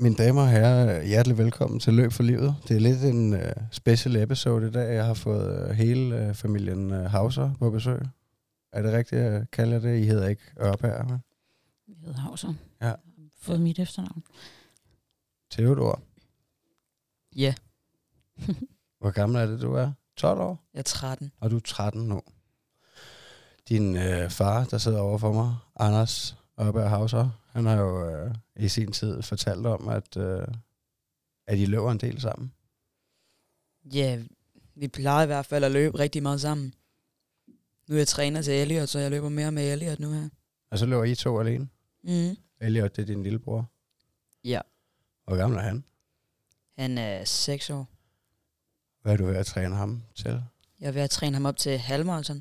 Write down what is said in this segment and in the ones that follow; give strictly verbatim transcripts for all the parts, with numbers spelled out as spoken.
Mine damer og herrer, hjertelig velkommen til Løb for Livet. Det er lidt en uh, special episode i dag. Jeg har fået uh, hele uh, familien uh, Hauser på besøg. Er det rigtigt, jeg kalder det? I hedder ikke Ørberg, hva'? Jeg hedder Hauser. Ja. Jeg har fået mit efternavn. Theodor. Ja. Hvor gammel er det, du er? tolv år? Jeg er tretten. Og du er tretten nu. Din uh, far, der sidder over for mig, Anders Ørberg Hauser, han har jo øh, i sin tid fortalt om, at, øh, at I løber en del sammen. Ja, vi plejer i hvert fald at løbe rigtig meget sammen. Nu er jeg træner til Elliot, så jeg løber mere med Elliot nu her. Og så løber I to alene? Mm. Elliot, det er din lillebror. Ja. Hvor gammel er han? Han er seks år. Hvad er du ved at træne ham til? Jeg er ved at træne ham op til halvmarathon.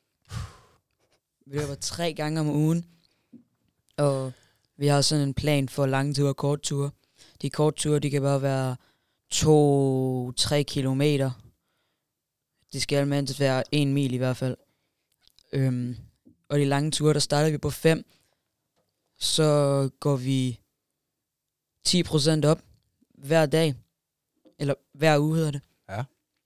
Vi løber tre gange om ugen. Og vi har sådan en plan for lange ture og kort ture. De korte ture, de kan bare være to til tre kilometer. De skal mindst være en mil i hvert fald. Øhm, og de lange ture, der starter vi på fem. Så går vi ti procent op hver dag. Eller hver uge hedder det. Ja.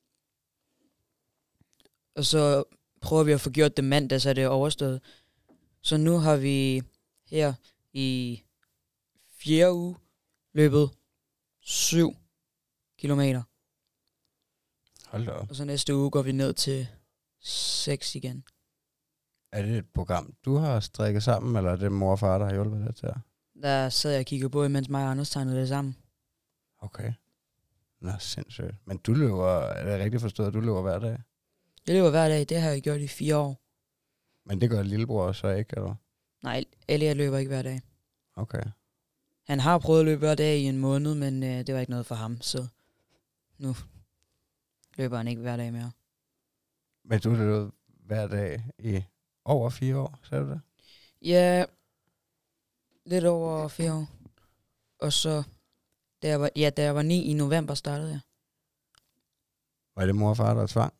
Og så prøver vi at få gjort det mandag, så det er overstået. Så nu har vi her i fjerde uge løbet syv kilometer. Hold da op. Og så næste uge går vi ned til seks igen. Er det et program, du har strikket sammen, eller er det mor og far, der har hjulpet dig til det? Der sad jeg og kiggede på, mens mig og Anders tegnede det sammen. Okay. Nå, sindssygt. Men du løber, er det rigtigt forstået, at du løber hver dag? Jeg løber hver dag, det har jeg gjort i fire år. Men det gør lillebror så ikke, eller? Nej, Elliot løber ikke hver dag. Okay. Han har prøvet at løbe hver dag i en måned, men øh, det var ikke noget for ham, så nu løber han ikke hver dag mere. Men du løber hver dag i over fire år, sagde du det? Ja, lidt over fire år. Og så, da jeg var, ja, da jeg var ni i november, startede jeg. Var det mor og far, der tvang?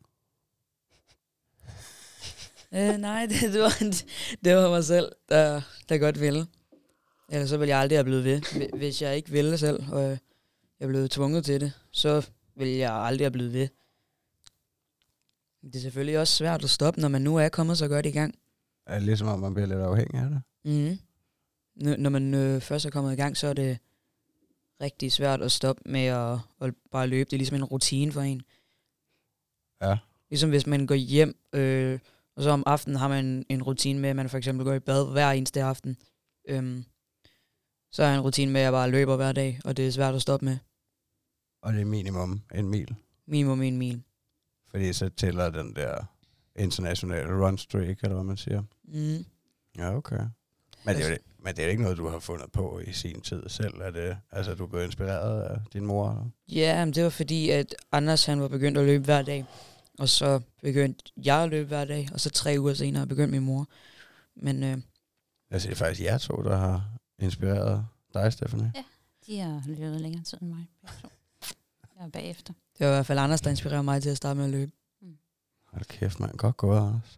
Øh, nej, det, det, var, det var mig selv, der, der godt ville. Ellers så ville jeg aldrig have blevet ved. Hvis jeg ikke ville selv, og jeg blev tvunget til det, så ville jeg aldrig have blevet ved. Det er selvfølgelig også svært at stoppe, når man nu er kommet så godt i gang. Er det ligesom om, man bliver lidt afhængig af det? Mm. N- når man øh, først er kommet i gang, så er det rigtig svært at stoppe med at, at bare løbe. Det er ligesom en rutine for en. Ja. Ligesom hvis man går hjem, øh, og så om aftenen har man en rutine med, at man for eksempel går i bad hver eneste aften. Øhm, så er en rutine med, at jeg bare løber hver dag, og det er svært at stoppe med. Og det er minimum en mil? Minimum en mil. Fordi så tæller den der internationale run streak, eller hvad man siger. Mm. Ja, okay. Men det, er jo, men det er jo ikke noget, du har fundet på i sin tid selv. Er det, altså, du blev inspireret af din mor? Ja, men det var fordi, at Anders han var begyndt at løbe hver dag. Og så begyndte jeg at løbe hver dag, og så tre uger senere begyndte min mor. Men øh, altså, det er faktisk jer to, der har inspireret dig, Stephanie. Ja, de har løbet længere tid end mig. Jeg er bagefter. det var i hvert fald Anders, der inspirerede mig til at starte med at løbe. Hold kæft, man. Godt gået, Anders.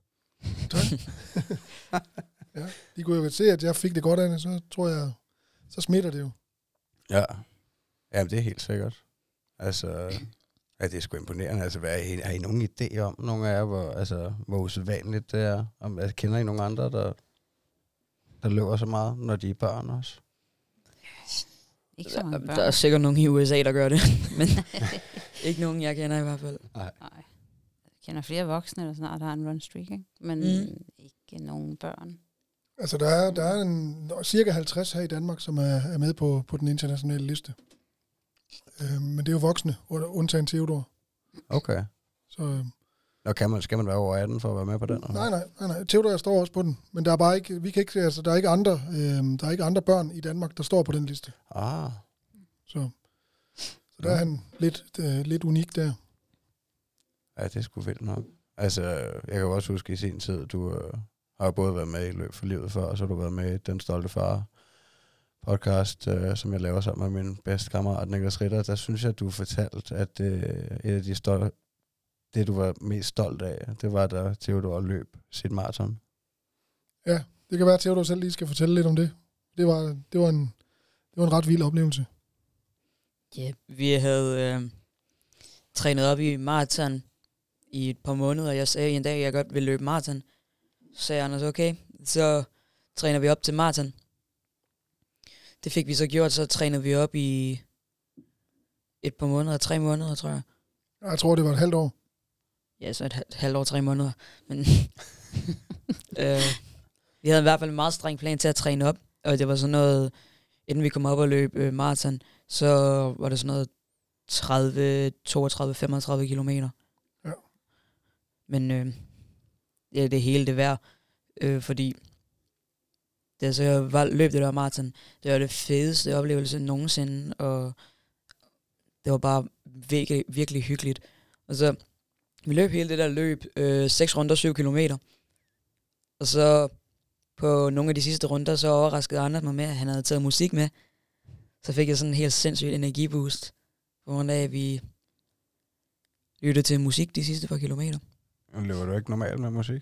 Ja, de kunne jo se, at jeg fik det godt af det, så tror jeg, så smitter det jo. Ja. Jamen, det er helt sikkert. Altså, ja, det er sgu imponerende. Altså, hvad, har, I, har I nogen idé om, nogle af jer, hvor, altså, hvor usædvanligt det er? Om, altså, kender I nogen andre, der, der løber så meget, når de er børn også? Ikke så mange børn. Der er sikkert nogen i U S A, der gør det, men ikke nogen, jeg kender i hvert fald. Nej. Nej. Jeg kender flere voksne, der snart har en run streak, ikke? Men Mm. ikke nogen børn. Altså, der er, der er en, cirka halvtreds her i Danmark, som er, er med på, på den internationale liste. Øh, men det er jo voksne, undtagen Theodor. Okay. Så, øh, Nå, kan man, skal man være over atten for at være med på den? Eller? nej, nej, nej, nej. Theodor står også på den, men der er bare ikke, vi kan ikke, altså, der er ikke andre, øh, der er ikke andre børn i Danmark, der står på den liste. Ah. Så, så der er han lidt, øh, lidt unik der. Ja, det er sgu vildt nok. Altså, jeg kan jo også huske i sin tid, du øh, har både været med i Løb for Livet før, og så har du været med i Den Stolte Far podcast, øh, som jeg laver sammen med min bedste kammerat Niklas Ritter. Der synes jeg, du fortalte, at øh, et af de stolte, det du var mest stolt af, det var, da Theodor løb sit maraton. Ja, det kan være, at Theodor selv lige skal fortælle lidt om det. Det var, det var, en, det var en ret vild oplevelse. Ja, yeah, vi havde øh, trænet op i maraton i et par måneder. Jeg sagde en dag, at jeg godt ville løbe maraton. Så sagde Anders, okay, så træner vi op til maraton. Det fik vi så gjort, så trænede vi op i et par måneder, tre måneder, tror jeg. Jeg tror, det var et halvt år. Ja, så et halvt, halvt år, tre måneder. Men øh, vi havde i hvert fald en meget streng plan til at træne op, og det var sådan noget, inden vi kom op og løb øh, maraton, så var det sådan noget tredive, toogtredive, femogtredive kilometer. Ja. Men øh, ja, det hele det værd, øh, fordi det, så jeg var, løb det der maraton, det var det fedeste oplevelse nogensinde, og det var bare virkelig, virkelig hyggeligt. Og så vi løb hele det der løb, øh, seks runder, syv kilometer. Og så på nogle af de sidste runder, så overraskede Anders mig med, at han havde taget musik med. Så fik jeg sådan en helt sindssygt energiboost, på grund af, at vi lyttede til musik de sidste par kilometer. Løber du ikke normalt med musik?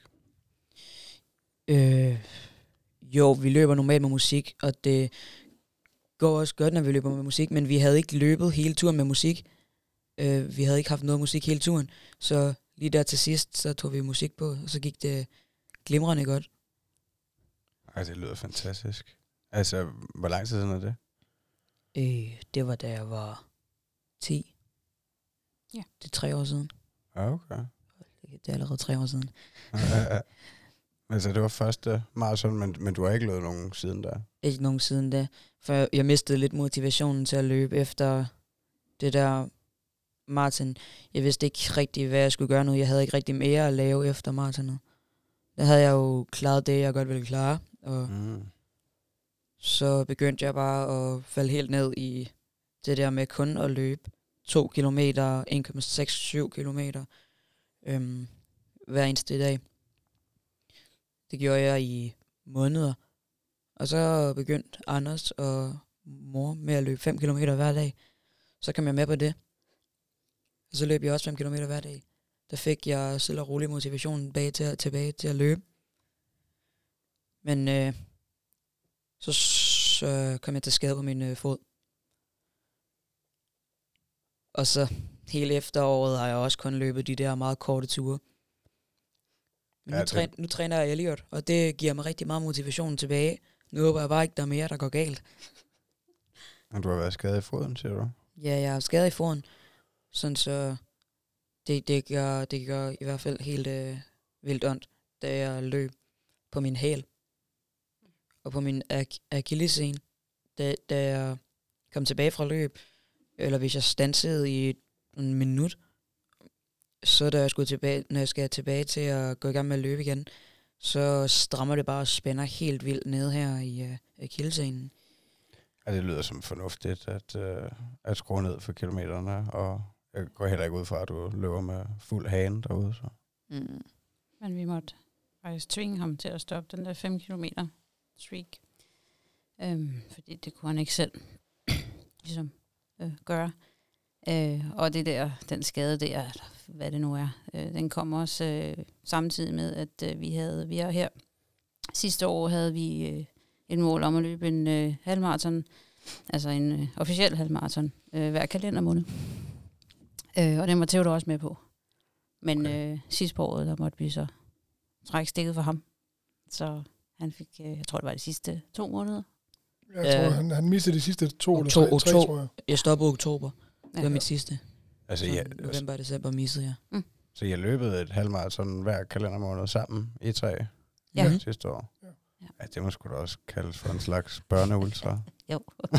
Øh, jo, vi løber normalt med musik, og det går også godt, når vi løber med musik, men vi havde ikke løbet hele turen med musik. Øh, vi havde ikke haft noget musik hele turen, så lige der til sidst, så tog vi musik på, og så gik det glimrende godt. Ej, det lyder fantastisk. Altså, hvor lang tid siden er det? Øh, det var da jeg var ti. Ja. Det er tre år siden. Ja, okay. Det er allerede tre år siden. Ja, ja. Altså, det var første maraton, men, men du har ikke løbet nogen siden der? Ikke nogen siden da. For jeg mistede lidt motivationen til at løbe efter det der maraton. Jeg vidste ikke rigtig, hvad jeg skulle gøre nu. Jeg havde ikke rigtig mere at lave efter maratonet. Der havde jeg jo klaret det, jeg godt ville klare. Og Mm. så begyndte jeg bare at falde helt ned i det der med kun at løbe to kilometer, en komma seks syv kilometer øhm, hver eneste dag. Det gjorde jeg i måneder. Og så begyndte Anders og mor med at løbe fem kilometer hver dag. Så kom jeg med på det. Og så løb jeg også fem kilometer hver dag. Der fik jeg selv og rolig motivationen bag til, tilbage til at løbe. Men øh, så, så kom jeg til skade på min øh, fod. Og så hele efteråret har jeg også kun løbet de der meget korte ture. Men Ja, nu, det- træ, nu træner jeg Elliot, og det giver mig rigtig meget motivation tilbage. Nu håber jeg bare ikke, der er mere, der går galt. Og du har været skadet i foden, siger du? Ja, jeg har skadet i foden, sådan så det, det, gør, det gør i hvert fald helt øh, vildt ondt, da jeg løb på min hæl og på min ak- akillescene, da, da jeg kom tilbage fra løb, eller hvis jeg stansede i en minut, så da jeg skulle tilbage, når jeg skal tilbage til at gå i gang med at løbe igen, så strammer det bare og spænder helt vildt ned her i øh, akillescenen. Ja, det lyder som fornuftigt at, øh, at skrue ned for kilometerne, og jeg går heller ikke ud fra, at du løber med fuld hane derude. Så. Mm. Men vi måtte faktisk tvinge ham til at stoppe den der fem kilometer streak. Øhm, fordi det kunne han ikke selv ligesom øh, gøre. Øh, og det der, den skade der, eller hvad det nu er, øh, den kom også øh, samtidig med, at øh, vi havde, vi er her, sidste år havde vi øh, et mål om at løbe en øh, halvmaraton, altså en øh, officiel halvmaraton, øh, hver kalendermåned. Øh, og den var Theodor også med på. Men okay. øh, sidst på året, der måtte vi så trække stikket for ham. Så han fik, øh, jeg tror det var de sidste to måneder. Jeg tror, Øh, han, han mistede de sidste to eller oktober, tre, tre, oktober. tror jeg. Jeg stoppede i oktober. Det var Ja. mit sidste. Altså, Så ja, altså, november og december missede jeg. så jeg løbet et halvmaraton hver kalendermåned sammen i tre Ja. sidste år. Ja. Ja. Ja, det må sgu da også kaldes for en slags børneultra. Jo.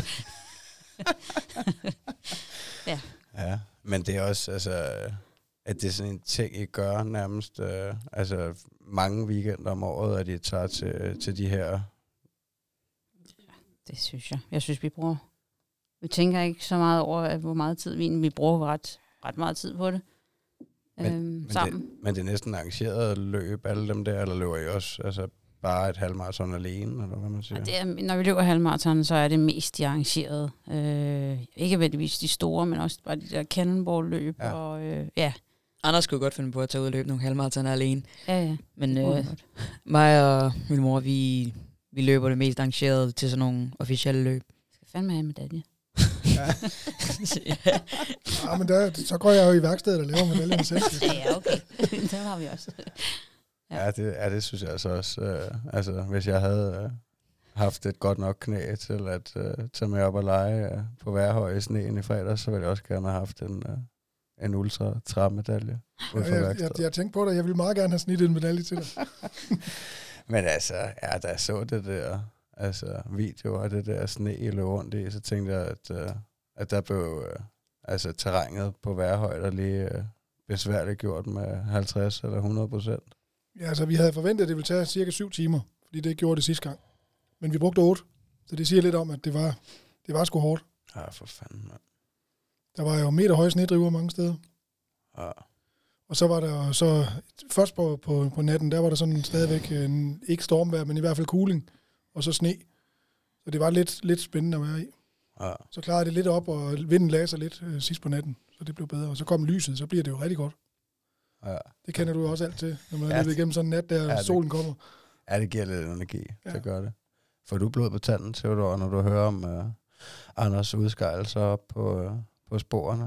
Ja, men det er også, altså, at det er sådan en ting, I gør nærmest, øh, altså mange weekender om året, at I tager til, til de her. Det synes jeg. Jeg synes, vi bruger... Vi tænker ikke så meget over, at hvor meget tid vi egentlig- vi bruger ret, ret meget tid på det. Men- øhm, men sammen. Det, men det er næsten arrangeret løb, alle dem der, eller løber I også altså bare et halvmaraton alene, eller hvad man siger? Og det er, når vi løber halvmarathon, så er det mest de arrangerede. Øh, ikke nødvendigvis de store, men også bare de der cannonball-løb. Ja. Ja. Og, øh, ja. Anders kunne godt finde på at tage ud og løbe nogle halvmaratoner alene. Ja, ja. Men Det kunne øh, han godt. mig og min mor, vi, vi løber det mest arrangerede til sådan nogle officielle løb. Jeg skal fandme have en medalje. ja. Ja, men der, så går jeg jo i værkstedet og laver medaljerne selv. Ja, ja, okay. Det har vi også. Ja, det, ja, det synes jeg altså også. Øh, altså, hvis jeg havde øh, haft et godt nok knæ til at øh, tage med op og lege øh, på Værhøj i sneen i fredag, så ville jeg også gerne have haft en, øh, en ultra-træmedalje. Ja, jeg, jeg, jeg tænkte på det, jeg ville meget gerne have snittet en medalje til dig. Men altså, ja, da jeg så det der altså, video af det der sne, jeg løb rundt i, så tænkte jeg, at, øh, at der blev øh, altså, terrænet på Værhøj, der lige øh, besværligt gjort med halvtreds eller hundrede procent. Ja, altså vi havde forventet, at det ville tage cirka syv timer, fordi det gjorde det sidste gang. Men vi brugte otte, så det siger lidt om, at det var, det var sgu hårdt. Ja, for fanden, mand. Der var jo meter høje snedriver mange steder. Ja. Og så var der jo så, først på, på, på natten, der var der sådan stadigvæk en, ikke stormvejr, men i hvert fald kuling, og så sne. Så det var lidt, lidt spændende at være i. Ja. Så klarede det lidt op, og vinden lagde sig lidt øh, sidst på natten, så det blev bedre. Og så kom lyset, så bliver det jo rigtig godt. Ja. Det kender du jo også alt til, når man er Ja, løbet igennem sådan en nat, der ja, det- solen kommer. Ja, det giver lidt energi, Ja. ja. Det gør det. Får du blod på tanden, Theodor, når du hører om uh, Anders udskejelser op på, uh, på sporene?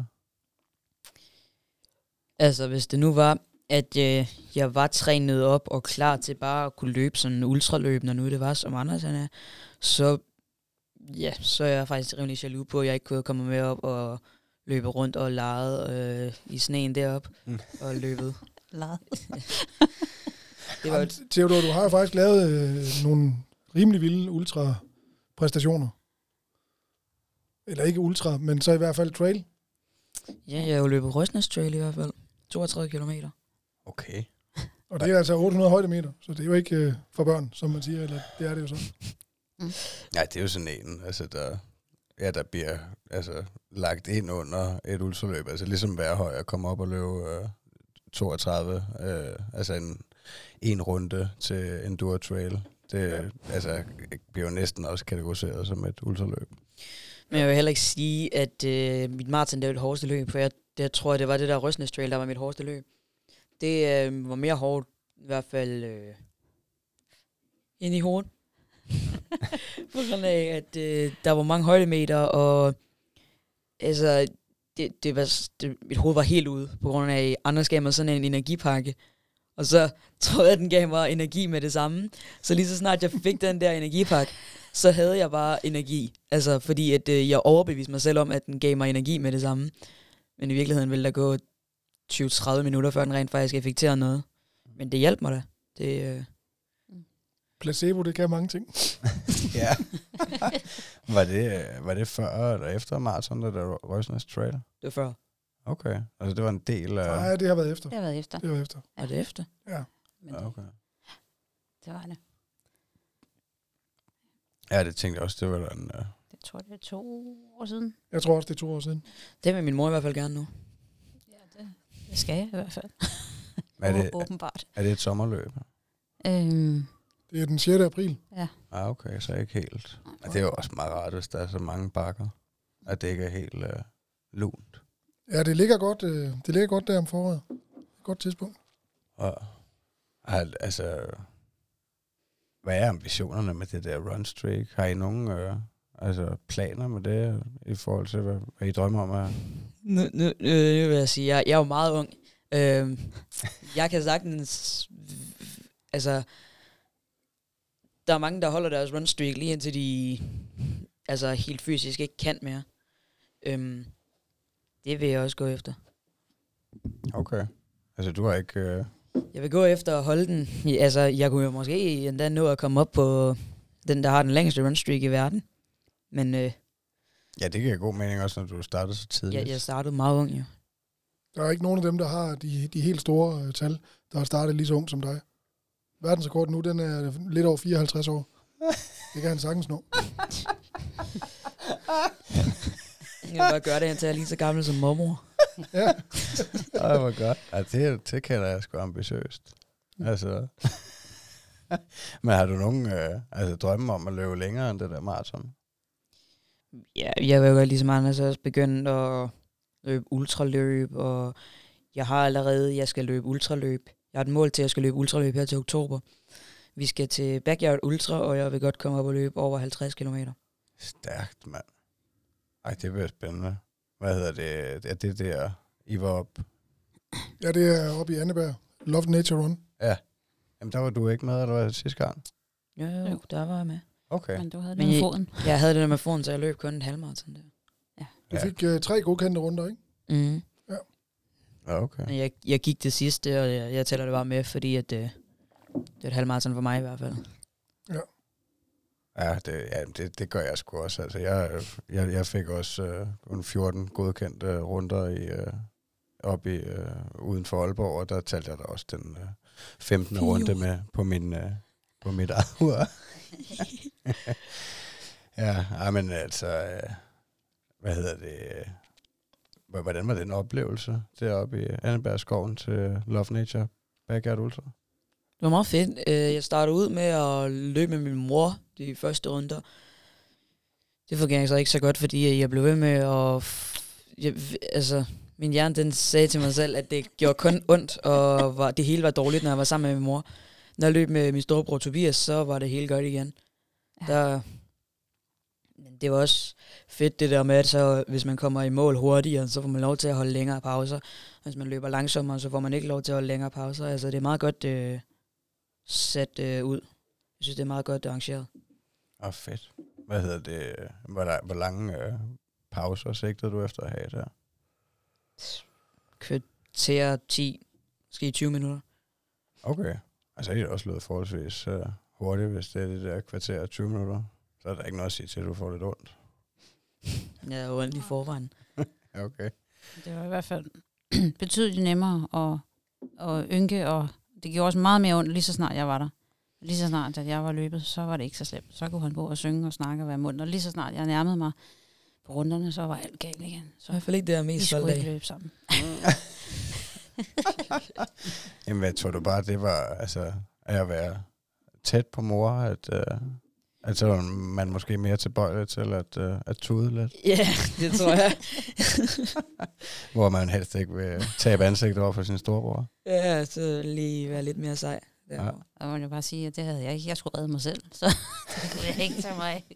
Altså, hvis det nu var, at øh, jeg var trænet op og klar til bare at kunne løbe sådan en ultraløb, når nu det var, som Anders han er, så, ja, så er jeg faktisk rimelig jaloux på, at jeg ikke kunne komme med op og løbe rundt og lege øh, i sneen derop Mm. og løbet. Lad. Det var Jamen, Theodor, du har jo faktisk lavet øh, nogle rimelig vilde ultra-præstationer. Eller ikke ultra, men så i hvert fald trail. Ja, jeg har jo løbet Røsnes Trail i hvert fald. toogtredive kilometer. Okay. Og det er altså otte hundrede højdemeter, så det er jo ikke øh, for børn, som man siger, eller det er det jo så. Ja, det er jo sådan en, altså der, ja, der bliver altså, lagt ind under et ultraløb. Altså ligesom Værhøj at komme op og løbe øh, toogtredive, øh, altså en, en runde til Enduro Trail. Det ja. altså, bliver jo næsten også kategoriseret som et ultraløb. Men jeg vil heller ikke sige, at øh, mit maraton det var det hårdeste løb, for jeg, jeg tror, det var det der Røsnes Trail, der var mit hårdeste løb. Det øh, var mere hårdt, i hvert fald øh, ind i hovedet. På grund af, at øh, der var mange højdemeter, og altså, det, det var, det, mit hoved var helt ude, på grund af, at Anders gav mig sådan en energipakke. Og så tror jeg, at den gav mig energi med det samme. Så lige så snart jeg fik den der energipakke, så havde jeg bare energi. Altså, fordi at, øh, jeg overbeviste mig selv om, at den gav mig energi med det samme. Men i virkeligheden ville der gå tyve til tredive minutter, før den rent faktisk effekterede noget. Men det hjalp mig da. Det, øh... Placebo, det kan mange ting. Ja. var, det, var det før eller efter maraton, der var Røsnes Trail? Det var før. Okay. Altså det var en del af... Nej, det har været efter. Det har været efter. Det var efter. Var det efter? Ja. Men Ja, det, okay. det var det. Ja, det tænkte jeg også, det var der en... Uh... Det tror jeg, det er to år siden. Jeg tror også, det er to år siden. Det vil min mor i hvert fald gerne nu. Ja, det, det skal jeg i hvert fald. Er det, Åbenbart. er det et sommerløb? Øhm, Det er den sjette april. ja. Ah, okay, så ikke helt. Og det er jo også meget rart, hvis der er så mange bakker, at det ikke er helt uh, lunt. Ja, det ligger godt, øh, det ligger godt der om foråret. Godt tidspunkt. Og al- altså, hvad er ambitionerne med det der run streak? Har I nogen øh, altså planer med det, i forhold til, hvad, hvad I drømmer om? At... Nu, nu, nu, nu vil jeg sige, jeg, jeg er jo meget ung. Øhm, jeg kan sagtens... Altså, der er mange, der holder deres run streak lige indtil de altså helt fysisk ikke kan mere. Øhm, det vil jeg også gå efter. Okay. Altså, du har ikke... Øh... Jeg vil gå efter at holde den. Altså, jeg kunne jo måske endda nå at komme op på den, der har den længste run streak i verden. Men øh, Ja, det giver god mening også, når du startede så tidligt. jeg, jeg startede meget ung, jo. Der er ikke nogen af dem, der har de, de helt store øh, tal, der har startet lige så ung som dig. Verdensrekorden nu, den er lidt over fireoghalvtreds år. Det kan han sagtens nå. Jeg vil bare gøre det, indtil jeg er lige så gammel som mormor. Ja. Ej, hvor godt. Ja, det, det kender jeg sgu ambitiøst. Altså... Men har du nogen øh, altså, drømme om at løbe længere end det der maraton? Ja, jeg vil jo godt ligesom Anders også begyndt at løbe ultraløb, og jeg har allerede, jeg skal løbe ultraløb. Jeg har et mål til, at jeg skal løbe ultraløb her til oktober. Vi skal til Backyard Ultra, og jeg vil godt komme op og løbe over halvtreds kilometer. Stærkt, mand. Ej, det bliver spændende. Hvad hedder det? Er det der, I var op? Ja, det er oppe i Anneberg. Love Nature Run. Ja. Jamen, der var du ikke med, eller hvad, sidste gang? Jo, jo, der var jeg med. Okay. Men du havde det Men med I- foden. Jeg havde det der med foden, så jeg løb kun en halvmarathon der. Du Ja. fik uh, tre godkendte runder, ikke? Mm. Ja, okay. Men jeg, jeg gik det sidste, og jeg, jeg tæller det bare med, fordi at, øh, det er et halvmarathon for mig i hvert fald. Ja, det, ja det, det gør jeg sgu også. Altså, jeg, jeg, jeg fik også øh, kun fjorten godkendte runder i, øh, op i, øh, uden for Aalborg, og der talte jeg da også den øh, femtende runde med på, min, øh, på mit eget ur. Ja, ej, men altså, øh, hvad hedder det? øh, h- Hvordan var den oplevelse deroppe i Annebergskoven til Love Nature Backyard Ultra? Det var meget fedt. Øh, Jeg startede ud med at løbe med min mor de første runder. Det fungerede så ikke så godt, fordi jeg blev ved med at... f- Jeg, altså, min hjerne den sagde til mig selv, at det gjorde kun ondt, og var, det hele var dårligt, når jeg var sammen med min mor. Når jeg løb med min storebror Tobias, så var det helt godt igen. Ja. Der, men det var også fedt det der med, at så, hvis man kommer i mål hurtigere, så får man lov til at holde længere pauser. Hvis man løber langsommere, så får man ikke lov til at holde længere pauser. Altså, det er meget godt øh, sat øh, ud. Jeg synes, det er meget godt arrangeret. Åh, fedt. Hvad hedder det? Hvor, der, hvor lange øh, pauser sigtede du efter at have der? Kvarter ti, måske tyve minutter. Okay. Altså, det er også lød forholdsvis uh, hurtigt, hvis det er det der kvarter og tyve minutter. Så er der ikke noget at sige til, at du får lidt ondt. Jeg er jo ondt i forvejen. Ja, okay. Det var i hvert fald betydeligt nemmere at, at ynke, og det gjorde også meget mere ondt, lige så snart jeg var der. Lige så snart, at jeg var løbet, så var det ikke så slemt. Så kunne han gå og synge og snakke og være mundt. Og lige så snart jeg nærmede mig på runderne, så var alt galt igen. Så Så i hvert fald ikke det, jeg er vi mest stolt skulle ikke af. løbe sammen. Jamen, hvad tror du bare, det var altså, at være tæt på mor, at, uh, at så var man måske mere tilbøjelig til at, uh, at tude lidt, Ja, det tror jeg. hvor man helst ikke vil tabe ansigt over for sin storebror. Ja, så lige være lidt mere sej. Ja. Ja. Og må jeg bare sige, at det havde jeg ikke. Jeg skulle redde mig selv, så det kunne jeg ikke tage mig af.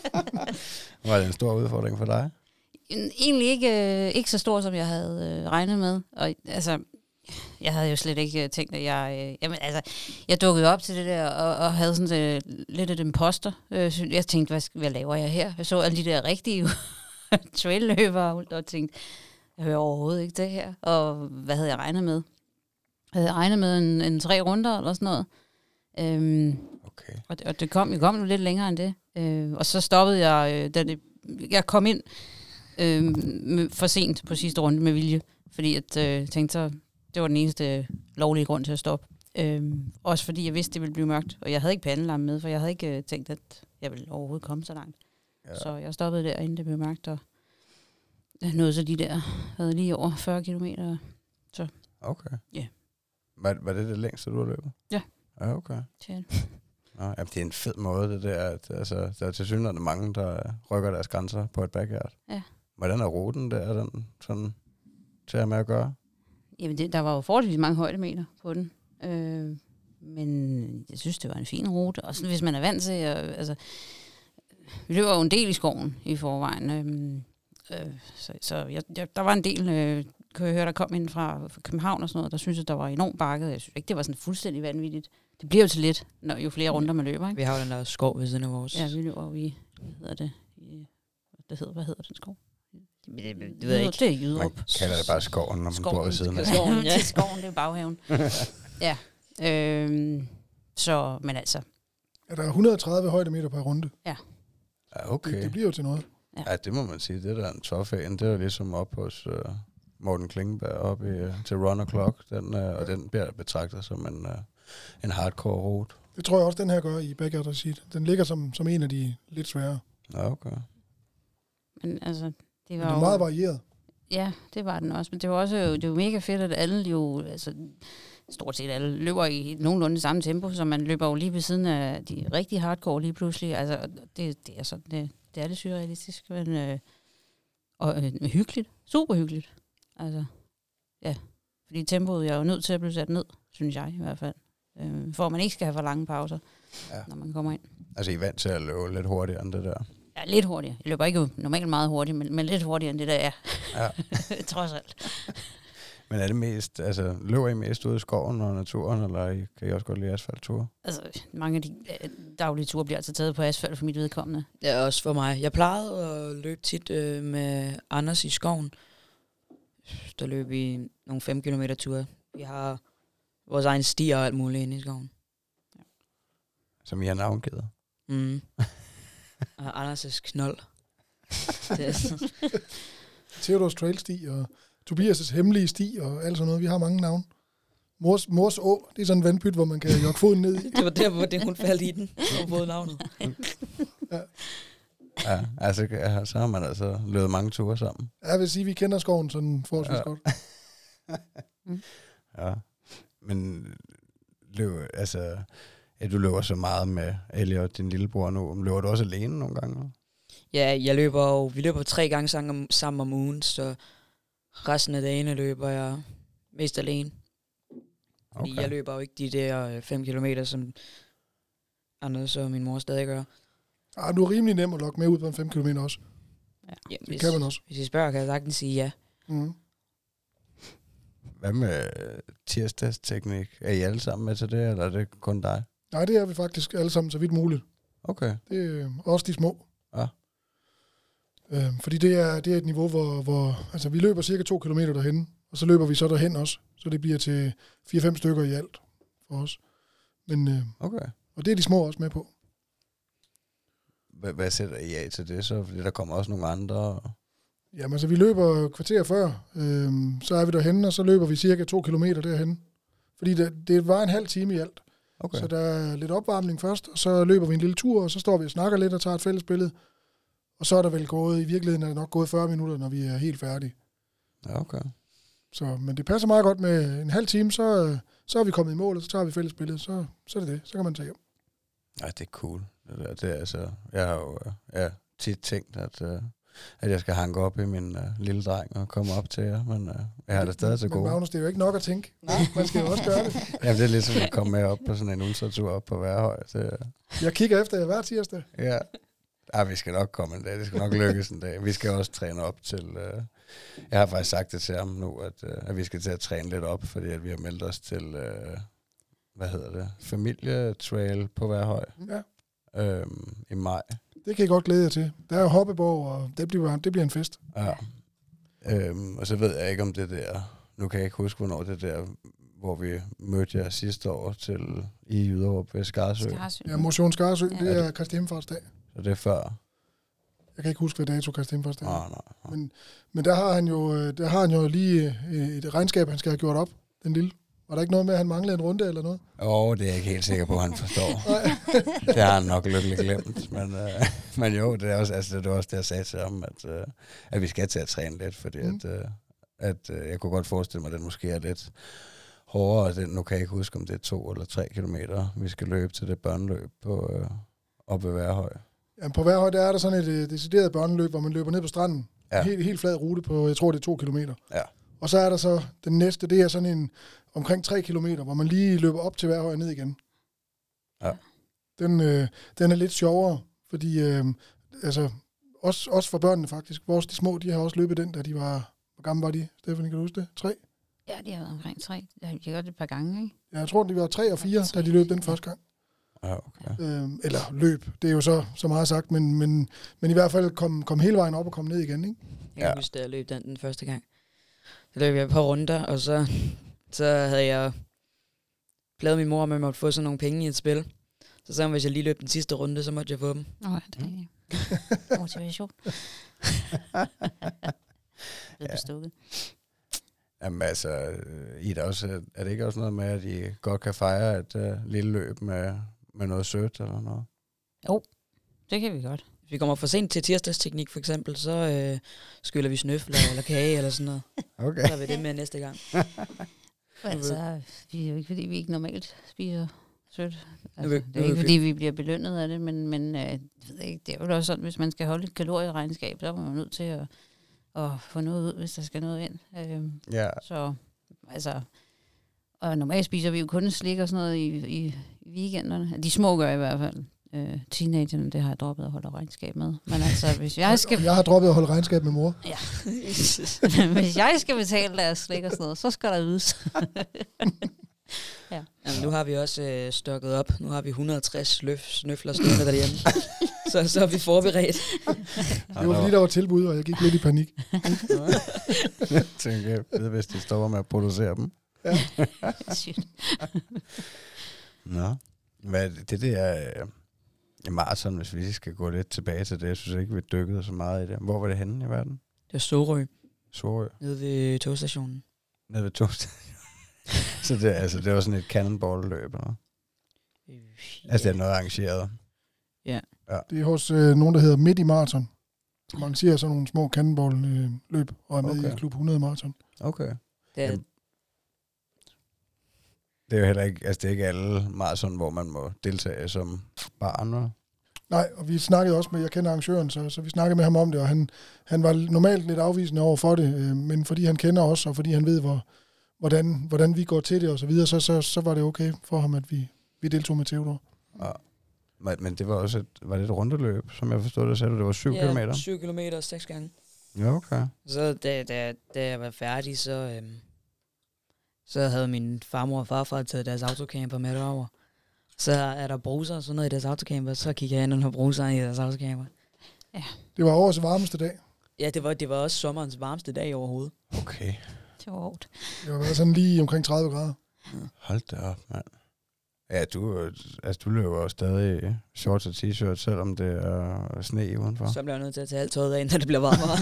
Var det en stor udfordring for dig? Egentlig ikke, øh, ikke så stor, som jeg havde øh, regnet med. Og altså, jeg havde jo slet ikke øh, tænkt, at jeg... Øh, jamen, altså, jeg dukkede op til det der, og, og havde sådan øh, lidt et imposter. Øh, så jeg tænkte, hvad, hvad laver jeg her? Jeg så alle de der rigtige trailløbere, og tænkte, jeg hører overhovedet ikke det her. Og hvad havde jeg regnet med? Jeg havde regnet med en, en tre runder, eller sådan noget. Øhm, Okay. og det, og det kom, jeg kom jo lidt længere end det. Øh, og så stoppede jeg, øh, da det, jeg kom ind øh, med, for sent på sidste runde med vilje, fordi at, øh, jeg tænkte så, det var den eneste lovlige grund til at stoppe. Øh, også fordi jeg vidste, det ville blive mørkt, og jeg havde ikke pandelampe med, for jeg havde ikke øh, tænkt, at jeg ville overhovedet komme så langt. Ja. Ja. Så jeg stoppede der, inden det blev mørkt, og jeg nåede så de der, havde lige over fyrre kilometer. Okay. Ja. Var, var det det længste, du har løbet? Ja. Ja, okay. Til. Nå, jamen, det er en fed måde, det der. At, altså, der er til synligheden mange, der rykker deres grænser på et backyard. Ja. Hvordan er ruten der, den sådan til at med at gøre? Jamen, det, der var jo forholdsvis mange højdemeter på den. Øh, men jeg synes, det var en fin rute. Og sådan, hvis man er vant til... Øh, altså, vi løber jo en del i skoven i forvejen. Øh, øh, så så jeg, jeg, der var en del... Øh, kan jeg høre, der kom ind fra, fra København og sådan noget, der synes jeg, der var enormt bakket. Jeg synes ikke, det var sådan fuldstændig vanvittigt. Det bliver jo til lidt, når jo flere runder man løber, ikke? Vi har jo den der skov ved siden af vores. Ja, vi løber jo i... Hvad hedder det? I, det hedder, hvad hedder den skov? Det, det, det ved jeg ikke. Det er Man Jyderup. kalder det bare skoven, når man Skoven. bor ved siden af. Skoven, Skoven, ja. ja. Skoven, det er baghaven. Ja. Øhm, så, men altså, Ja, der er et hundrede og tredive højdemeter per runde. Ja, Det, okay. det bliver jo til noget. Ja, det må man sige. Det der er en tough en. Det er ligesom op hos uh, Morten Klingenberg op i, uh, til Run O'Clock. Den, uh, og den bliver betragtet som en, uh, en hardcore rute. Det tror jeg også, den her gør i Backyard Receipt. Den ligger som, som en af de lidt svære. Ja, okay. men altså, det Men var det er jo, meget varieret. ja, det var den også. Men det var også det var mega fedt, at alle jo, altså, stort set alle løber i nogenlunde samme tempo, så man løber jo lige ved siden af de rigtig hardcore lige pludselig. Altså, det, det er sådan, det, det er lidt surrealistisk, men øh, og øh, hyggeligt. Super hyggeligt. Altså, ja. Fordi tempoet er jo nødt til at blive sat ned, synes jeg i hvert fald. Øh, for at man ikke skal have for lange pauser, Ja. når man kommer ind. Altså, I er vant til at løbe lidt hurtigere end det der. Ja, lidt hurtigere. Jeg løber ikke normalt meget hurtigt, men, men lidt hurtigere end det der er. Ja. Trods alt. Men er det mest, altså løber I mest ude i skoven og naturen, eller I, kan I også godt lide asfaltture? Altså, mange af de øh, daglige ture bliver altså taget på asfalt for mit vedkommende. Ja, også for mig. Jeg plejede at løbe tit øh, med Anders i skoven. Der løb vi nogle fem kilometer ture. Vi har vores egen stier og alt muligt inde i skoven. Som I har navngivet? Mm. Og Anders' knold. Det er sådan. Theodors Trail-sti og Tobias' hemmelige sti og alt sådan noget. Vi har mange navne. Mors, Mors Å, det er sådan en vandpyt, hvor man kan jogge foden ned i. Det var der, hvor det, hun faldt i den og fået navnet. Ja. Ja, altså ja, så har man altså løbet mange ture sammen. Jeg vil sige, at vi kender skoven sådan forholdsvis Ja. godt. Mm. Ja, men løb, altså, ja, du løber så meget med Elliot, din lillebror nu. Løber du også alene nogle gange? Ja, jeg løber jo, vi løber tre gange sammen om, sammen om ugen, så resten af dagene løber jeg mest alene. Fordi Okay. jeg løber jo ikke de der fem kilometer, som Anders og min mor stadig gør. Ah, du er rimelig nem at lokke med ud på en fem kilometer også. Ja, Det kan man også. Hvis I spørger, kan jeg sagtens sige ja. Mm. Hvad med tirsdagsteknik? Er I alle sammen med til det, eller er det kun dig? Nej, det er vi faktisk alle sammen så vidt muligt. Okay. Det er også de små. Ja. Øh, fordi det er, det er et niveau, hvor, hvor altså, vi løber cirka to kilometer derhen, og så løber vi så derhen også. Så det bliver til fire fem stykker i alt for os. Men, øh, Okay. og det er de små også med på. Hvad, hvad sætter I af til det så? Fordi der kommer også nogle andre. Jamen altså, vi løber kvarter før, øh, så er vi derhen, og så løber vi cirka to kilometer derhen. Fordi det, det var en halv time i alt. Okay. Så der er lidt opvarmning først, og så løber vi en lille tur, og så står vi og snakker lidt og tager et fælles billede. Og så er der vel gået, i virkeligheden er det nok gået fyrre minutter, når vi er helt færdige. Ja, okay. Så, men det passer meget godt med en halv time, så, så er vi kommet i mål, og så tager vi fælles billede, så, så er det det. Så kan man tage hjem. Ja, det er cool. Det, der, det er altså, jeg har jo ja, tit tænkt, at, uh, at jeg skal hanke op i min uh, lille dreng og komme op til jer, men uh, jeg har det stadig til Men gode. Magnus, det er jo ikke nok at tænke. Man skal jo også gøre det. Jamen, det er ligesom at komme med op på sådan en ultratur op på Værhøj. Det, Jeg kigger efter jer hver tirsdag. ja. Ja, vi skal nok komme en dag. Det skal nok lykkes en dag. Vi skal også træne op til... Uh, jeg har faktisk sagt det til ham nu, at, uh, at vi skal til at træne lidt op, fordi at vi har meldt os til... Uh, hvad hedder det? Familietrail på Værhøj. Ja, Øhm, i maj. det kan I godt glæde jer til. Der er jo hoppeborg, og det bliver, det bliver en fest. Ja. Øhm, og så ved jeg ikke om det der, nu kan jeg ikke huske, hvornår det der, hvor vi mødte jer sidste år til i Jyderup ved Skarsø. Skarsø. Ja, Motion Skarsø, Ja. det er Kristi Himmelfartsdag. Så det er før. Jeg kan ikke huske, hvad dato Kristi Himmelfartsdag Nej, er. nej, nej. Men, men der har han jo, øh, der har han jo lige øh, et regnskab, han skal have gjort op, den lille. Var der ikke noget med, at han manglede en runde eller noget? Åh, oh, det er jeg ikke helt sikker på, at han forstår. Nej. Det har han nok lykkelig glemt. Men, øh, men jo, det er også, altså, det var også det, jeg sagde til ham, at, øh, at vi skal til at træne lidt, fordi Mm. at, øh, at øh, jeg kunne godt forestille mig, at den måske er lidt hårdere. Den, nu kan jeg ikke huske, om det er to eller tre kilometer, vi skal løbe til det børneløb på, øh, op ved Værhøj. Ja, på Værhøj, der er der sådan et øh, decideret børneløb, hvor man løber ned på stranden. Ja. Ja. Helt, helt flad rute på, jeg tror, det er to kilometer. Ja. Og så er der så den næste, det er sådan en omkring tre kilometer, hvor man lige løber op til Værhøj og ned igen. Ja. Den, øh, den er lidt sjovere, fordi øh, altså, også, også for børnene faktisk. Vores de små, de har også løbet den, da de var, hvor gamle var de? Stephanie, kan du huske det? Tre? Ja, de har været omkring tre. De har gjort det et par gange, ikke? Ja, jeg tror, de var tre og fire, da de løb den første gang. Ja, okay. Øh, eller løb, det er jo så, så meget sagt, men, men, men i hvert fald kom, kom hele vejen op og kom ned igen, ikke? Jeg kan Ja. huske, da jeg løb den den første gang. Så løb jeg et par runder, og så, så havde jeg pladet min mor om, at jeg måtte få sådan nogle penge i et spil. Så sagde hun, hvis jeg lige løb den sidste runde, så måtte jeg få dem. Nå, det er motivation. Det er bestukket. Jamen altså, øh, I er, da også, er det ikke også noget med, at I godt kan fejre et uh, lille løb med, med noget sødt eller noget? Det kan vi godt. Hvis vi kommer for sent til tirsdagsteknik for eksempel, så øh, skylder vi snøfler eller kage eller sådan noget. Okay. Så har vi det med næste gang. Altså, vi er jo ikke, fordi vi ikke normalt spiser sødt. Nu Altså, vil- det er nu ikke, vil- fordi vi bliver belønnet af det, men, men øh, jeg ved ikke, det er jo også sådan, hvis man skal holde et kalorieregnskab, så er man jo nødt til at, at få noget ud, hvis der skal noget ind. Øhm, Ja, så, altså, og normalt spiser vi jo kun slik og sådan noget i, i, i weekenderne. De små gør i hvert fald. øh, teenagerne, det har jeg droppet at holde regnskab med. Men altså, hvis jeg skal... Jeg har droppet at holde regnskab med mor. Ja. Hvis jeg skal betale deres slik og sådan noget, så skal der ydes. Ja. Jamen, nu har vi også øh, stokket op. Nu har vi et hundrede og tres løf, snøfler stående derhjemme. så, så er vi forberedt. Det var fordi, der var tilbud, og jeg gik lidt i panik. Jeg tænker, jeg ved, hvis de stopper med at producere dem. Ja. Nå. Hvad er det, det der øh, maraton, hvis vi skal gå lidt tilbage til det, jeg synes ikke, vi dykkede så meget i det. Hvor var det henne i verden? Det var Sorø. Sorø. Nede ved togstationen. Nede ved togstationen. Så det, altså, det var sådan et cannonball-løb, eller? Øh, Altså, det er noget arrangeret. Ja. Ja. Det er hos øh, nogen, der hedder Midt i Marathon. Man arrangerer sådan nogle små cannonball-løb, øh, og er med Okay. i Klub hundrede Marathon. Okay. Det er, Jamen, det er jo heller ikke, altså det er ikke alle maraton, hvor man må deltage som barn, eller? Nej, og vi snakkede også med, jeg kender arrangøren, så, så vi snakkede med ham om det, og han, han var normalt lidt afvisende over for det, øh, men fordi han kender os, og fordi han ved, hvor, hvordan, hvordan vi går til det og så videre, så, så, så var det okay for ham, at vi, vi deltog med Theodor. Ja. Men, men det var også et, var det et rundeløb, som jeg forstod det, sagde du, det var syv ja, kilometer? syv kilometer seks gange. Ja, okay. Så da, da, da jeg var færdig, så, øhm, så havde min farmor og farfar taget deres autocamper med derover. Så er der bruser og sådan noget i deres autocamper, så kigger jeg ind på bruserne i deres autocamper. Det var årets varmeste dag. Ja, det var, det var også sommerens varmeste dag overhovedet. Okay. Det var hårdt. Det var sådan lige omkring tredive grader. Hold da op, mand. Ja, du, altså, du løber jo stadig i shorts og t-shirt, selvom det er sne udenfor. Så bliver jeg nødt til at tage alt tøjet af, når det bliver varmere.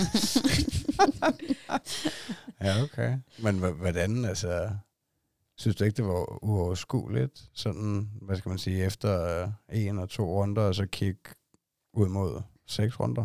Ja, okay. Men h- hvordan, altså... Synes du ikke, det var uoverskueligt? Sådan, hvad skal man sige, efter uh, en og to runder, og så kigge ud mod seks runder?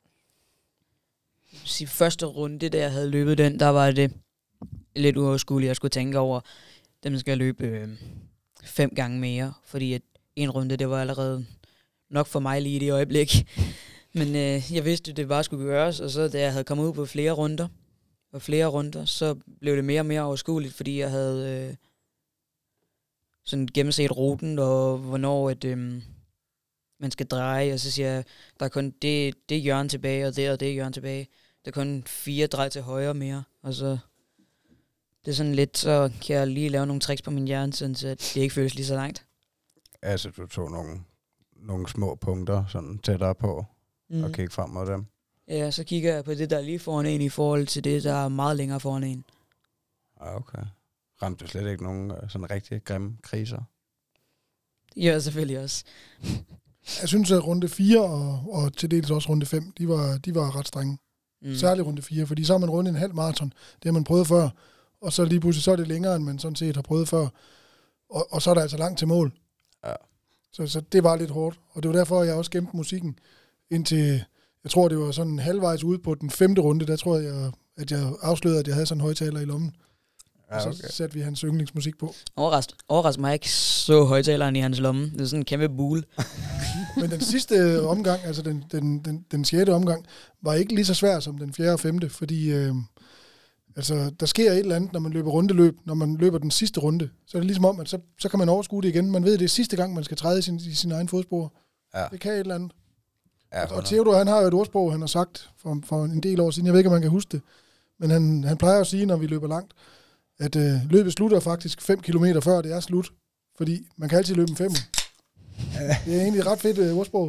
I første runde, da jeg havde løbet den, der var det lidt uoverskueligt. Jeg skulle tænke over, dem skal jeg løbe øh, fem gange mere, fordi at en runde, det var allerede nok for mig lige i det øjeblik. Men øh, jeg vidste, at det bare skulle gøres, og så da jeg havde kommet ud på flere runder, og flere runder, så blev det mere og mere overskueligt, fordi jeg havde øh, sådan gennemset ruten, og hvornår et, øh, man skal dreje, og så siger jeg, der er kun det, det hjørne tilbage, og det og det hjørne tilbage. Der er kun fire drej til højre mere, og så det er sådan lidt, så kan jeg lige lave nogle tricks på min hjerne, sådan så det ikke føles lige så langt. Altså, du tog nogle, nogle små punkter sådan tættere på, mm. og kigge frem mod dem. Ja, så kigger jeg på det, der er lige foran en, i forhold til det, der er meget længere foran en. Ja, okay. Ramte du slet ikke nogen øh, sådan rigtig grimme kriser? Det gør jeg selvfølgelig også. Jeg synes, at runde fire og, og til dels også runde fem, de var, de var ret strenge. Mm. Særligt runde fire, fordi så har man rundet en halv maraton. Det har man prøvet før, og så lige pludselig så er det længere, end man sådan set har prøvet før. Og, og så er der altså langt til mål. Ja. Så, så det var lidt hårdt, og det var derfor, jeg også gemte musikken indtil, jeg tror, det var sådan halvvejs ude på den femte runde, der tror jeg, at jeg afslørede, at jeg havde sådan en højtaler i lommen. Ja, okay. Og så satte vi hans yndlingsmusik på. Overrask, overrask mig ikke så højtaleren i hans lomme. Det er sådan en kæmpe bule. Men den sidste omgang, altså den, den, den, den sjette omgang, var ikke lige så svær som den fjerde og femte, fordi øh, altså, der sker et eller andet, når man løber rundeløb, når man løber den sidste runde. Så er det ligesom om, at så, så kan man overskue det igen. Man ved, at det er sidste gang, man skal træde i sin, i sin egen fodspor. Ja. Det kan et eller andet. Ja, og Theodor, han har jo et ordsprog, han har sagt for, for en del år siden. Jeg ved ikke, om man kan huske det. Men han, han plejer at sige, når vi løber langt, at øh, løbet slutter faktisk fem kilometer før det er slut. Fordi man kan altid løbe en femmer. Det er egentlig et ret fedt øh, ordsprog.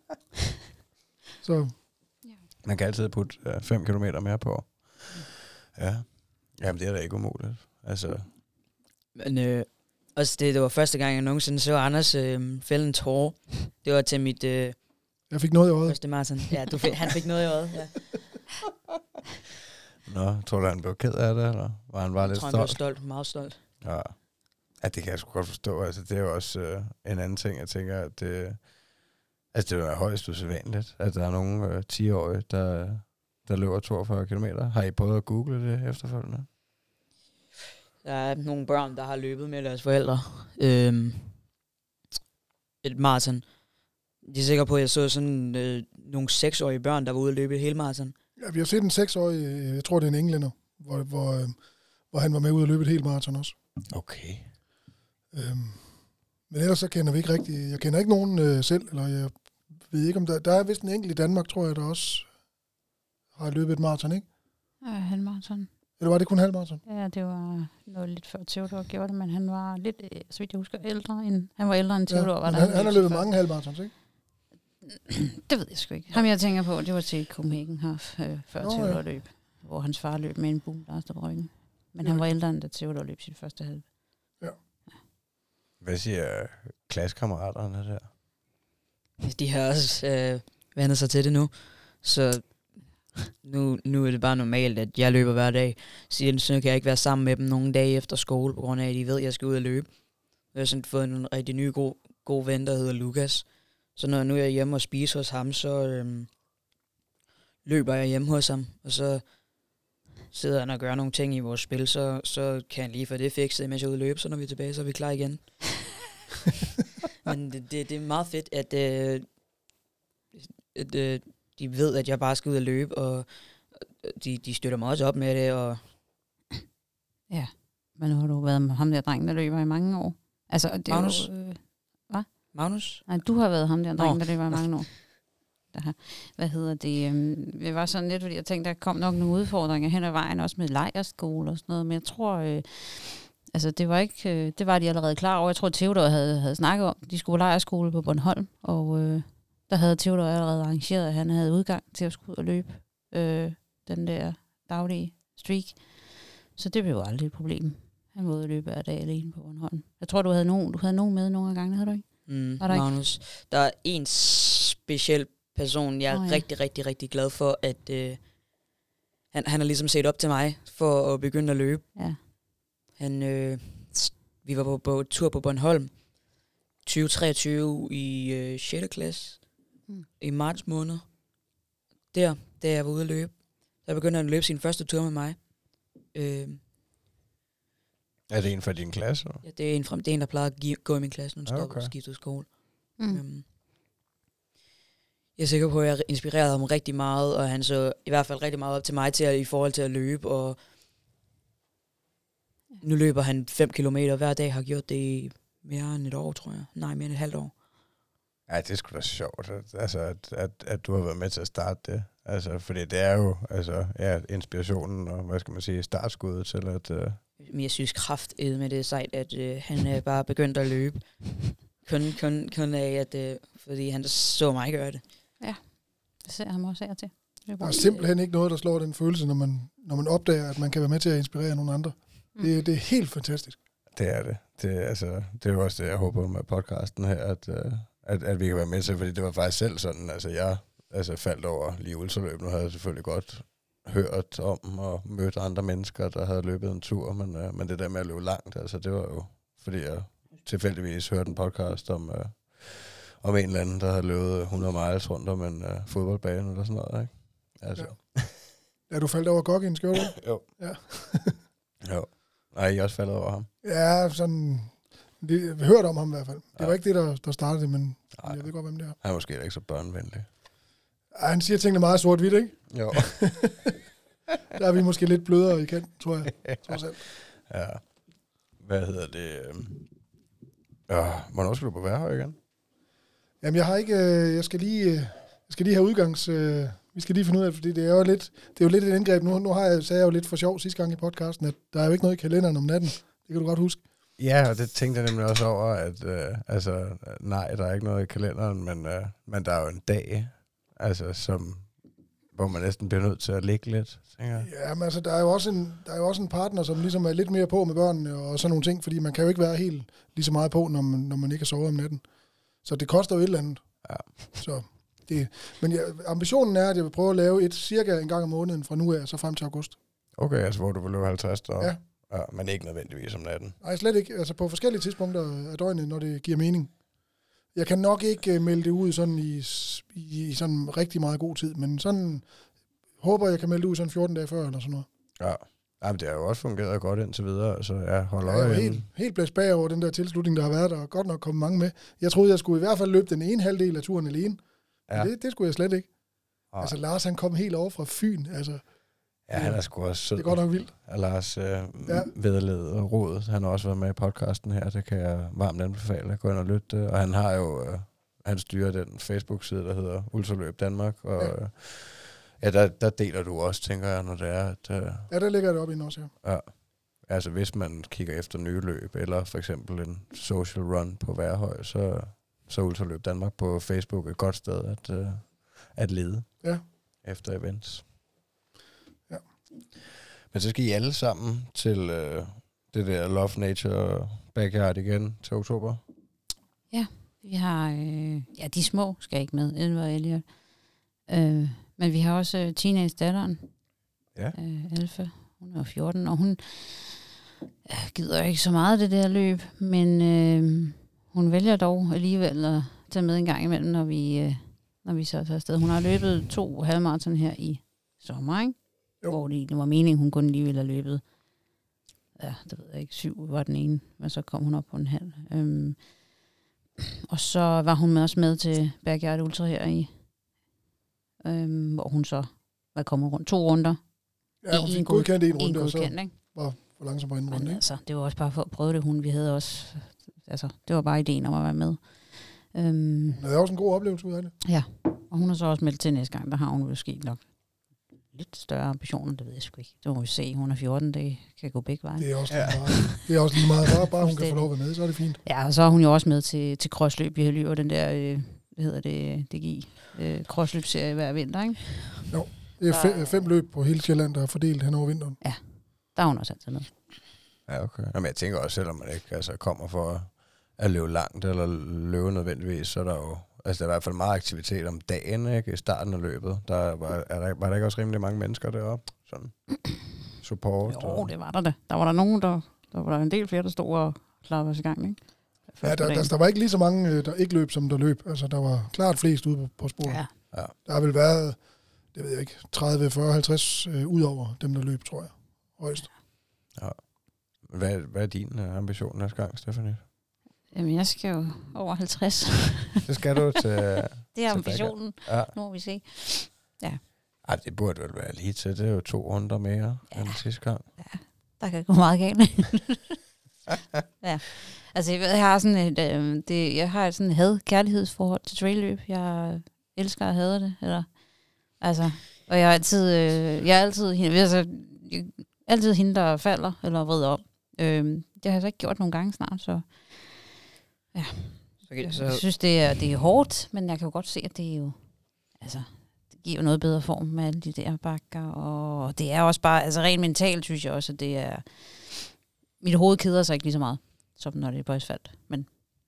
Så. Man kan altid putte øh, fem kilometer mere på. Ja. Jamen, det er da ikke umuligt. Altså. Men øh, også det, det var første gang, jeg nogensinde så Anders øh, fælde en tåre. Det var til mit... Øh, jeg fik noget i øjet. Første maraton. Ja, du fik, han fik noget i øjet, ja. Nå, tror du, han blev ked af det, eller var han bare lidt stolt? Jeg tror, han blev stolt, meget stolt. Ja. Ja, det kan jeg sgu godt forstå. Altså, det er jo også øh, en anden ting, jeg tænker, at det, altså, det er højst usædvanligt, at der er nogle øh, ti-årige, der, der løber toogfyrre kilometer. Har I prøvet at google det efterfølgende? Der er nogle børn, der har løbet med deres forældre. Øhm, et maraton. De er sikre på, at jeg så sådan øh, nogle seksårige børn, der var ude at løbe et hele maraton. Ja, vi har set en seksårig, jeg tror det er en englænder, hvor, hvor, hvor han var med ude at løbe et helt maraton også. Okay. Øhm, Men ellers så kender vi ikke rigtig, jeg kender ikke nogen øh, selv, eller jeg ved ikke om der, der er vist en enkelt i Danmark, tror jeg, der også har løbet et maraton, ikke? Ja, halvmaraton. Eller var det kun halvmaraton? Ja, det var noget lidt før Theodor gjorde det, men han var lidt, øh, så vidt jeg husker, ældre end, han var ældre end Theodor. Ja, var der han, han har løbet før. mange halvmaratons, ikke? Det ved jeg sgu ikke. Ham jeg tænker på, det var til Copenhagen her, øh, før Nå, Theodor ja. løb, hvor hans far løb med en boomblaster på ryggen. Men Ja. han var ældre end da Theodor løb sit første halv. Hvad siger klassekammeraterne der? De har også øh, vandet sig til det nu. Så nu, nu er det bare normalt, at jeg løber hver dag. Siden så kan jeg ikke være sammen med dem nogle dage efter skole, på grund af, at de ved, at jeg skal ud og løbe. Jeg har sådan fået en rigtig ny god, god ven, der hedder Lukas. Så når nu er jeg hjemme og spiser hos ham, så øhm, løber jeg hjemme hos ham. Og så sidder han og gør nogle ting i vores spil, så, så kan han lige få det fikset, mens jeg er ude at løbe. Så når vi er tilbage, så er vi klar igen. Men det, det, det er meget fedt, at, øh, at øh, de ved, at jeg bare skal ud og løbe, og de, de støtter mig også op med det. Og Ja, men nu har du været med ham der dreng, der løber i mange år. Altså, det er Magnus? jo, øh, Magnus? nej, du har været ham der dreng, Nå. der løber i mange år. Der, hvad hedder det? øhm, Det var sådan lidt, fordi jeg tænkte, der kom nok nogle udfordringer hen ad vejen, også med lejrskole og sådan noget, men jeg tror, øh, altså det var ikke, øh, det var de allerede klar over. Jeg tror, Theodor havde, havde snakket om, de skulle lejrskole på Bornholm, og øh, der havde Theodor allerede arrangeret, at han havde udgang til at skulle ud og løbe øh, den der daglige streak. Så det blev jo aldrig et problem. Han var ude og løbe hver dag alene på Bornholm. Jeg tror, du havde nogen, du havde nogen med nogle af gangene, havde du ikke? Mm, Var der ikke? Magnus. Der er en speciel person, jeg er Åh, oh, ja. ja. rigtig, rigtig, rigtig glad for, at øh, han, han har ligesom set op til mig for at begynde at løbe. Ja. Han, øh, s- vi var på, på tur på Bornholm tyve treogtyve i øh, sjette klasse Mm. i marts måned. Der, da jeg var ude at løbe, der begyndte han at løbe sin første tur med mig. Øh, Er det en fra din klasse? eller? ja, det er en, fra, det er en der plejer at give, gå i min klasse, når han Ja, stopper okay. og skifter skole. Mm. Øhm, jeg er sikker på, at jeg inspirerede ham rigtig meget, og han så i hvert fald rigtig meget op til mig til at, i forhold til at løbe, og nu løber han fem kilometer hver dag, har gjort det i mere end et år, tror jeg. Nej, mere end et halvt år. Ja, det er sgu da sjovt, at, altså, at, at, at du har været med til at starte det. Altså, fordi det er jo altså, ja, inspirationen og, hvad skal man sige, startskuddet til at... Uh... Men jeg synes kraftedeme med det er sejt, at øh, han øh, bare begyndt at løbe. Kun, kun, kun af, at, øh, fordi han så mig gøre det. Jeg ser ham også her til. Der er simpelthen ikke noget, der slår den følelse, når man, når man opdager, at man kan være med til at inspirere nogle andre. Mm. Det, det er helt fantastisk. Det er det. Det, er, altså, det er jo også det, jeg håber med podcasten her, at, uh, at, at vi kan være med til, fordi det var faktisk selv sådan, altså jeg altså, faldt over lige ultraløb. Nu havde jeg selvfølgelig godt hørt om og mødt andre mennesker, der havde løbet en tur, men, uh, men det der med at løbe langt, altså det var jo, fordi jeg tilfældigvis hørte en podcast om, uh, om en eller anden, der havde løbet hundrede miles rundt om en uh, fodboldbane eller sådan noget, ikke? Altså. Ja. Ja, du faldt over Goggins, gjorde du? Jo. Ja. Jo. Nej, jeg er også faldet over ham. Ja, sådan... Det, jeg har hørt om ham i hvert fald. Det Ja. var ikke det, der, der startede det, men Nej. jeg ved godt, hvem det er. Han er måske ikke så børnevenlig. Ej, han siger tingene meget sort-hvidt, ikke? Jo. Der er vi måske lidt blødere i kant, tror jeg. Trods alt. Ja. Hvad hedder det? øhm? Ja, hvornår skal du på Værhøj igen? Jamen, jeg har ikke... Øh, jeg skal lige... Øh, jeg skal lige have udgangs... Øh, vi skal lige finde ud af, fordi det er jo lidt... Det er jo lidt et indgreb. Nu, nu har jeg, sagde jeg jo lidt for sjov sidste gang i podcasten, at der er jo ikke noget i kalenderen om natten. Det kan du godt huske. Ja, og det tænkte jeg nemlig også over, at øh, altså, nej, der er ikke noget i kalenderen, men, øh, men der er jo en dag, altså, som, hvor man næsten bliver nødt til at ligge lidt, tænker jeg. Ja, men altså, der er jo også en, der er jo også en partner, som ligesom er lidt mere på med børnene og sådan nogle ting, fordi man kan jo ikke være helt lige så meget på, når man, når man ikke har sovet om natten. Så det koster jo et eller andet. Ja. Så det, men ja, ambitionen er, at jeg vil prøve at lave et cirka en gang om måneden fra nu af, så frem til august. Okay, altså hvor du vil løbe halvtreds deroppe. Ja. Ja, men ikke nødvendigvis om natten. Nej, slet ikke. Altså på forskellige tidspunkter af døgnet, når det giver mening. Jeg kan nok ikke uh, melde det ud sådan i, i, i sådan rigtig meget god tid, men sådan håber jeg kan melde det ud sådan fjorten dage før eller sådan noget. Ja. Ja, men det har jo også fungeret godt indtil videre, så ja, hold Jeg er øje. jo inden. helt, helt blæst bagover den der tilslutning, der har været, der er godt nok kommet mange med. Jeg troede, jeg skulle i hvert fald løbe den ene halvdel af turen alene. Ja. Ja. Det, det skulle jeg slet ikke. Nej. Altså Lars, han kom helt over fra Fyn. Altså, Ja, han er sgu også sød. Det er godt nok vildt. Og Lars øh, Ja. ja. Vederled og Råd, han har også været med i podcasten her, det kan jeg varmt anbefale at gå ind og lytte. Og han har jo, øh, han styrer den Facebook-side, der hedder Ultraløb Danmark, og Ja. ja, ja der, der deler du også, tænker jeg, når det er, at... Øh, Ja, der ligger det op i også, ja. ja, altså hvis man kigger efter nye løb, eller for eksempel en social run på Værhøj, så, så Ultraløb Danmark på Facebook et godt sted at, øh, at lede Ja. efter events. Ja. Men så skal I alle sammen til øh, det der Love Nature Backyard igen til oktober. Vi har, øh, ja, de små skal ikke med, Elva og Elliot. Øh, men vi har også øh, teenage-datteren, Ja. øh, Alfa. Hun er fjorten, og hun øh, gider ikke så meget det der løb, men øh, hun vælger dog alligevel at tage med en gang imellem, når vi, øh, når vi så tager afsted. Hun har løbet to halvmarathon her i sommer, ikke? Jo. Hvor det, det var meningen, hun kun lige ville have løbet. Ja, det ved jeg ikke, syv var den ene, men så kom hun op på en halv. Øhm, og så var hun med også med til Backyard Ultra her i, øhm, hvor hun så var kommet rundt to runder. Ja, hun En fik god- godkendt en En runde, og så godkendt, ikke? var for langsomt på anden runde, Men ikke? altså, det var også bare for at prøve det. Hun, vi havde også, altså, det var bare ideen om at være med. Øhm, Hun havde også en god oplevelse ud af det. og hun har så også meldt til næste gang, der har hun måske nok lidt større ambitioner, det ved jeg sgu ikke. Det må vi se. Hun er fjorten, det kan gå begge veje. Det er også Ja. lige meget. Det er også lige meget. Bare, bare hun kan få Fuldstændig. lov at være med, så er det fint. Ja, og så er hun jo også med til, til crossløb. Vi løber den der, øh, hvad hedder det, D G I, øh, crossløbserie hver vinter, ikke? Det er fem, fem løb på hele Sjælland, der er fordelt hen over vinteren. Der er hun også altid med. Ja, okay. Jamen, jeg tænker også, selvom man ikke altså, kommer for at løbe langt, eller løbe nødvendigvis, så er der jo, altså der er i hvert fald meget aktivitet om dagen, ikke? I starten af løbet. Der var, er der, var der ikke også rimelig mange mennesker deroppe? Sådan support. Jo, og, det var der da. Der var der nogen, der, der var der en del flere, der stod og klappede os i gang, ikke? Ja, der, der, der var ikke lige så mange, øh, der ikke løb, som der løb. Altså, der var klart flest ude på, på sporet. Ja. Ja. Der har vel været, det ved jeg ikke, tredive, fyrre, halvtreds øh, ud over dem, der løb, tror jeg. Højst. Hvad, hvad er din uh, ambition næste gang, Stephanie? Jamen, jeg skal jo over halvtreds. Det skal du til... Det er Til ambitionen. Ja. Nu må vi se. Ej, det burde vel være lige til. Det er jo to runder mere ja. end sidste gang. Der kan gå meget galt. Ja. Altså, jeg, ved, jeg har sådan et, øh, det, jeg har et sådan et had-kærlighedsforhold til trailløb. Jeg elsker at hade det. Eller, altså, og jeg er altid, øh, jeg er altid, hende- altså, jeg, altid hende, der falder eller vrider om. Øh, det har jeg så ikke gjort nogle gange snart, så Okay, jeg så, synes, det er, det er hårdt, men jeg kan jo godt se, at det er jo, altså, det giver jo noget bedre form med alle de der bakker, og det er også bare, altså rent mentalt synes jeg også, at det er, mit hoved keder sig ikke lige så meget, som når det er på asfalt, men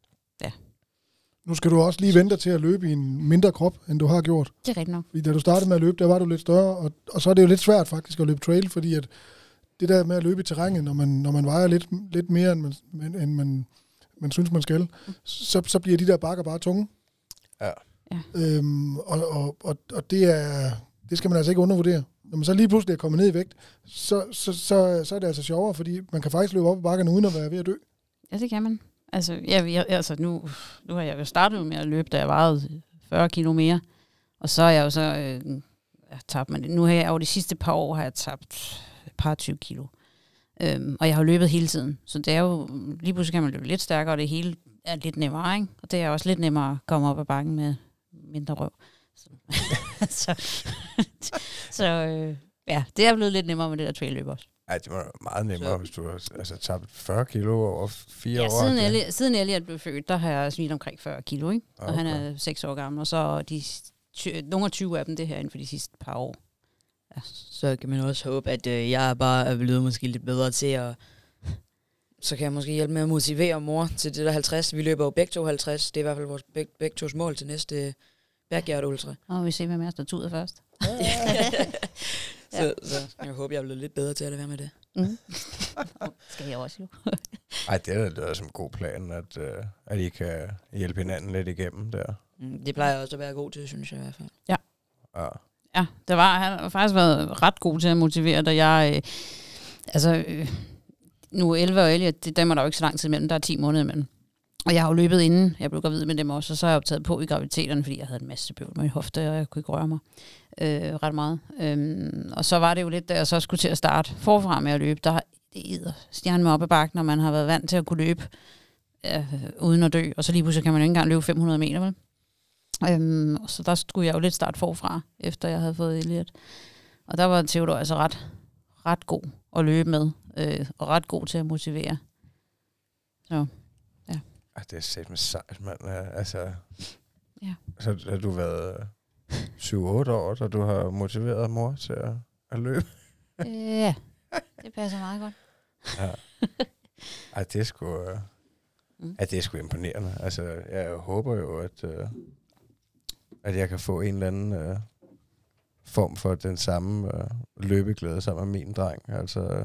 Nu skal du også lige vente til at løbe i en mindre krop, end du har gjort. det er rigtigt nok. Fordi da du startede med at løbe, der var du lidt større, og, og så er det jo lidt svært faktisk at løbe trail, fordi at det der med at løbe i terrænet, når man, når man vejer lidt, lidt mere, end man, end man, man synes, man skal, så, så bliver de der bakker bare tunge. Ja. Ja. Øhm, og og, og, og det, er, det skal man altså ikke undervurdere. Når man så lige pludselig er kommet ned i vægt, så, så, så, så er det altså sjovere, fordi man kan faktisk løbe op ad bakkerne uden at være ved at dø. Ja, det kan man. Altså, ja, jeg, altså nu, nu har jeg jo startet med at løbe, da jeg vejede fyrre kilo mere, og så er jeg jo så, øh, jeg tabt mig, nu har jeg jo de sidste par år, har jeg tabt et par tyve kilo. Øhm, og jeg har løbet hele tiden, så det er jo, lige pludselig kan man løbe lidt stærkere, og det hele er lidt nemmere, ikke? Og det er også lidt nemmere at komme op ad bakken med mindre røv. Så, så, så øh, ja, det er blevet lidt nemmere med det der trailløb også. Ej, det var meget nemmere, Så- hvis du har altså, tabt fyrre kilo over fire Ja, år. siden, ikke? Elliot, siden Elliot blev født, der har jeg smidt omkring fyrre kilo, ikke? Og Okay. han er seks år gammel, og så de ty- nogle af tyve af dem, det her inden for de sidste par år. så kan man også håbe, at øh, jeg bare er blevet måske lidt bedre til at... Så kan jeg måske hjælpe med at motivere mor til det der halvtreds. Vi løber jo begge to halvtreds. Det er i hvert fald vores begge, begge tos mål til næste øh, Backyard Ultra. Og vi ser, hvem er der tuder først. så, så jeg håber, jeg er blevet lidt bedre til at lade være med det. Mm. Skal jeg også jo. Ej, det er da som en god plan, at, uh, at I kan hjælpe hinanden lidt igennem der. Mm, det plejer jeg også at være god til, synes jeg i hvert fald. Ja. Ja, det var, han har faktisk været ret god til at motivere, da jeg... Øh, altså, øh, nu Elva og Elliot, det dem er der jo ikke så lang tid imellem, der er ti måneder imellem. Og jeg har jo løbet inden, jeg blev gravid med dem også, og så har jeg optaget på i graviditeterne, fordi jeg havde en masse bøvl med min hofte, og jeg kunne ikke røre mig øh, ret meget. Øhm, og så var det jo lidt, da jeg så skulle til at starte forfra med at løbe, der det æder stjernen med op ad bakken, når man har været vant til at kunne løbe øh, uden at dø, og så lige pludselig kan man jo ikke engang løbe fem hundrede meter, vel? Øhm, og så der skulle jeg jo lidt starte forfra, efter jeg havde fået Elliot. Og der var Theodor altså ret, ret god at løbe med, øh, og ret god til at motivere. Så, ja. Ej, det er sæt med sejt, mand. Altså, ja. Så har du været syv otte år, så du har motiveret mor til at, at løbe? øh, ja, det passer meget godt. Ja. Ej, det er sgu, uh, mm. Ej, det er sgu imponerende. Altså, jeg håber jo, at, uh, at jeg kan få en eller anden uh, form for den samme uh, løbeglæde sammen med min dreng. Altså, uh.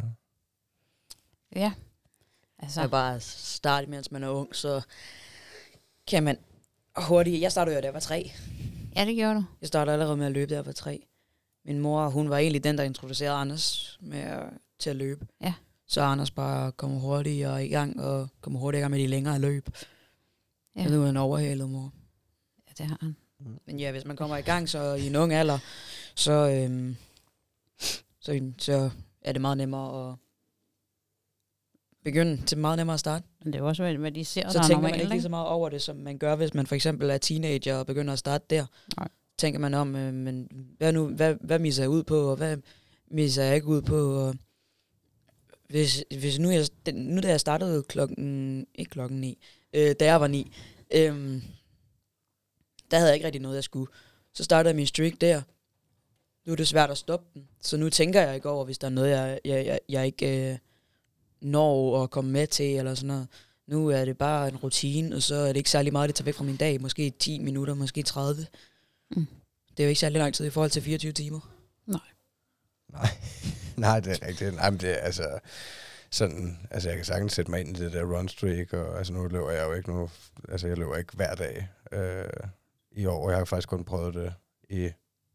Ja. Altså. Jeg bare starte, mens man er ung, så kan man hurtigt... Jeg startede jo, da jeg var tre. Ja, det gjorde du. Jeg startede allerede med at løbe, da jeg var tre. Min mor, hun var egentlig den, der introducerede Anders med at, til at løbe. Ja. Så Anders bare kommer hurtigere i gang, og kommer hurtigere med de længere løb. Ja. Ja. Nu er han overhalet, mor. Ja, det har han. Men ja, hvis man kommer i gang så i en ung alder, så, øhm, så, så er det meget nemmere at begynde til meget nemmere at starte. Men det er også, hvad de ser, så der tænker normalt, man ikke lige så meget over det, som man gør, hvis man for eksempel er teenager og begynder at starte der. Nej. Tænker man om, øh, men hvad nu, hvad, hvad misser jeg ud på, og hvad misser jeg ikke ud på, og hvis, hvis nu, jeg, nu da jeg startede klokken, ikke klokken ni, øh, da jeg var ni, øh, der havde jeg ikke rigtig noget, jeg skulle. Så startede jeg min streak der. Nu er det svært at stoppe den, så nu tænker jeg ikke over, hvis der er noget, jeg, jeg, jeg, jeg ikke øh, når at komme med til, eller sådan noget. Nu er det bare en rutine, og så er det ikke særlig meget, det tager væk fra min dag. Måske ti minutter, måske tredive. Mm. Det er jo ikke særlig lang tid i forhold til fireogtyve timer. Nej. Nej, Nej det er rigtigt. Nej, men det er altså sådan, altså jeg kan sagtens sætte mig ind i det der run streak, og altså nu løber jeg jo ikke nu, altså jeg løber ikke hver dag øh, i år. Jeg har faktisk kun prøvet det i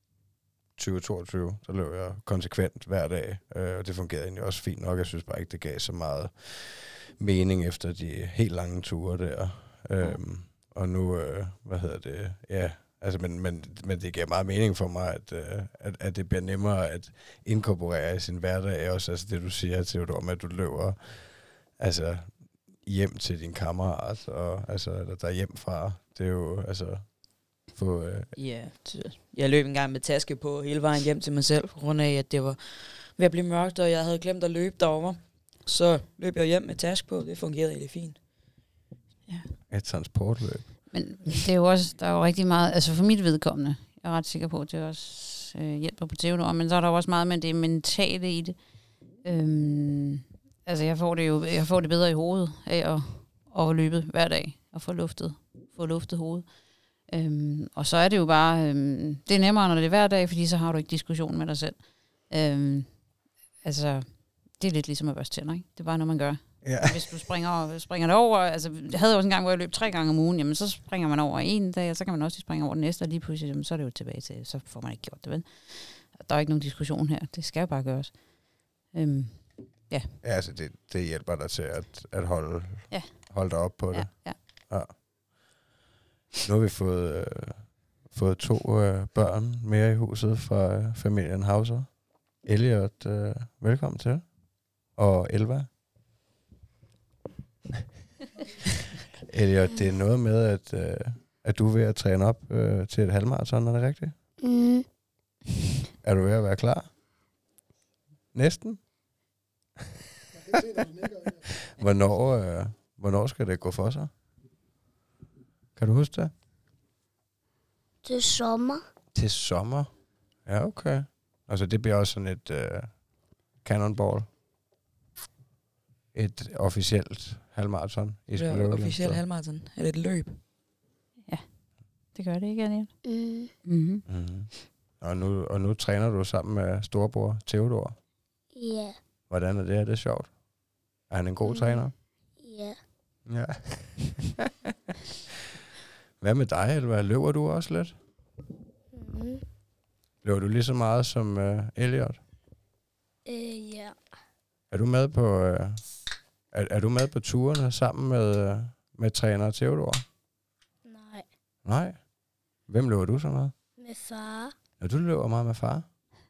tyve toogtyve, så løber jeg konsekvent hver dag, øh, og det fungerede egentlig også fint nok. Jeg synes bare ikke, det gav så meget mening efter de helt lange ture der. Øhm, og nu, øh, hvad hedder det, ja, altså, men, men, men det giver meget mening for mig, at, øh, at, at det bliver nemmere at inkorporere i sin hverdag også, altså det du siger, Theodor, med at du løber altså hjem til din kammerat, og altså, eller der hjem fra, det er jo, altså, få... Øh, ja, jeg løb en gang med taske på hele vejen hjem til mig selv, på grund af, at det var ved at blive mørkt, og jeg havde glemt at løbe derover. Så løb jeg hjem med taske på, det fungerede rigtig fint. Ja. Et transportløb. Men det er jo også, der er jo rigtig meget, altså for mit vedkommende, jeg er ret sikker på, at det også øh, hjælper på Theodor, men så er der jo også meget med det mentale i det. Øhm, altså jeg får det jo, jeg får det bedre i hovedet af at, at løbe hver dag, og få luftet, få luftet hovedet. Øhm, og så er det jo bare, øhm, det er nemmere, når det er hver dag, fordi så har du ikke diskussion med dig selv. Øhm, altså, det er lidt ligesom at børste tænder, ikke? Det er bare noget, man gør. Ja. Hvis du springer, springer det over, altså jeg havde også en gang, hvor jeg løb tre gange om ugen, jamen så springer man over en dag, og så kan man også springe over den næste, og lige pludselig, jamen, så er det jo tilbage til, så får man ikke gjort det, vel? Der er ikke nogen diskussion her, det skal jo bare gøres. Øhm, ja. Ja, altså det, det hjælper dig til at, at holde, ja. holde dig op på det. Ja, ja. Ja. Nu har vi fået, øh, fået to øh, børn mere i huset fra øh, familien Hauser. Elliot, øh, velkommen til. Og Elva. Elliot, det er noget med, at, øh, at du er ved at træne op øh, til et halvmarathon, er det rigtigt? Mm. Er du ved at være klar? Næsten? hvornår, øh, hvornår skal det gå for sig? Kan du huske det? Til sommer. Til sommer? Ja, okay. Altså det bliver også sådan et øh, cannonball. Et officielt halvmarathon. I Det er officielt halvmarathon. Er det et løb? Ja, det gør det ikke, Anette. Mm. Mm-hmm. Mm-hmm. Og, nu, og nu træner du sammen med storebror Theodor. Ja. Hvordan er det? Er det sjovt? Er han en god mm. træner? Ja. Ja. Hvad med dig, eller løber du også lidt? Mm. Løber du lige så meget som uh, Elliot? Øh, ja. Er du med på uh, er, er du med på turene sammen med uh, med træner Theodor? Nej. Nej. Hvem løber du så med? Med far. Når du løber meget med far?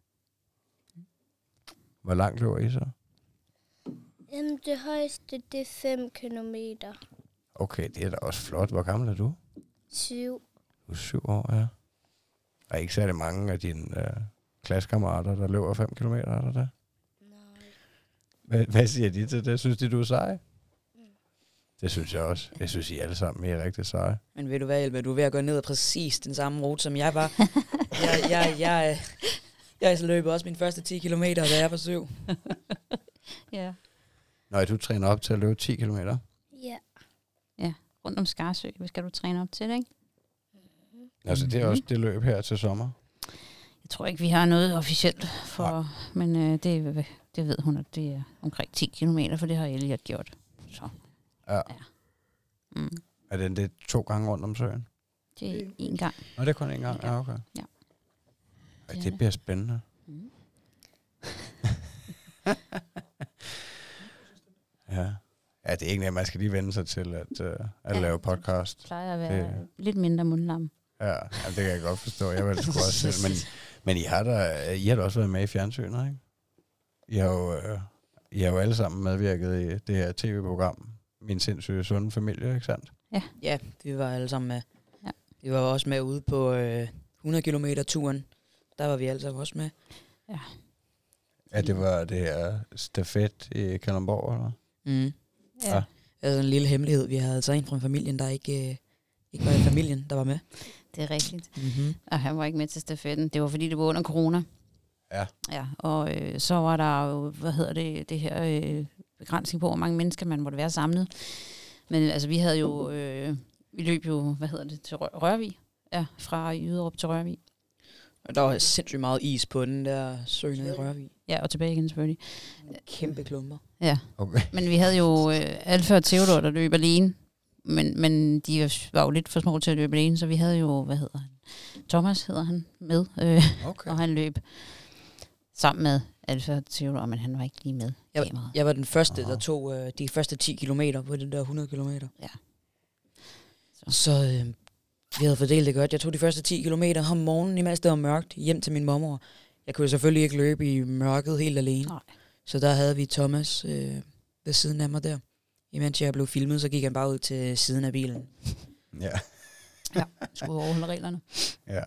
Hvor langt løber I så? Jamen, det højeste, det er fem kilometer. Okay, det er da også flot. Hvor gammel er du? Syv. Du er syv år, ja. Der er ikke særlig mange af dine øh, klassekammerater, der løber fem kilometer, er der det? Nej. Hvad, hvad siger de til det? Synes de, du er sej? Mm. Det synes jeg også. Jeg synes, I alle sammen er rigtig seje. Men ved du hvad, Elva, du er ved at gå ned ad præcis den samme rute, som jeg var. jeg, jeg, jeg, jeg, jeg løb også mine første ti kilometer, da jeg var syv. Ja. Når du træner op til at løbe ti kilometer? Ja. Ja, rundt om Skarsø. Hvad skal du træne op til det, ikke? Mm-hmm. Altså, det er også det løb her til sommer. Jeg tror ikke, vi har noget officielt for, nej. Men øh, det, det ved hun, at det er omkring ti kilometer, for det har Elliot gjort. Så. Ja. Ja. Mm. Er det, det to gange rundt om søen? Det er en gang. Nå, det er kun en gang? Ja, okay. Ja. Ej, det bliver spændende. Mm. Ja. Ja, det er ikke noget, man skal lige vende sig til at, uh, at ja, lave podcast. Det plejer at være det, lidt mindre mundlam. Ja, ja, det kan jeg godt forstå. Jeg vil sgu også selv. Men, men I har da, I har da også været med i fjernsynet, ikke? I har jo, uh, I har jo alle sammen medvirket i det her tv-program, Min sindssyge sunde familie, ikke sandt? Ja, ja, vi var alle sammen med. Ja. Vi var også med ude på øh, hundrede kilometer turen. Der var vi alle sammen også med. Ja. Ja, det var det her stafet i Kalundborg, eller? Mm. Ja. Ja. Altså en lille hemmelighed. Vi havde altså en fra familien, der ikke, øh, ikke var i familien, der var med. Det er rigtigt. Mm-hmm. Og han var ikke med til stafetten. Det var fordi, det var under corona. Ja. Ja, og øh, så var der jo, hvad hedder det, det her øh, begrænsning på, hvor mange mennesker man måtte være samlet. Men altså, vi havde jo, øh, vi løb jo, hvad hedder det, til Rør- Rørvig. Ja, fra Jyderup til Rørvig. Og der var sindssygt meget is på den der sø nede i Rørvig. Ja, og tilbage igen selvfølgelig. Kæmpe klumper. Ja, Okay. men vi havde jo øh, Alfa og Theodor, der løb alene. Men, men de var jo lidt for små til at løbe alene, så vi havde jo, hvad hedder han, Thomas hedder han, med. Øh, Okay. og han løb sammen med Alfa og Theodor, men han var ikke lige med. Jeg, kameraet. jeg var den første, Aha. der tog øh, de første ti kilometer på den der hundrede kilometer. Ja. Så, så øh, vi havde fordelt det godt. Jeg tog de første ti kilometer om morgenen, imens det var mørkt, hjem til min mormor. Jeg kunne selvfølgelig ikke løbe i mørket helt alene. Nej. Så der havde vi Thomas øh, ved siden af mig der. Imens jeg blev filmet, så gik han bare ud til siden af bilen. Ja. Ja, skulle overholde reglerne. Ja.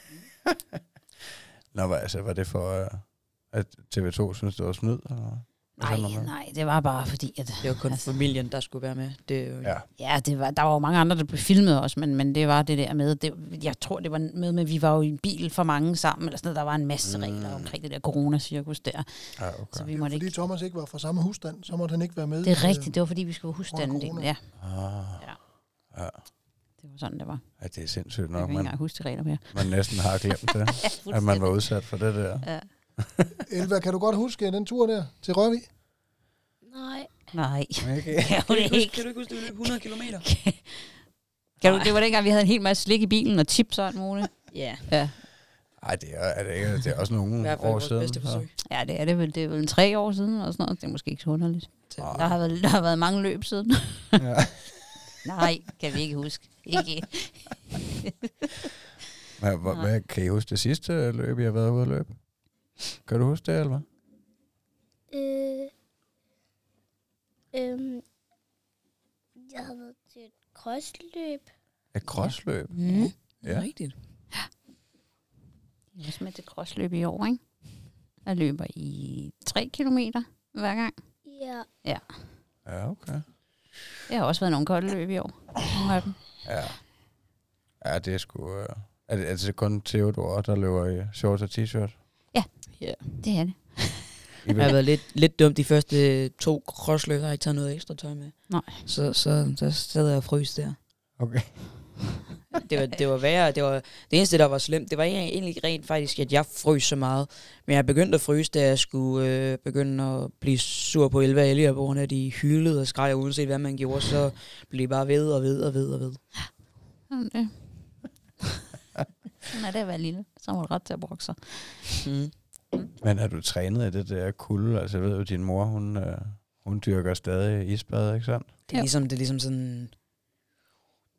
Nå, hvad, altså, var det for, uh, at T V to synes, det var snyd? Eller? Nej, nej, det var bare fordi, at... Det var kun altså, familien, der skulle være med. Det, er jo- Ja. Ja, det var, der var jo mange andre, der blev filmet også, men, men det var det der med, det, jeg tror, det var med, med, vi var jo i en bil for mange sammen, eller sådan noget, der var en masse Mm. regler omkring det der coronacirkus der, Ja, okay. så vi Det er måtte fordi ikke... Thomas ikke var fra samme husstand, så måtte han ikke være med. Det er rigtigt, det var fordi, vi skulle huske under den del. corona. Ja, Ah, Ja. ja. det var sådan, det var. Ja, det er sindssygt Jeg kan nok, ikke man, engang huske de regler mere. man næsten har glemt det, at man var udsat for det der. Ja. Elva, kan du godt huske den tur der til Rørvig? Nej. Nej, Okay. kan du Kan du ikke. ikke huske, at du løb hundrede kilometer? Kan du, det var dengang, vi havde en hel masse slik i bilen og chips og alt muligt. Ja, Ja, Ej, det er, er det, ikke, det er også i nogle hvert fald år vores siden. bedste forsøg. ja det er det vel. Det er vel en tre år siden eller sådan noget. Det er måske ikke så underligt. Så- Ah. Der har været, der har været mange løb siden. Ja. Nej, kan vi ikke huske. Ikke. Hvad, hvad, Nej. hvad, kan I huske det sidste løb, I har været ude at løbe? Kan du huske det, eller hvad? Øh, øhm, jeg har været til et krydsløb. Et crossløb? Mm. Ja. Ja. Rigtigt. Jeg er også med til crossløb i år, ikke? Jeg løber i tre kilometer hver gang. Ja. Ja, okay. Jeg har også været nogle kolde løb i år. Nogle af dem. Ja. Ja, det er sgu... Uh, er, det, er det kun Theodor, der løber i shorts og t-shirt? Det er det. I Jeg har været lidt, lidt dumt de første to crossløb, jeg har ikke taget noget ekstra tøj med. Nej. Så, så, så sad jeg og frøs der. Okay. Det var, det var værre. Det, var, det eneste, der var slemt, det var egentlig rent faktisk, at jeg frøs så meget. Men jeg begyndte at fryse, da jeg skulle øh, begynde at blive sur på Elva og Elliot, på grund af, at de hyldede og skreg, uanset hvad man gjorde, så blev de bare ved og ved og ved og ved. Sådan det. Sådan er det at være lille. Så må du ret til at brokke sig. Mm. Men er du trænet i det der kulde? Altså, jeg ved jo, din mor, hun, uh, hun dyrker stadig isbad, ikke sandt? Det er Jo. ligesom, det er ligesom sådan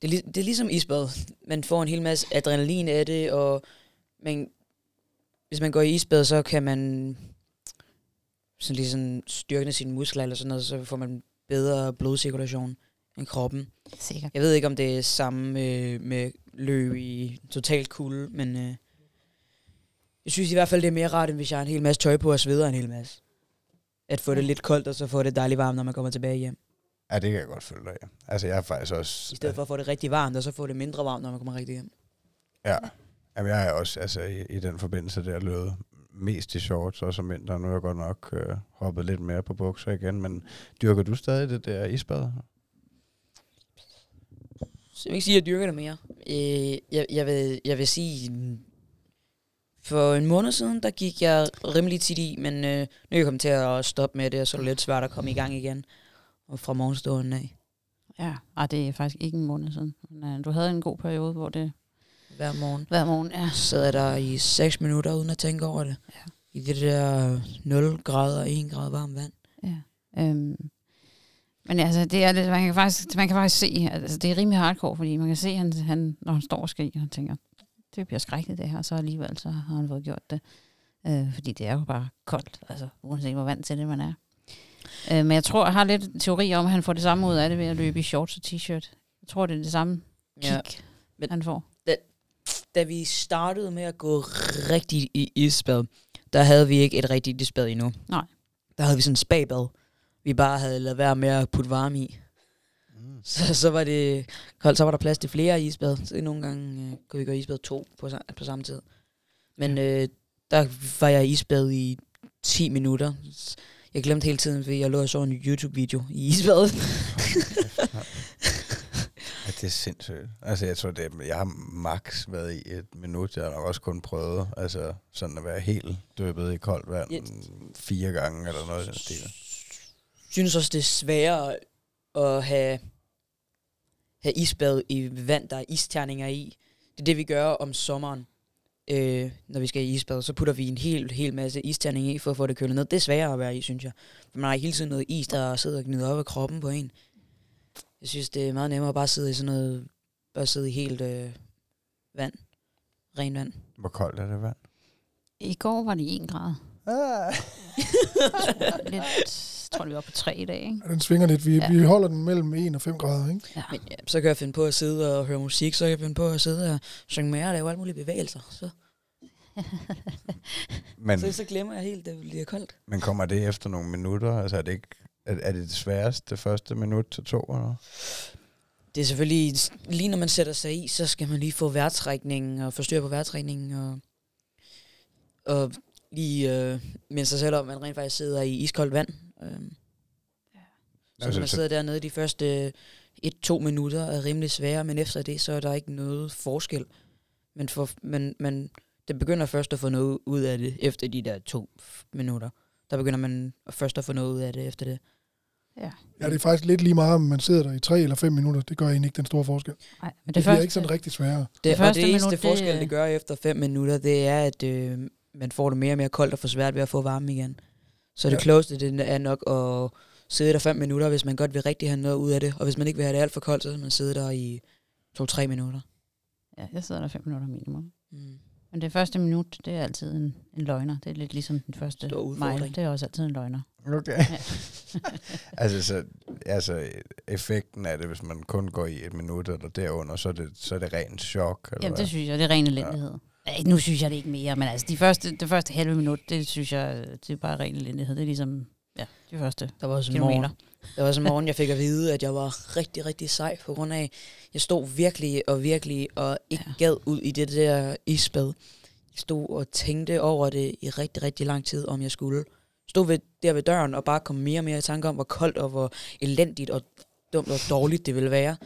det, er, lig- det er ligesom isbad. Man får en hel masse adrenalin af det, og man, hvis man går i isbad, så kan man sådan ligesom styrke sine muskler, eller sådan noget, så får man bedre blodcirkulation end kroppen. Sikkert. Jeg ved ikke, om det er samme med, med løb i totalt kulde, men øh, jeg synes i hvert fald, det er mere rart, end hvis jeg har en hel masse tøj på og sveder en hel masse. At få det lidt koldt, og så få det dejligt varmt, når man kommer tilbage hjem. Ja, det kan jeg godt følge dig i. Altså, jeg er faktisk også... I stedet for at få det rigtig varmt, og så få det mindre varmt, når man kommer rigtig hjem. Ja. Jamen, jeg er også altså, i, i den forbindelse der løbet mest i shorts, og som mindre. Nu er jeg godt nok øh, hoppet lidt mere på bukser igen, men dyrker du stadig det der isbad? Så jeg vil ikke sige, at jeg dyrker det mere. Øh, jeg, jeg, vil, jeg vil sige, for en måned siden, der gik jeg rimelig tit i, men øh, nu er jeg kommet til at stoppe med det, og så er det lidt svært at komme i gang igen. Og fra morgenstunden af. Ja, og det er faktisk ikke en måned siden. Men, uh, du havde en god periode, hvor det Hver morgen. hver morgen er. Så sad jeg der i seks minutter, uden at tænke over det. Ja. I det der nul grader og en grad varmt vand. Ja. Øhm. Men altså, det er det, man kan faktisk, man kan faktisk se, altså det er rimelig hardcore, fordi man kan se, han, han, når han står og skriger, han tænker, det bliver skrækkeligt det her, og så alligevel så har han fået gjort det. Øh, fordi det er jo bare koldt, altså uanset hvor vant til det man er. Øh, men jeg tror, jeg har lidt teori om, at han får det samme ud af det ved at løbe i shorts og t-shirt. Jeg tror, det er det samme kick, Ja. ja. han får. Da, da vi startede med at gå rigtig i isbad, der havde vi ikke et rigtigt isbad endnu. Nej. Der havde vi sådan en spabad, vi bare havde lavet være med at putte varme i. Mm. Så, så var det koldt, så var der plads til flere isbad. Så nogle gange øh, kunne vi gå i isbad to på, på samme tid. Men øh, der var jeg i isbad i ti minutter. Jeg glemte hele tiden, fordi jeg lå og så en YouTube-video i isbadet. Ja, det er sindssygt. Altså, jeg tror, det er, jeg har max været i et minut. Jeg har nok også kun prøvet, altså, sådan at være helt døbet i koldt vand Yes. fire gange eller noget i den stil. Jeg synes også, det er sværere at have, have isbad i vand, der er isterninger i. Det er det, vi gør om sommeren, øh, når vi skal i isbad. Så putter vi en hel, hel masse isterning i, for at få det kølet ned. Det er sværere at være i, synes jeg. For man har hele tiden noget is, der sidder og gnider op af kroppen på en. Jeg synes, det er meget nemmere at bare sidde i sådan noget, bare sidde i helt øh, vand. Ren vand. Hvor koldt er det vand? I går var det en grad. Ah. Lidt, jeg tror, vi var på tre i dag, ikke? Ja, den svinger lidt. Vi, Ja. ja. vi holder den mellem en og fem grader, ikke? Ja. Men ja, så kan jeg finde på at sidde og høre musik, så kan jeg finde på at sidde og synge med og lave alle mulige bevægelser. Så, Men, så, så glemmer jeg helt, at det bliver koldt. men kommer det efter nogle minutter? Altså, er det ikke, er, er det det sværeste, det første minut til to, eller? Det er selvfølgelig, lige når man sætter sig i, så skal man lige få vejrtrækningen og forstyrre på vejrtrækningen og, og lige øh, minde sig selv om, at man rent faktisk sidder i iskoldt vand. Øhm. Så Altså, når man så- sidder dernede de første et-to minutter er rimelig svære, men efter det, så er der ikke noget forskel. Men, for, men, men det begynder først at få noget ud af det efter de der to f- minutter. Der begynder man først at få noget ud af det efter det. Ja. Ja, det er faktisk lidt lige meget, om man sidder der i tre eller fem minutter. Det gør egentlig ikke den store forskel. Nej, men Det, det, det bliver første, ikke sådan rigtig sværere. Det, Det og første det eneste minut, det- forskel, det gør efter fem minutter, det er, at øh, man får det mere og mere koldt og får svært ved at få varme igen. Så det Ja. klogeste, det er nok at sidde der fem minutter, hvis man godt vil rigtig have noget ud af det. Og hvis man ikke vil have det alt for koldt, så skal man sidde der i to-tre minutter. Ja, jeg sidder der fem minutter minimum. Mm. Men det første minut, det er altid en, en løgner. Det er lidt ligesom den første Stor udfordring. mile. Det er også altid en løgner. Okay. Ja. altså, så, altså, effekten af det, hvis man kun går i et minut eller derunder, så er det, så er det rent chok. Eller Jamen, hvad? det synes jeg, det er ren elendighed. Ja. Nu synes jeg det ikke mere, men altså de første, det første halve minut, det synes jeg, det er bare ren elendighed. Det er ligesom, ja, de første Der var også en kilometer. morgen, der var også en morgen, jeg fik at vide, at jeg var rigtig, rigtig sej, på grund af, jeg stod virkelig og virkelig og ikke Ja. gad ud i det der isbad. Jeg stod og tænkte over det i rigtig, rigtig lang tid, om jeg skulle. Stod ved, der ved døren og bare kom mere og mere i tanke om, hvor koldt og hvor elendigt og dumt og dårligt det ville være.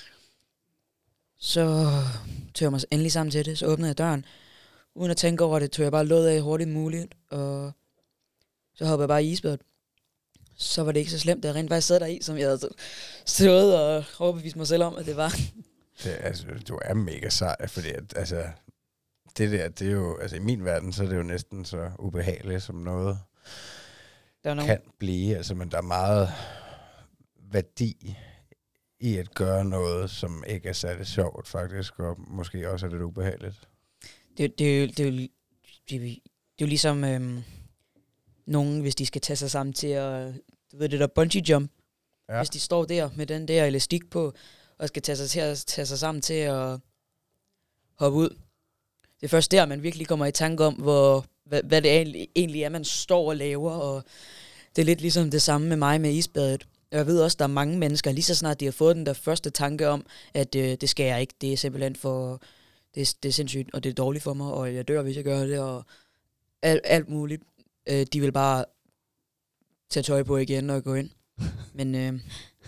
Så tog jeg mig endelig sammen til det, så åbnede jeg døren. Uden at tænke over det, tog jeg bare låget af hurtigt muligt, og så hoppede jeg bare i isbadet. Så var det ikke så slemt, da jeg rent faktisk sad der i, som jeg havde stået og overbevist mig selv om, at det var. Det, altså, du er mega sej, fordi at, altså, det der, det er jo, altså i min verden, så er det jo næsten så ubehageligt, som noget Der var kan blive, altså, men der er meget værdi i at gøre noget, som ikke er særlig sjovt faktisk, og måske også er lidt ubehageligt. Det, det, det, det, det, det, det er jo ligesom øhm, nogen, hvis de skal tage sig sammen til at, du ved det der bungee jump, ja. Hvis de står der med den der elastik på, og skal tage sig, til at, tage sig sammen til at hoppe ud. Det er først der, man virkelig kommer i tanke om, hvor, hvad, hvad det egentlig, egentlig er, man står og laver, og det er lidt ligesom det samme med mig med isbadet. Jeg ved også, der er mange mennesker, lige så snart de har fået den der første tanke om, at øh, det skal jeg ikke, det er simpelthen for, det er, det er sindssygt, og det er dårligt for mig, og jeg dør, hvis jeg gør det, og alt, alt muligt. Øh, de vil bare tage tøj på igen og gå ind. Men øh,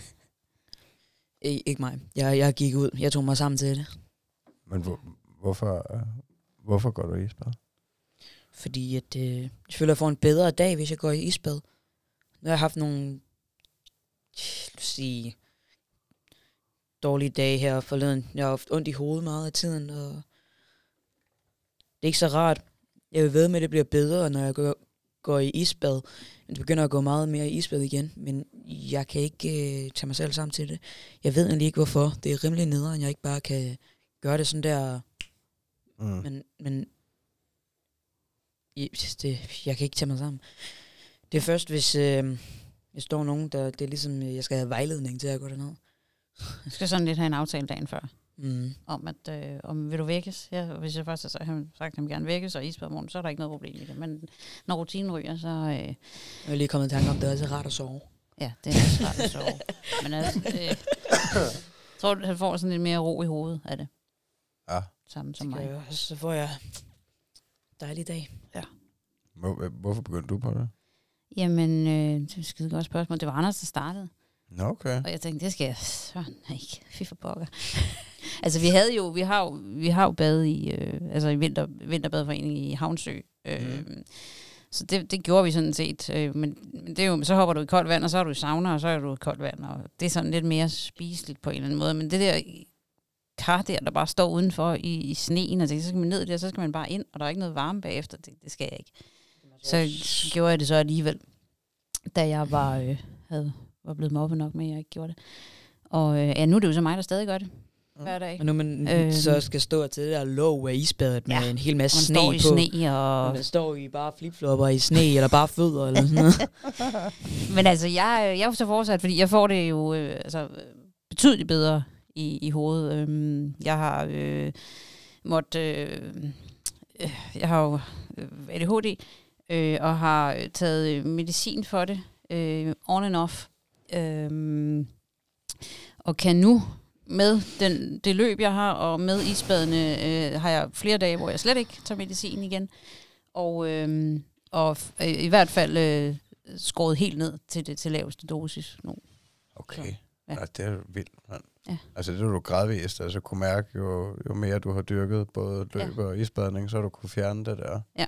ikke mig. Jeg, jeg gik ud. Jeg tog mig sammen til det. Men hvor, hvorfor, øh, hvorfor går du i isbad? Fordi at, øh, jeg føler, jeg får en bedre dag, hvis jeg går i isbad. Nu har jeg haft nogle sige, dårlige dage her forleden. Jeg har haft ondt i hovedet meget af tiden, og det er ikke så rart. Jeg vil ved med, at det bliver bedre, når jeg går, går i isbad. Det begynder at gå meget mere i isbad igen, men jeg kan ikke øh, tage mig selv sammen til det. Jeg ved egentlig ikke, hvorfor. Det er rimelig nederen, jeg ikke bare kan gøre det sådan der. Mm. Men, men jeg, det, jeg kan ikke tage mig sammen. Det er først, hvis øh, jeg står nogen, der det er ligesom, jeg skal have vejledning til at gå derned. Jeg skal sådan lidt have en aftale dagen før. Mm. Om at, øh, om vil du vækkes? Ja, hvis jeg først har sagt, at han gerne vækkes og isbad morgen, så er der ikke noget problem i det. Men når rutinen ryger, så... Øh, jeg er lige kommet i tanke om, det er også rart at sove. Ja, det er også rart at sove. Men altså, øh, jeg tror, at han får sådan lidt mere ro i hovedet af det. Ja. Sammen som mig. Jeg, så får jeg dejlig dag. Ja. Hvor, hvorfor begyndte du på det? Jamen, øh, det er et skide godt spørgsmål. Det var Anders, der startede. Nå, okay. Og jeg tænkte, det skal jeg sådan ikke. Fy for pokker. Altså, vi havde jo, vi har jo, vi har jo bad i, øh, altså i vinter, vinterbadforeningen i Havnsø. Øh, mm. Så det, det gjorde vi sådan set. Øh, men men det er jo, så hopper du i koldt vand, og så er du i sauna, og så er du i koldt vand. Og det er sådan lidt mere spiseligt på en eller anden måde. Men det der kar der, der bare står udenfor i, i sneen, og så skal man ned der, så skal man bare ind, og der er ikke noget varme bagefter. Det, det skal jeg ikke. Så gjorde jeg det så alligevel, da jeg var, øh, havde, var blevet mobbet nok med, at jeg ikke gjorde det. Og øh, ja, nu er det jo så mig, der stadig gør det. Hver dag. Og nu man øhm, så skal stå til det der låg af isbadet ja, med en hel masse sne på. Man står i sne, og... Man står i bare flipflopper i sne, eller bare fødder, eller sådan noget. Men altså, jeg, jeg er så fortsat, fordi jeg får det jo øh, altså, betydeligt bedre i, i hovedet. Øhm, jeg har øh, måttet... Øh, øh, jeg har jo A D H D, øh, og har taget medicin for det, øh, on and off. Øh, og kan nu... Med den, det løb, jeg har, og med isbadene, øh, har jeg flere dage, hvor jeg slet ikke tager medicin igen. Og, øh, og øh, i hvert fald øh, skåret helt ned til det til laveste dosis nu. Okay. Så, ja. Ja, det er vildt, man. Ja. Altså det er du gradvist, altså kunne mærke, jo, jo mere du har dyrket både løb ja. og isbadning, så du kunne fjerne det der. Ja.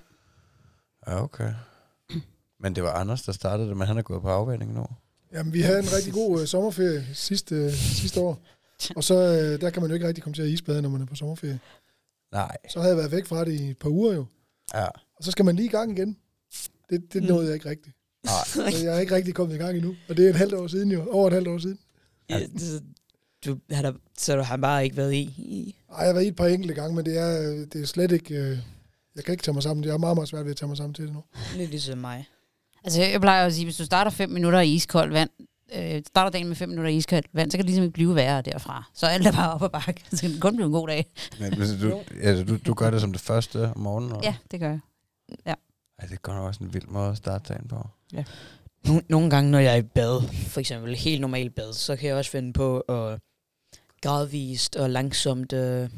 Ja, okay. Men det var Anders, der startede det, men han er gået på afvænning nu. Jamen, vi havde en rigtig god uh, sommerferie sidste, uh, sidste år. Og så uh, der kan man jo ikke rigtig komme til at isbade, når man er på sommerferie. Nej. Så havde jeg været væk fra det i et par uger jo. Ja. Og så skal man lige i gang igen. Det, det nåede mm. jeg ikke rigtigt. Nej. Jeg er ikke rigtig kommet i gang endnu. Og det er et halvt år siden jo. Over et halvt år siden. Ja, det, du, har der, så du har bare ikke været i? Nej, jeg har været i et par enkelte gange, men det er, det er slet ikke... Uh, jeg kan ikke tage mig sammen. Jeg har meget, meget svært ved at tage mig sammen til det nu. Lidt ligesom mig. Altså jeg plejer at sige, hvis du starter fem minutter i iskoldt vand, øh, starter dagen med fem minutter i iskoldt vand, så kan det ligesom ikke blive værre derfra. Så alt er bare op ad bakke. Så kan det kun blive en god dag. Men du, altså, du, du gør det som det første om morgenen? Eller? Ja, det gør jeg. Ja. Ej, det går nok også en vild måde at starte dagen på. Ja. Nogle, nogle gange, når jeg er i bad, for eksempel helt normalt bad, så kan jeg også finde på at gradvist og langsomt øh,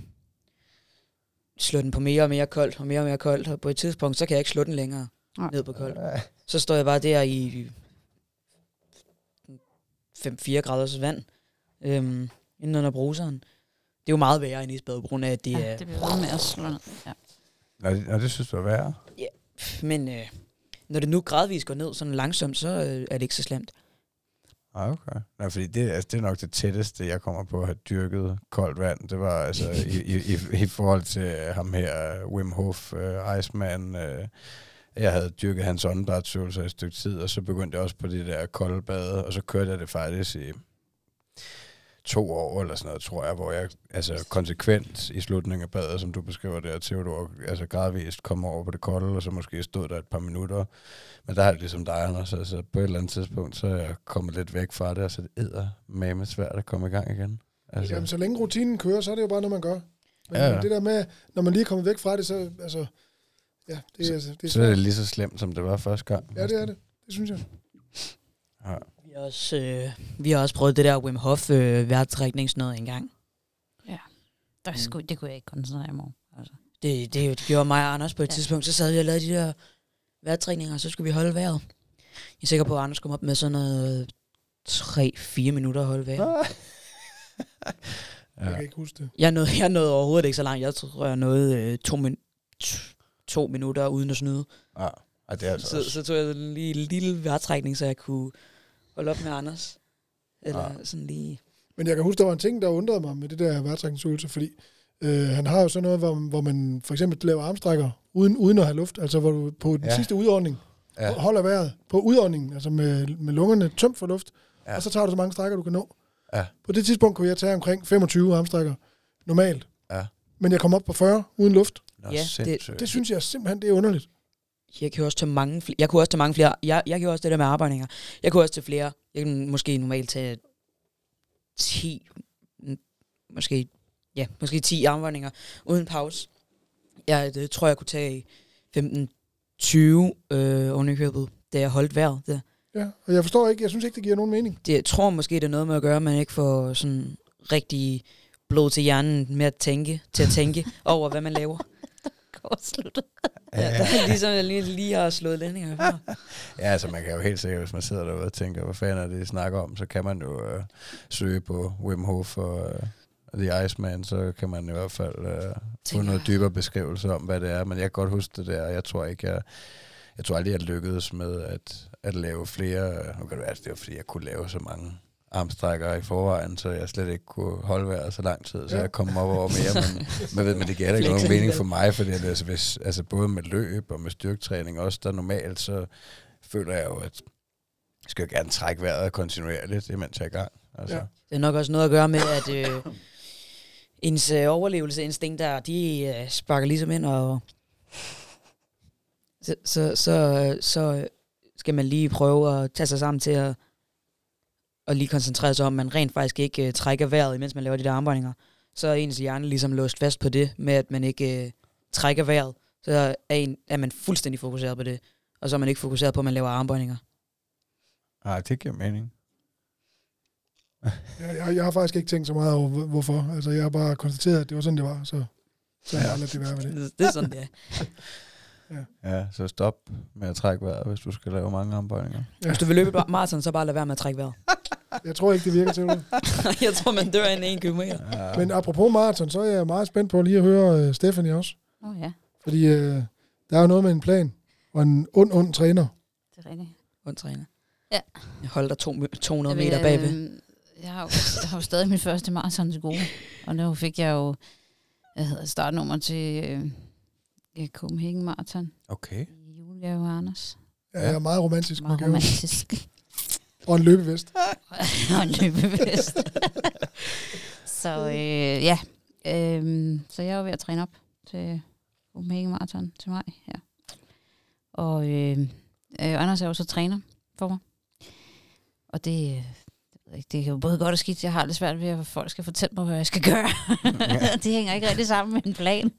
slå den på mere og mere koldt, og mere og mere koldt. Og på et tidspunkt, så kan jeg ikke slå den længere Nej. ned på koldt. Så står jeg bare der i fem til fire graders vand, øhm, inden under bruseren. Det er jo meget værre end isbad, på grund af, at det ja, er... det bliver ved med at slå ned. Ja. Nå, det, nå, det synes du er værre? Ja, men øh, når det nu gradvist går ned sådan langsomt, så øh, er det ikke så slemt. Ah, okay. Nej, fordi det, altså, det er nok det tætteste, jeg kommer på at have dyrket koldt vand. Det var altså i, i, i, i forhold til ham her, Wim Hof, uh, Iceman. Uh, jeg havde dyrket hans åndedrætsøvelser i et stykke tid, og så begyndte jeg også på det der kolde bade, og så kørte jeg det faktisk i to år eller sådan noget, tror jeg, hvor jeg altså konsekvent i slutningen af badet, som du beskriver der, Theodor, altså gradvist kom over på det kolde, og så måske stod der et par minutter. Men der er det ligesom dig, Anders. Altså på et eller andet tidspunkt, så er jeg kommet lidt væk fra det, og så det æder med svært at komme i gang igen. Altså. Jamen, så længe rutinen kører, så er det jo bare noget, man gør. Men Ja, ja. det der med, når man lige er kommet væk fra det, så, altså, ja, det, er, altså, det er Så er det svært. lige så slemt, som det var første gang. Ja, det er det. Det synes jeg. Ja. Vi har også, øh, vi har også prøvet det der Wim Hof øh, vejrtrækningsnød en gang. Der skulle, det kunne jeg ikke koncentrere mig om. Altså. Det, det, det gjorde mig og Anders på et Ja. ja. tidspunkt. Så sad vi og lavede de der vejrtrækninger, og så skulle vi holde vejret. Jeg er sikker på, at Anders kom op med sådan noget tre fire minutter at holde vejret. Jeg Ja. kan ikke huske det. Jeg nåede, jeg nåede overhovedet ikke så langt. Jeg tror, jeg nåede øh, to, min, t- to minutter uden at snyde. Ja. Ej, det er altså Så, også. så tog jeg sådan lige en lille vejrtrækning, så jeg kunne holde op med Anders. Eller Ja. sådan lige... Men jeg kan huske, der var en ting, der undrede mig med det der vejrtrækningsøvelse, fordi øh, han har jo sådan noget, hvor, hvor man for eksempel laver armstrækker uden, uden at have luft. Altså hvor du på den Ja. ja. sidste udånding Ja. holder vejret på udåndingen, altså med, med lungerne tømt for luft, Ja. ja. og så tager du så mange strækker, du kan nå. Ja. På det tidspunkt kunne jeg tage omkring femogtyve armstrækker normalt. Ja. Men jeg kom op på fyrre uden luft. Nå, Ja, det- sindssygt. Det synes jeg simpelthen, det er underligt. Jeg kan jo også tage mange flere. Jeg kunne også tage mange flere. Jeg, jeg gjorde også det der med arbejdinger. Jeg kunne også tage flere. Jeg kan måske normalt tage ti, mm, måske, ja, måske ti arbejdinger uden pause. Jeg det tror, jeg kunne tage femten tyve øh, underkøbet, da jeg holdt vejret der. Ja, og jeg forstår ikke, jeg synes ikke, det giver nogen mening. Det, jeg tror måske, det er noget med at gøre, at man ikke får sådan rigtig blod til hjernen med at tænke, til at tænke over, hvad man laver. Kortsluttet. Ja, der er ligesom jeg lige, lige har slået lændinger før. Ja, altså man kan jo helt sikkert, hvis man sidder derude og tænker, hvad fanden er det, de snakker om, så kan man jo øh, søge på Wim Hof og øh, The Iceman, så kan man i hvert fald øh, få Tænker- noget dybere beskrivelse om, hvad det er. Men jeg kan godt huske det der, og jeg tror ikke, jeg, jeg tror aldrig, jeg lykkedes med at, at lave flere, nu kan det være, det var fordi, jeg kunne lave så mange armstrækker i forvejen, så jeg slet ikke kunne holde vejret så lang tid, så Ja. jeg kom op over mere, men, men, ved, men det giver heller ikke nogen mening for mig, fordi det, altså, hvis, altså både med løb og med styrketræning også, der normalt, så føler jeg jo, at jeg skal jo gerne trække vejret kontinuerligt, imens jeg er i gang. Altså. Ja. Det er nok også noget at gøre med, at øh, ens øh, overlevelseinstinkter, de øh, sparker ligesom ind, og så, så, så, øh, så skal man lige prøve at tage sig sammen til at, at lige koncentrere sig om, at man rent faktisk ikke øh, trækker vejret, imens man laver de der armbøjninger. Så er ens hjerne ligesom låst fast på det, med at man ikke øh, trækker vejret. Så er, en, er man fuldstændig fokuseret på det, og så er man ikke fokuseret på, at man laver armbøjninger. Ej, det giver mening. Jeg, jeg, jeg har faktisk ikke tænkt så meget over, hvor- hvorfor. Altså, jeg har bare konstateret, at det var sådan, det var, så, så har jeg ladet det være ved det. Det, det er sådan, det er. Ja, så stop med at trække vejret, hvis du skal lave mange armbøjninger. Hvis du vil løbe et maraton, så bare lad være med at trække vejret. Jeg tror ikke, det virker til det. Jeg tror, man dør inden en kilometer. Ja. Men apropos maraton, så er jeg meget spændt på lige at høre uh, Stephanie også. Åh oh, ja, Fordi uh, der er jo noget med en plan, og en ond, ond træner. det er rigtigt. Und træner. Ja. Jeg holder dig to, to hundrede Jamen, meter bagved. øhm, Jeg har, jo, jeg har jo stadig min første maraton til gode, og nu fik jeg jo jeg hedder startnummer til øh, Copenhagen Marathon Okay. i Julia og Anders. Jeg er meget romantisk. Meget man kan jo- romantisk. Og en løbevest. Og en løbevest. Så øh, ja, øh, så jeg er jo ved at træne op til Copenhagen Marathon til mig. Ja. Og øh, øh, Anders er jo så træner for mig. Og det, øh, jeg ved ikke, det er jo både godt og skidt. Jeg har lidt svært ved, at folk skal fortælle mig, hvad jeg skal gøre. Det hænger ikke rigtig sammen med en plan.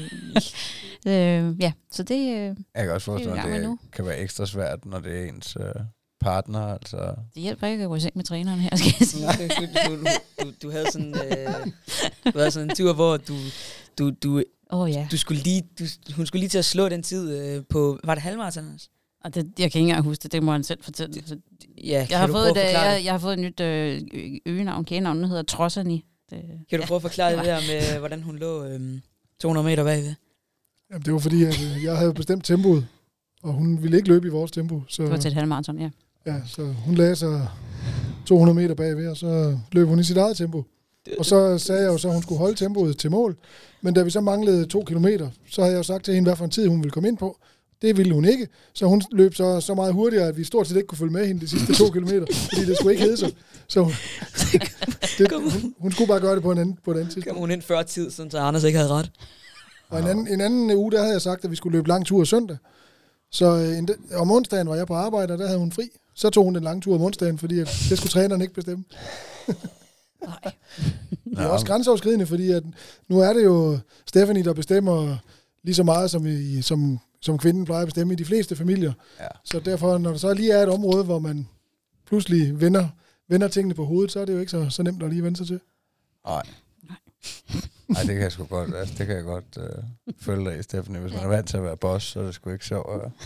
øh, ja, så det... Øh, Jeg kan også forestille Det er mig, vi i at gang med det kan være ekstra svært, når det er ens øh, partner. Altså. det hjælper ikke at gå i seng med træneren her, skal jeg sige. du, du, du, du havde sådan øh, du havde sådan en tur, hvor du du du Åh oh, ja. du skulle lige du, hun skulle lige til at slå den tid øh, på, var det halvmarathon også? Og det, jeg kan ikke engang huske det, det må han selv fortælle. Så Ja, kan jeg, har du fået prøve et, at forklare jeg, det? jeg har fået et nyt øh, ø- øgenavn, kælenavn, den hedder Trossani. Det, Kan du prøve at forklare det der med, hvordan hun lå øh, to hundrede meter bagved? Jamen, det var fordi, at øh, jeg havde bestemt tempoet, og hun ville ikke løbe i vores tempo. Så, det var til et halvmarathon, ja. ja, så hun lagde sig to hundrede meter bagved, og så løb hun i sit eget tempo. Og så sagde jeg jo så, at hun skulle holde tempoet til mål. Men da vi så manglede to kilometer, så havde jeg jo sagt til hende, hvad for en tid hun ville komme ind på. Det ville hun ikke, så hun løb så, så meget hurtigere, at vi stort set ikke kunne følge med hende de sidste to kilometer, fordi det skulle ikke hedde sig. Så hun, det, hun, hun skulle bare gøre det på en anden, på et andet Kom tidspunkt. hun ind før tid, sådan, så Anders ikke havde ret. Og en anden, en anden uge, der havde jeg sagt, at vi skulle løbe lang tur søndag. Så øh, en, om onsdagen var jeg på arbejde, og der havde hun fri. Så tog hun den lange tur om onsdagen, fordi at det skulle træneren ikke bestemme. Nej. Det er også grænseoverskridende, fordi at nu er det jo Stephanie, der bestemmer lige så meget, som, i, som, som kvinden plejer at bestemme i de fleste familier. Ja. Så derfor, når der så lige er et område, hvor man pludselig vender, vender tingene på hovedet, så er det jo ikke så, så nemt at lige vende sig til. Nej. Nej, det kan jeg sgu godt, altså, det kan jeg godt øh, følge dig i, Stephanie. Hvis man er vant til at være boss, så er det sgu ikke sjovt. Øh.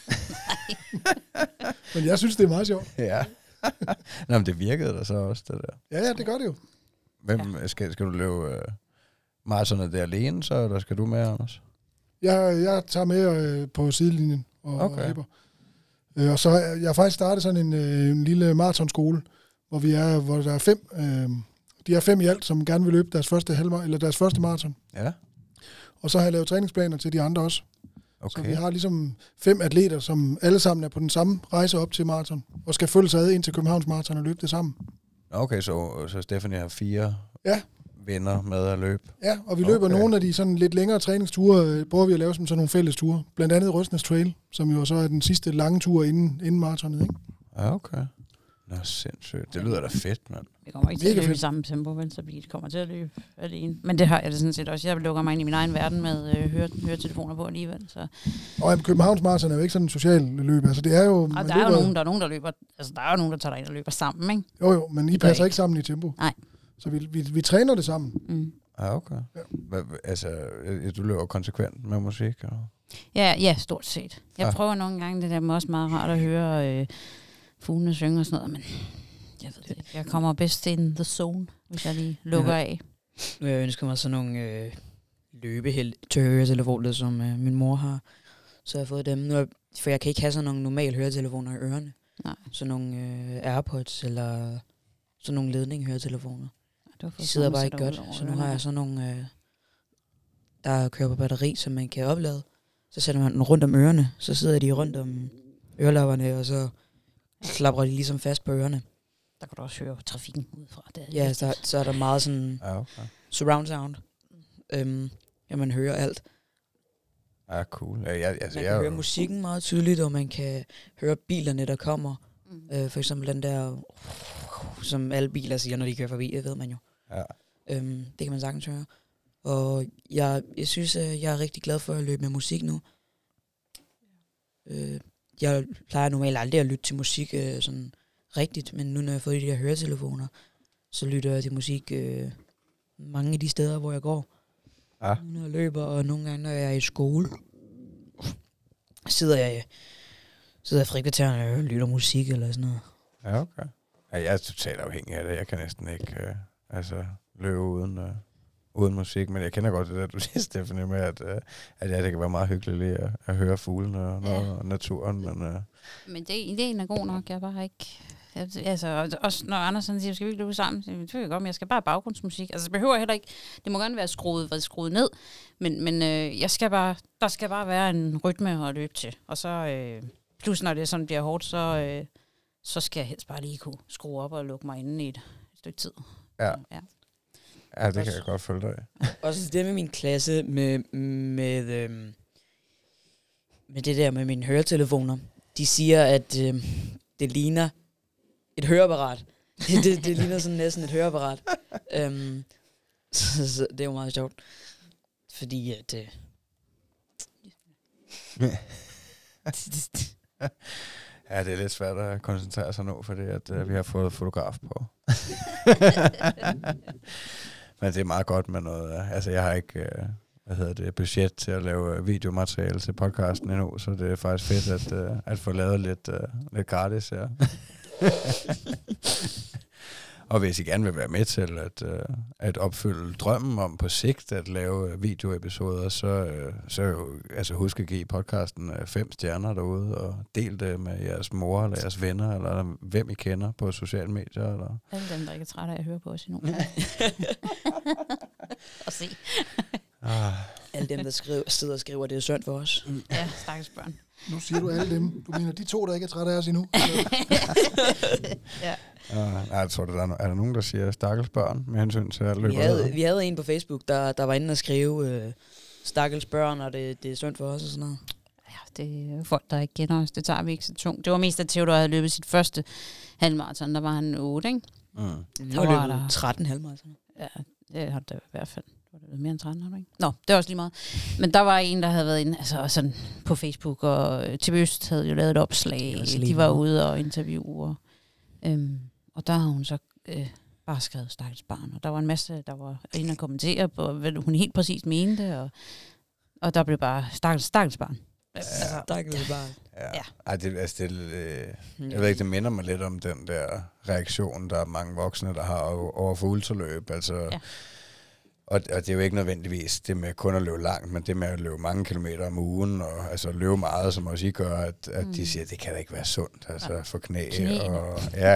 Men jeg synes, det er meget sjovt. Ja. Nå, men det virkede da så også, det der. Ja, ja, det gør det jo. Hvem ja. skal, skal du løbe øh, maratonet der alene, så eller skal du med, Anders? Jeg, jeg tager med øh, på sidelinjen og, Okay. og hæpper. Øh, og så har jeg, jeg har faktisk startet sådan en, øh, en lille maratonskole, hvor vi er, hvor der er fem, øh, de er fem i alt, som gerne vil løbe deres første halvmar- eller deres første maraton. Ja. Og så har jeg lavet træningsplaner til de andre også. Okay. Så vi har ligesom fem atleter, som alle sammen er på den samme rejse op til maraton, og skal følge sig ad ind til Københavns Maraton og løbe det sammen. Okay, så, så Stephanie har fire Ja. venner med at løbe. Ja, og vi løber Okay. nogle af de sådan lidt længere træningsture, øh, prøver vi at lave som sådan nogle fælles ture. Blandt andet Røsnes Trail, som jo så er den sidste lange tur inden, inden maratonet, ikke? Ja, okay. Nå, sindssygt. Det lyder da fedt, mand. Vi kommer ikke til Mega at løbe i fedt. samme tempo, vel, så vi kommer til at løbe alene. Men det har jeg det sådan set også. Jeg lukker mig ind i min egen verden med øh, høre, høretelefoner på alligevel. Så. Og jamen, Københavns Maraton er jo ikke sådan en social løb. Altså, det er jo... Og man der er jo løber- nogen, der er nogen, der løber. Altså, der er jo nogen, der tager ind og løber sammen, ikke? Jo, jo, men I Det gør passer jeg ikke sammen i tempo. Nej. Så vi, vi, vi træner det sammen. Mm. Ja, okay. Ja. Hva, hva- altså, øh, du løber konsekvent med musik, eller? Ja, ja, stort set. Jeg Ja. prøver nogle gange, det der med også meget rart at høre øh, fuglene synge og sådan noget, men jeg ved det ikke. Jeg kommer bedst in the zone, hvis jeg lige lukker af. Nu jeg ønsker mig sådan nogle øh, løbehæld til høretelefoner, som øh, min mor har. Så jeg har fået dem. Nu er, for jeg kan ikke have sådan nogle normale høretelefoner i ørerne. Nej. Sådan nogle øh, AirPods eller sådan nogle ledning-høretelefoner. Du har fået De sidder bare ikke trommersætter godt. ud over Så nu ørerne. har jeg sådan nogle, øh, der kører på batteri, som man kan oplade. Så sætter man den rundt om ørerne. Så sidder de rundt om ørelapperne, og så klapper de ligesom fast på ørerne. Der kan du også høre trafikken udefra. Det er Ja, vigtigt. så, så er der meget sådan Ja, okay. surround sound. Øhm, ja, man hører alt. Ja, cool. Ja, jeg, altså, Man jeg, kan er høre jo- musikken meget tydeligt, og man kan høre bilerne, der kommer. Mm. Øh, for eksempel den der, som alle biler siger, når de kører forbi, det ved man jo. Ja. Øhm, det kan man sagtens høre. Og jeg, jeg synes, at jeg er rigtig glad for at løbe med musik nu. Øh, jeg plejer normalt aldrig at lytte til musik øh, sådan rigtigt, men nu når jeg har fået de der høretelefoner, så lytter jeg til musik øh, mange af de steder, hvor jeg går. Ja. Når jeg løber, og nogle gange, når jeg er i skole, sidder jeg, sidder jeg i frikvartererne og lytter musik eller sådan noget. Ja, okay. Ja, jeg er totalt afhængig af det. Jeg kan næsten ikke øh, altså, løbe uden, øh, uden musik, men jeg kender godt det der, du siger, Stephanie, med, at, øh, at ja, det kan være meget hyggeligt lige at, at høre fuglene og, Ja. og naturen, men øh, Men det, ideen er god nok, jeg er bare ikke... Jeg, altså, også når Anders han siger, skal vi ikke løbe sammen? Så jeg tror jeg godt, men jeg skal bare have baggrundsmusik. Altså, det behøver heller ikke... Det må gerne være skruet, være skruet ned, men, men øh, jeg skal bare, der skal bare være en rytme at løbe til. Og så... Øh, plus når det sådan bliver hårdt, så, øh, så skal jeg helst bare lige kunne skrue op og lukke mig inde i et, et stykke tid. ja. Ja. Ja, det kan jeg godt følge dig i. Også det med min klasse, med, med, øhm, med det der med mine høretelefoner. De siger, at øhm, det ligner et høreapparat. det, det, det ligner sådan næsten et høreapparat. øhm, så, så det er jo meget sjovt. Fordi at... Øh, Ja, det er lidt svært at koncentrere sig nu, fordi at, øh, vi har fået fotograf på. Men det er meget godt med noget. øh, Altså, jeg har ikke øh, hvad hedder det, budget til at lave øh, videomateriale til podcasten endnu, så det er faktisk fedt at, øh, at få lavet lidt, øh, lidt gratis her. Og hvis I gerne vil være med til at, øh, at opfylde drømmen om på sigt at lave øh, videoepisoder, så, øh, så jo, altså husk at give podcasten øh, fem stjerner derude, og del det med jeres mor eller jeres venner, eller hvem I kender på sociale medier. Eller. Alle dem, der ikke er trætte af at høre på os endnu. Og se. Ah, alle dem, der skriver, sidder og skriver, det er synd for os. Ja, stakkels børn. Nu siger du alle dem. Du mener de to, der ikke er trætte af os endnu? Ja. Ja, nej, jeg tror, der er, no- er der nogen, der siger stakkels børn med hensyn til at løbe? Vi havde, vi havde en på Facebook, der, der var inde og skrive, øh, stakkels børn, og det, det er synd for os og sådan noget. Ja, det er jo folk, der ikke kender os. Det tager vi ikke så tungt. Det var mest, at Theodor havde løbet sit første halvmarathon. Der var han otte, ikke? Mm. Vi var har der- løbet tretten halvmarathon. Ja, det har det i hvert fald. Var det mere end tretten, har du ikke? Nå, det er også lige meget. Men der var en, der havde været inde altså, sådan på Facebook, og T V Øst havde jo lavet et opslag. også lige De var meget. ude og interviewe. Og, øhm, og der har hun så øh, bare skrevet stakkels barn. Og der var en masse, der var inde og kommentere på, hvad hun helt præcis mente. Og, og der blev bare stakkels, stakkels barn. Altså, Stakkels barn. Ja. Ja. Ej, det, altså, det, øh, jeg ved ikke, det minder mig lidt om den der reaktion, der er mange voksne, der har over over for ultraløb. Altså, Ja. og, og det er jo ikke nødvendigvis det med kun at løbe langt, men det med at løbe mange kilometer om ugen, og altså løbe meget, som også I gør, at, at mm. de siger, at det kan da ikke være sundt, altså for knæ. Knæene. Og, ja,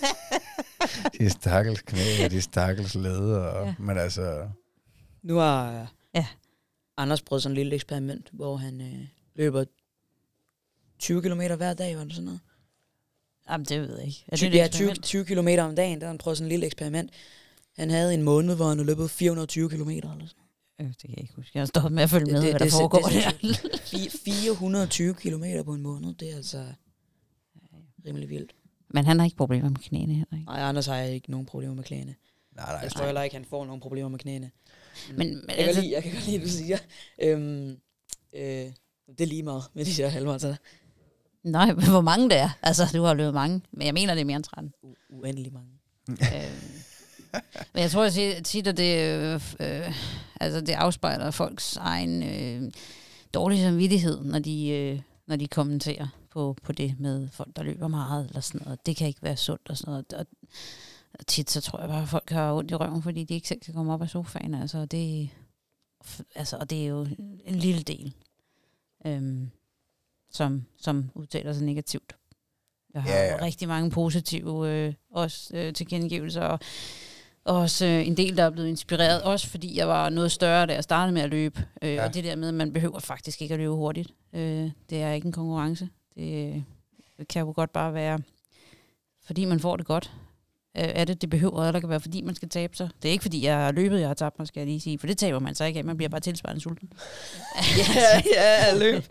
de stakkels knæ, og de stakkels led, og, Ja. men altså... Nu har Ja. Anders prøvet sådan et lille eksperiment, hvor han øh, løber tyve kilometer hver dag, var det sådan noget? Jamen, det ved jeg ikke. Er det tyve, et ja, tyve, eksperiment? tyve kilometer om dagen, der har han prøvet sådan en lille eksperiment. Han havde en måned, hvor han havde løbet fire hundrede og tyve kilometer eller sådan. Øh, det kan jeg ikke huske. Jeg har stoppet med at følge med, Det- hvad det- der det- foregår det- der. Fi- fire hundrede og tyve kilometer på en måned, det er altså rimelig vildt. Men han har ikke problemer med knæene heller, ikke? Nej, Anders har ikke nogen problemer med knæene. Nej, nej, Jeg tror heller ikke, han får nogen problemer med knæene. Men, men Jeg kan, altså, lide, jeg kan godt lide, at du siger. Øhm, øh, det er lige meget med de der halvmaratoner. nej, men hvor mange det er. Altså, du har løbet mange, men jeg mener, det er mere end tretten. U- uendelig mange. øhm, men jeg tror jeg siger- tit, at det, øh, øh, altså, det afspejler folks egen øh, dårlige samvittighed, når de, øh, når de kommenterer på, på det med folk, der løber meget eller sådan noget. Det kan ikke være sundt og sådan noget. Og, og tit så tror jeg bare, at folk har ondt i røven, fordi de ikke selv kan komme op af sofaen. Altså, det, altså, og det er jo en lille del, øhm, som, som udtaler sig negativt. Jeg har Ja, ja, ja. rigtig mange positive øh, også, øh, tilkendegivelser, og også øh, en del, der er blevet inspireret, også fordi jeg var noget større, da jeg startede med at løbe. Øh, Ja. Og det der med, at man behøver faktisk ikke at løbe hurtigt. Øh, det er ikke en konkurrence. Det, det kan jo godt bare være, fordi man får det godt. Øh, er det, det behøver, eller det kan være, fordi man skal tabe sig. Det er ikke, fordi jeg har løbet, jeg har tabt mig, skal jeg lige sige, for det taber man så ikke af. Man bliver bare tilsvarende sulten. ja, ja, løb.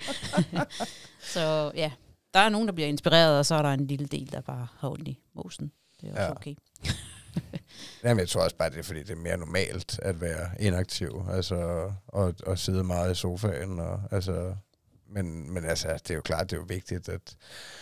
Så ja, der er nogen, der bliver inspireret, og så er der en lille del, der bare har ondt i mosen. Det er også Ja. okay. Jamen, jeg tror også bare, det er, fordi det er mere normalt at være inaktiv, altså, og, og sidde meget i sofaen, og, altså, men, men altså, det er jo klart, det er jo vigtigt, at,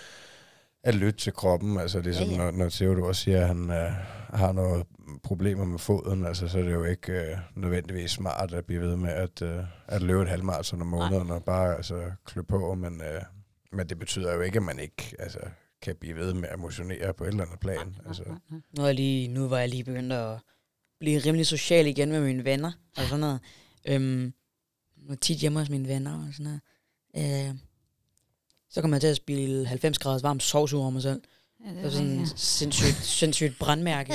at lytte til kroppen, altså, ligesom Ja, ja. når, når Theodor siger, at han øh, har nogle problemer med foden, altså, så er det jo ikke øh, nødvendigvis smart at blive ved med at, øh, at løbe et halvmarathon om måneden, og bare altså, klø på, men, øh, men det betyder jo ikke, at man ikke, altså, kan blive ved med at motionere på et eller andet plan, altså. Nu, er jeg lige, nu var jeg lige begyndt at blive rimelig social igen med mine venner, og sådan noget. Øhm, jeg er tit hjemme hos mine venner, og sådan noget. Øh, så kommer jeg til at spille halvfems graders varm sovs ud over mig selv. Ja, Det er sådan en sindssygt, sindssygt brandmærke.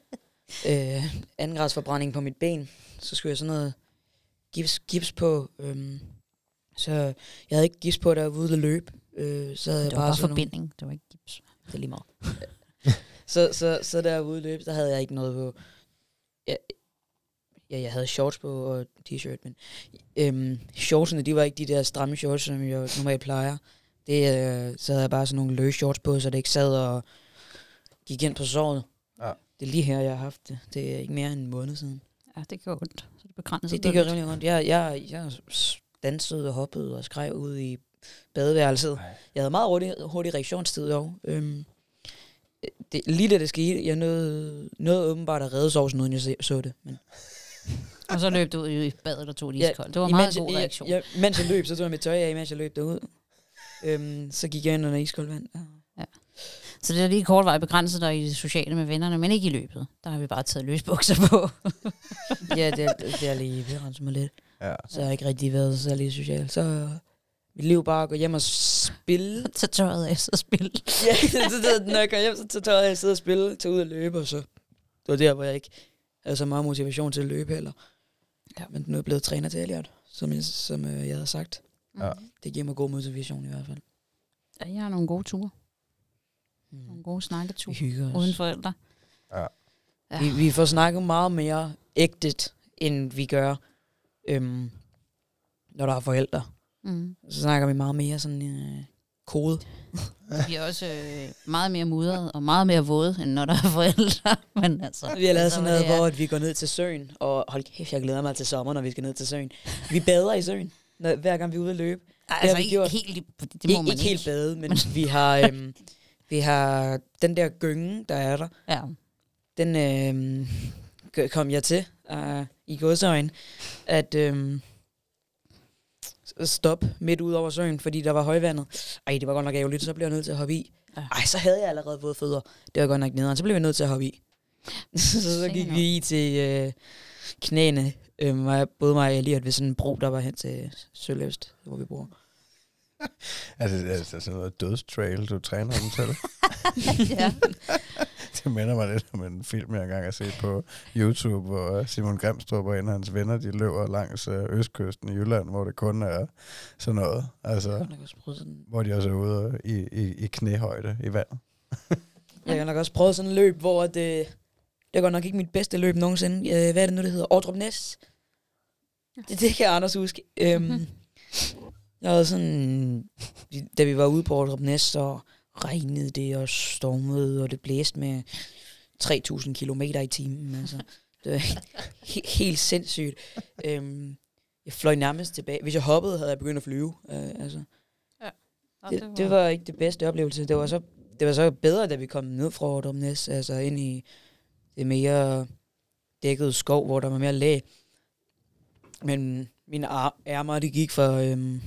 øh, anden grads forbrænding på mit ben. Så skulle jeg sådan noget gips, gips på. Øhm, så jeg havde ikke gips på, da jeg var ude at løbe. Øh, så havde jeg det var bare bare sådan nogle- forbinding, det var ikke gips. det er lige meget. så, så, så der ude løb, der havde jeg ikke noget på. Ja, ja, jeg havde shorts på og t-shirt, men øhm, shortsene, de var ikke de der stramme shorts, som jeg normalt plejer. Det, øh, så havde jeg bare sådan nogle løse shorts på, så det ikke sad og gik ind på såret. Ja. Det er lige her, jeg har haft det. Det er ikke mere end en måned siden. Ja, det gør ondt. Så det begrænser Det, det gør rimelig ondt. Jeg, jeg, jeg dansede og hoppede og skrev ud i badeværelset. Jeg havde meget hurtig, hurtig reaktionstid dog. Øhm, det, lige da det skete, jeg nåede, nåede åbenbart at redde sovsen, uden jeg se, så det. Men Og så løb du ud i badet og tog det iskoldt. Det var en imens meget god jeg- reaktion. Jeg, jeg, mens jeg løb, så tog jeg mit tøj af, mens jeg løb derud. Øhm, så gik jeg ind under iskoldt vand. Ja. Så det er lige kort vej begrænset dig i det sociale med vennerne, men ikke i løbet. Der har vi bare taget løsbukser på. Ja, det, er- det er lige begrænset mig lidt. Ja. Så jeg har ikke rigtig været særlig social. Så øh, mit liv bare at gå hjem og spille. Så tørret af så spil. Ja, det, det, det, når jeg går hjem, så så tør jeg at sidde og spille, tage ud og løbe, og så det var der, hvor jeg ikke havde så meget motivation til at løbe heller. Ja. Men nu er jeg blevet træner til Elliot, som, jeg- som øh, jeg havde sagt. Ja. Det giver mig god motivation i hvert fald. Ja, jeg har nogle gode ture. Mm. Nogle gode snakketure Vi hygger os. uden forældre. Ja. Ja. Vi, vi får snakket meget mere ægtet, end vi gør, øhm, når der er forældre. Mm. Så snakker vi meget mere sådan øh, kode. Vi er også øh, meget mere mudret og meget mere våde, end når der er forældre. Men altså, Vi har lavet sådan noget, det er- hvor at vi går ned til søen, og hold kæft, jeg glæder mig til sommer, når vi skal ned til søen. Vi bader i søen, når, hver gang vi er ude at løbe. Altså vi ikke gjort. helt, fordi det må ikke, man ikke helt bade, men vi har, øhm, vi har den der gynge, der er der. Ja. Den øhm, g- kom jeg til uh, i godsøjen, at øhm, stoppe midt ud over søen, fordi der var højvandet. Ej, det var godt nok ærgerligt, så blev jeg nødt til at hoppe i. Ja. Ej, så havde jeg allerede våde fødder. Det var godt nok nederen, så blev jeg nødt til at hoppe i. så, så gik vi i til øh, knæene, øh, mig, både mig og Elliot, ved sådan en bro, der var hen til Søløst, hvor vi bor. Er det, er det sådan noget dødstrail, du træner dem til? Ja. Det minder mig lidt om en film, jeg engang har set på YouTube, hvor Simon Grimstrup og en af hans venner, de løber langs øh, østkysten i Jylland, hvor det kun er sådan noget. Altså, Jeg har nok også prøvet sådan, hvor de også er ude i, i, i knæhøjde i vandet. jeg har nok også prøvet sådan en løb, hvor det, det var nok ikke mit bedste løb nogensinde. Øh, hvad er det nu, det hedder? Ordrup Næs. Det, det kan Anders huske. Øhm, jeg havde sådan, da vi var ude på Ordrup Næs, så regnede det og stormede, og det blæste med tre tusind kilometer i timen. Altså. Det var he- helt sindssygt. Øhm, jeg fløj nærmest tilbage. Hvis jeg hoppede, havde jeg begyndt at flyve. Øh, altså. Og Det, det var ikke det bedste oplevelse. Det var så, det var så bedre, da vi kom ned fra Ordrup Næs, altså ind i det mere dækkede skov, hvor der var mere læ. Men mine ar- ærmer, de gik fra øhm,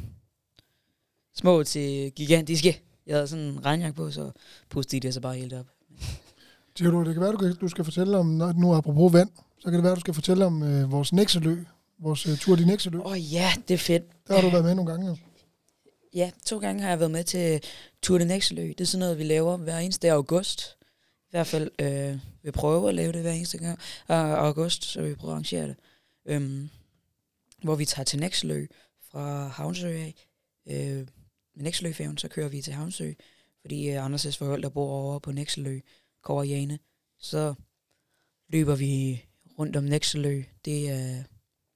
små til gigantiske. Jeg havde sådan en regnjakke på, så pustede det så bare helt op. Siger du, det kan være, du, kan, du skal fortælle om, når- nu apropos vand, så kan det være, du skal fortælle om øh, vores Nexølø, vores øh, tur til Nexølø. Åh oh, ja, det er fedt. Der har du været med nogle gange. Jo. Ja, to gange har jeg været med til Tour de Nexølø. Det er sådan noget, vi laver hver eneste august. I hvert fald øh, vi prøver at lave det hver eneste gang. Uh, august, så vi prøver at arrangere det. Um, hvor vi tager til Nexølø fra Havnsø af. Uh, med Nexølø-færgen, så kører vi til Havnsø. Fordi uh, Anders' forældre bor over på Nexølø, Kåre og Jane. Så løber vi rundt om Nexølø. Det er... Uh,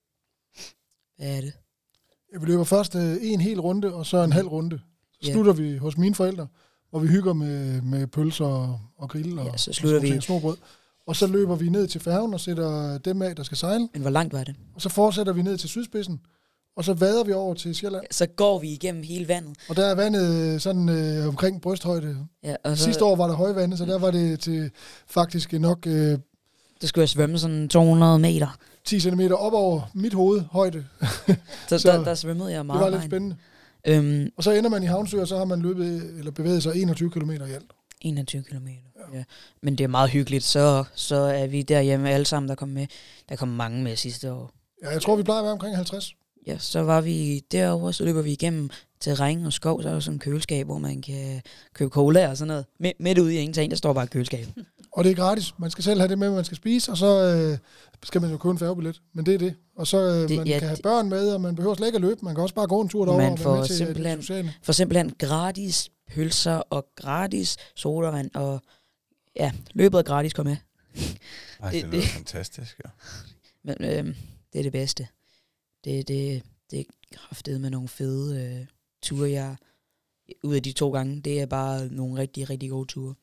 hvad er det? Ja, vi løber først øh, en hel runde, og så en halv runde. Så Ja. slutter vi hos mine forældre, hvor vi hygger med, med pølser og, og grill og, Ja, så og slutter sådan vi- ting, småbrød. Og så løber vi ned til færgen og sætter dem af, der skal sejle. Men hvor langt var det? Og så fortsætter vi ned til sydspidsen, og så vader vi over til Sjælland. Så går vi igennem hele vandet. Og der er vandet sådan øh, omkring brysthøjde. Ja, og så, Sidste år var der højvande, så der var det til faktisk nok øh, der skulle jeg svømme sådan to hundrede meter. ti centimeter op over mit hoved højde. Så, Så der, der svømmede jeg Det meget. var lidt vejen. spændende. Øhm, Og så ender man i Havnsø, og så har man løbet eller bevæget sig enogtyve kilometer i alt. enogtyve kilometer. Ja. Ja. Men det er meget hyggeligt. Så, så er vi derhjemme alle sammen, der kom med. Der kom mange med sidste år. Ja, jeg tror, vi plejer at være omkring halvtreds. Ja, så var vi derovre, så løber vi igennem til Ring og Skov. Så er der sådan et køleskab, hvor man kan købe cola og sådan noget. Midt, midt ude i ingenting, der står bare et køleskab. Og det er gratis. Man skal selv have det med, man skal spise, og så øh, skal man jo købe en færgebillet. Men det er det. Og så øh, Det- man ja, kan have det- børn med, og man behøver slet ikke at løbe. Man kan også bare gå en tur derover Man og være får med til simpelthen- det sociale. For simpelthen gratis pølser og gratis sodavand. Og ja, løbet er gratis, kom med. Ej, Det- det, det lyder det- fantastisk, ja. Men øh, det er det bedste. Det, det, det er kraftet med nogle fede øh, ture, jeg ud af de to gange. Det er bare nogle rigtig, rigtig gode ture.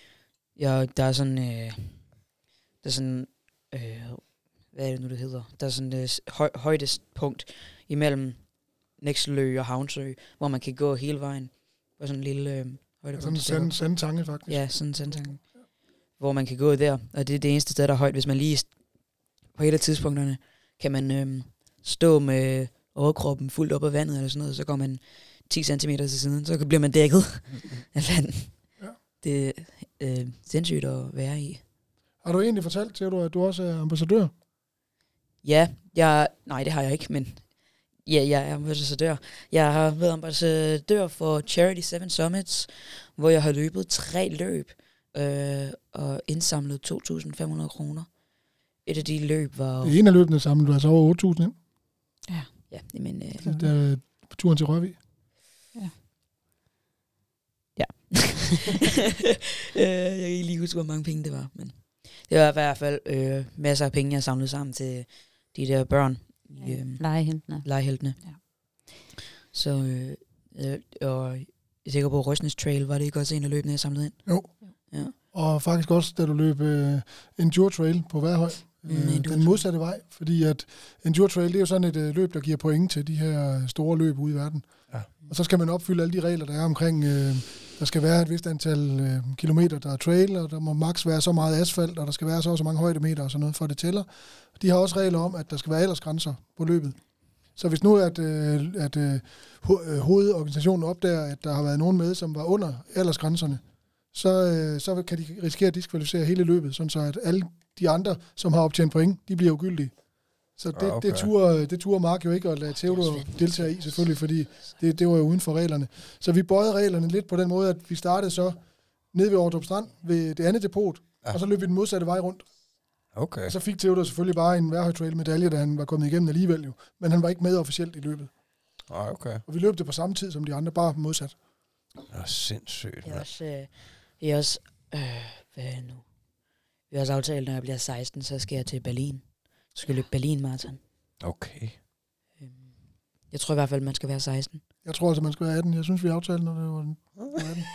Ja, der er sådan, øh, der er sådan, øh, hvad er det nu, det hedder? Der er sådan et høj, højdespunkt imellem Nexølø og Havnsø, hvor man kan gå hele vejen på sådan en lille øh, Sådan højdepunkt. en sand, sandtange, faktisk. Ja, sådan en sandtange. Hvor man kan gå der, og det er det eneste sted, der er højt. Hvis man lige på et af tidspunkterne kan man øhm, stå med overkroppen fuldt op af vandet eller sådan noget, så går man ti centimeter til siden, så bliver man dækket af vand. Ja. Det er øh, sindssygt at være i. Har du egentlig fortalt til, du, at du også er ambassadør? Ja, jeg, nej det har jeg ikke, men ja, jeg er ambassadør. Jeg har været ambassadør for Charity Seven Summits, hvor jeg har løbet tre løb øh, og indsamlet to tusind fem hundrede kroner. Et af de løb var... Det ene af løbende sammen, du har altså over otte tusind ind. Ja, men... Øh, Det er på turen til Rørvig. øh, jeg kan ikke lige huske, hvor mange penge det var, men det var i hvert fald øh, masser af penge, jeg samlede sammen til de der børn. Ja, Øh, legeheltene. legeheltene. Ja. Så, øh, øh, og jeg er sikker på, at Røsnes Trail var det ikke også en af løbene, jeg samlede ind? Jo. Ja. Og faktisk også, da du løb uh, Endure Trail på Værhøj, Mm, uh, Endure den Trail. modsatte vej, fordi at Endure Trail, det er jo sådan et uh, løb, der giver point til de her store løb ude i verden. Ja. Og så skal man opfylde alle de regler, der er omkring, uh, der skal være et vist antal uh, kilometer, der er trail, og der må maks være så meget asfalt, og der skal være så og så mange højdemeter og sådan noget, for det tæller. De har også regler om, at der skal være aldersgrænser på løbet. Så hvis nu at, øh, at øh, ho- øh, hovedorganisationen opdager, at der har været nogen med, som var under aldersgrænserne, så, øh, så kan de risikere at diskvalificere hele løbet, sådan så at alle de andre, som har optjent point, de bliver ugyldige. Så det, Ah, okay. det, turer, det turer Mark jo ikke at lade Theodor deltage i, selvfølgelig, fordi det, det var jo uden for reglerne. Så vi bøjede reglerne lidt på den måde, at vi startede så nede ved Ordrup Strand, ved det andet depot, Ja. og så løb vi den modsatte vej rundt. Okay. Og så fik Theodor selvfølgelig bare en Værhøj Trail medalje, da han var kommet igennem alligevel jo. Men han var ikke med officielt i løbet. Ah, okay. Og vi løb det på samme tid som de andre, bare modsat. Det er sindssygt. Jeg er mand. også, øh, jeg er også øh, hvad er det nu? Vi har også aftalt, når jeg bliver seksten, så skal jeg til Berlin. Så skal jeg løbe Berlin-marathon. Okay. Øhm, Jeg tror i hvert fald, man skal være seksten. Jeg tror altså, man skal være atten. Jeg synes, vi aftalte, når det var den- var atten.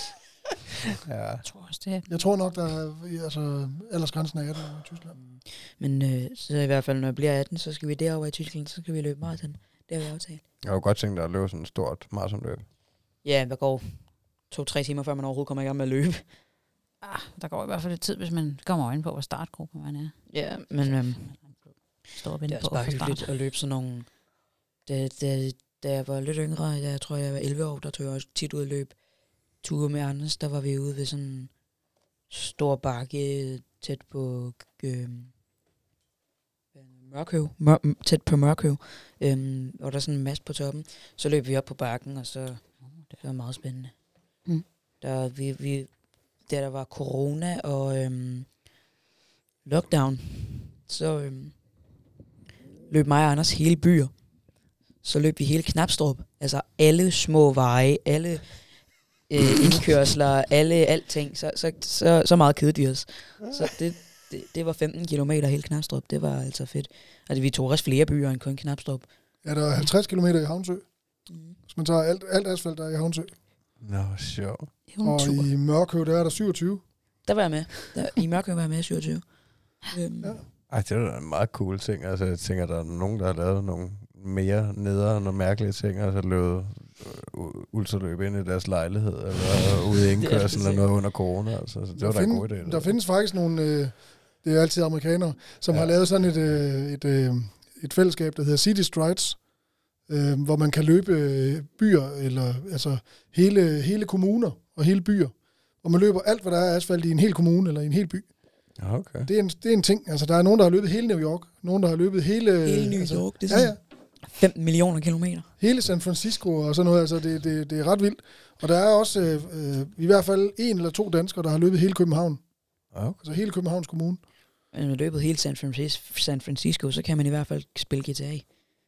Ja. Jeg tror også, det er. Jeg tror nok, der er altså, aldersgrænsen er atten i Tyskland. Men øh, så i hvert fald, når jeg bliver atten, så skal vi derover i Tyskland, så skal vi løbe marathon. Det har vi aftalt. Jeg kunne godt tænke dig at løbe sådan et stort maratonløb. Ja, hvad går to-tre timer, før man overhovedet kommer i gang med at løbe. Ah, der går i hvert fald lidt tid, hvis man kommer øjne på, hvor startgruppe man er. Ja, men øhm, Står og det venter er på også bare at få hyggeligt start. at løbe sådan nogle... Da, da, da jeg var lidt yngre, da jeg tror, jeg var elleve år, der tog jeg også tit ud og løb ture med Anders. Der var vi ude ved sådan en stor bakke tæt på øh, Mørkøv, Mør, tæt på Mørkøv, øhm, og der er sådan en mast på toppen. Så løb vi op på bakken, og så det var meget spændende. Mm. Der, vi, vi, der, der var corona og øhm, lockdown, så øhm, løb mig og Anders hele byer. Så løb vi hele Knapstrup. Altså alle små veje, alle øh, indkørsler, alle alting. Så, så, så, så meget kedede vi os. Så det, det, det var femten kilometer hele Knapstrup. Det var altså fedt. Altså vi tog også flere byer end kun Knapstrup. Ja, der er halvtreds kilometer i Havnsø. Mm. Hvis man tager alt, alt asfalt, der er i Havnsø. Nå, sjov. Og i Mørkøv, der er der syvogtyve. Der var jeg med. Der, I Mørkøv var jeg med i syvogtyve. Øhm, Ja. Ej, det er da en meget cool ting. Altså, jeg tænker, der er nogen, der har lavet nogle mere nedere og mærkelige ting, altså løbet øh, ultraløb ind i deres lejlighed, eller ude i indkørsel eller noget under corona. Altså, så det var da en god idé. Der findes faktisk nogle, øh, det er altid amerikanere, som Ja. ja. har lavet sådan et, øh, et, øh, et fællesskab, der hedder City Strides, øh, hvor man kan løbe øh, byer, eller altså hele, hele kommuner og hele byer, hvor man løber alt, hvad der er asfalt i en hel kommune eller i en hel by. Ja, okay. Det er en, det er en ting. Altså, der er nogen, der har løbet hele New York, nogen, der har løbet hele... Hele New altså, York, det er Ja, sådan ja. femten millioner kilometer. Hele San Francisco og sådan noget, altså det, det, det er ret vildt. Og der er også øh, øh, i hvert fald en eller to danskere, der har løbet hele København. Okay. Altså hele Københavns Kommune. Hvis man løbet hele San Francisco, San Francisco, så kan man i hvert fald spille guitar.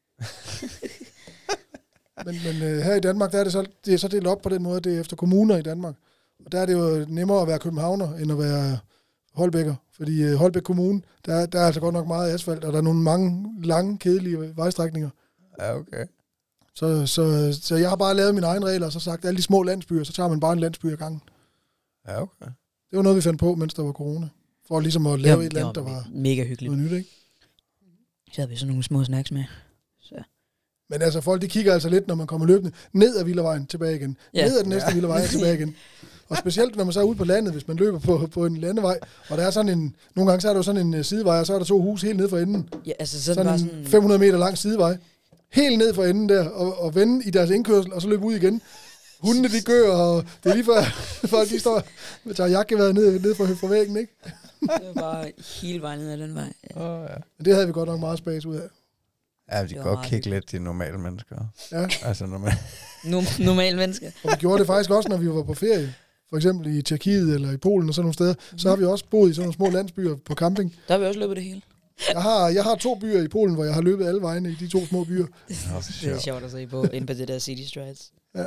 Men, men øh, her i Danmark, der er det så, det er så delt op på den måde, det er efter kommuner i Danmark. Og der er det jo nemmere at være københavner, end at være Holbækker. Fordi øh, Holbæk Kommune, der, der er altså godt nok meget asfalt, og der er nogle mange lange, kedelige vejstrækninger. Ja, okay. Så, så, så jeg har bare lavet mine egne regler, og så sagt, alle de små landsbyer, så tager man bare en landsby ad gangen. Ja, okay. Det var noget, vi fandt på, mens der var corona. For ligesom at lave Jamen, et eller andet, det der var mega hyggeligt. noget nyt, ikke? Så havde vi sådan nogle små snacks med. Så. Men altså, folk de kigger altså lidt, når man kommer løbende ned ad Villavejen tilbage igen. Ja. Ja. Ned ad den næste Ja. ja. Villavej og tilbage igen. Og specielt, når man så er ude på landet, hvis man løber på, på en landevej, og der er sådan en, nogle gange så er der jo sådan en uh, sidevej, og så er der to huse helt ned for enden. Ja, altså sådan, Sådan bare en sådan... fem hundrede meter lang sidevej. Helt ned for enden der, og, og vende i deres indkørsel, og så løbe ud igen. Hundene, de gør, og det er lige før, folk de står og tager jagtgeværet ned, ned fra, fra væggen, ikke? Det var bare hele vejen ned ad den vej. Åh, oh, ja. Men det havde vi godt nok meget space ud af. Ja, de Det kan var godt meget kigge lidt de normale mennesker. Ja. Altså, når man... No- normale mennesker. Og vi gjorde det faktisk også, når vi var på ferie. For eksempel i Tjekkiet eller i Polen og sådan nogle steder. Så har vi også boet i sådan nogle små landsbyer på camping. Der har vi også løbet det hele. Jeg har, jeg har to byer i Polen, hvor jeg har løbet alle vejene i de to små byer. Nå, Det er sjovt at se på, inde på det der City Strides. Ja.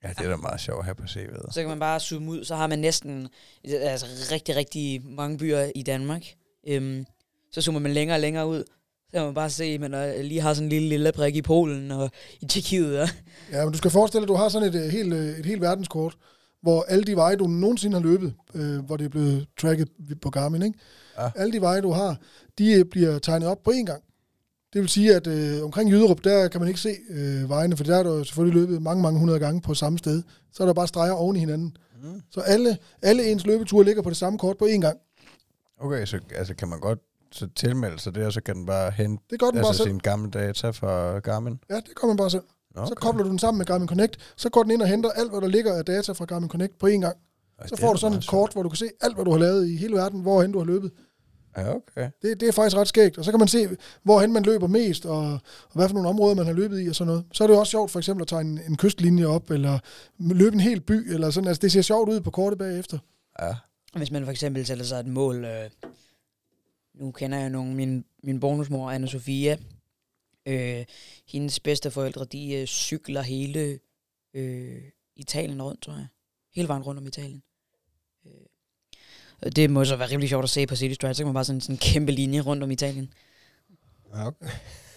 Ja, det er da meget sjovt at have på C V'et. Så kan man bare zoome ud, så har man næsten altså, rigtig, rigtig mange byer i Danmark. Øhm, så zoomer man længere og længere ud, så kan man bare se, at man lige har sådan en lille lille prik i Polen og i Tjekkiet. Ja. Ja, men du skal forestille dig, at du har sådan et, et, helt, et helt verdenskort, hvor alle de veje, du nogensinde har løbet, øh, hvor det er blevet tracket på Garmin, ikke? Ja. Alle de veje, du har, de bliver tegnet op på én gang. Det vil sige, at øh, omkring Jyderup, der kan man ikke se øh, vejene, for der er der selvfølgelig løbet mange, mange hundrede gange på samme sted. Så er der bare streger oven i hinanden. Mm. Så alle, alle ens løbeture ligger på det samme kort på én gang. Okay, så altså, kan man godt så tilmelde sig det, og så kan den bare hente det gør den altså, bare selv. sine gamle data fra Garmin? Ja, det gør man bare selv. Okay. Så kobler du den sammen med Garmin Connect, så går den ind og henter alt, hvad der ligger af data fra Garmin Connect på én gang. Ej, så får du sådan et kort, hvor du kan se alt, hvad du har lavet i hele verden, hvorhen du har løbet. Ja, okay. Det, det er faktisk ret skægt. Og så kan man se, hvorhen man løber mest, og, og hvad for nogle områder, man har løbet i, og sådan noget. Så er det jo også sjovt, for eksempel at tegne en, en kystlinje op, eller løbe en hel by, eller sådan. Altså, det ser sjovt ud på kortet bagefter. Ja. Hvis man for eksempel sætter sig et mål, øh, nu kender jeg nogle, min, min bonusmor, Anna-Sofia, øh, hendes bedsteforældre, de øh, cykler hele øh, Italien rundt, tror jeg. Hele vejen rundt om Italien. Øh. Det må så være rimelig sjovt at se på City Stride. Så kan man bare sådan sådan en kæmpe linje rundt om Italien. Okay.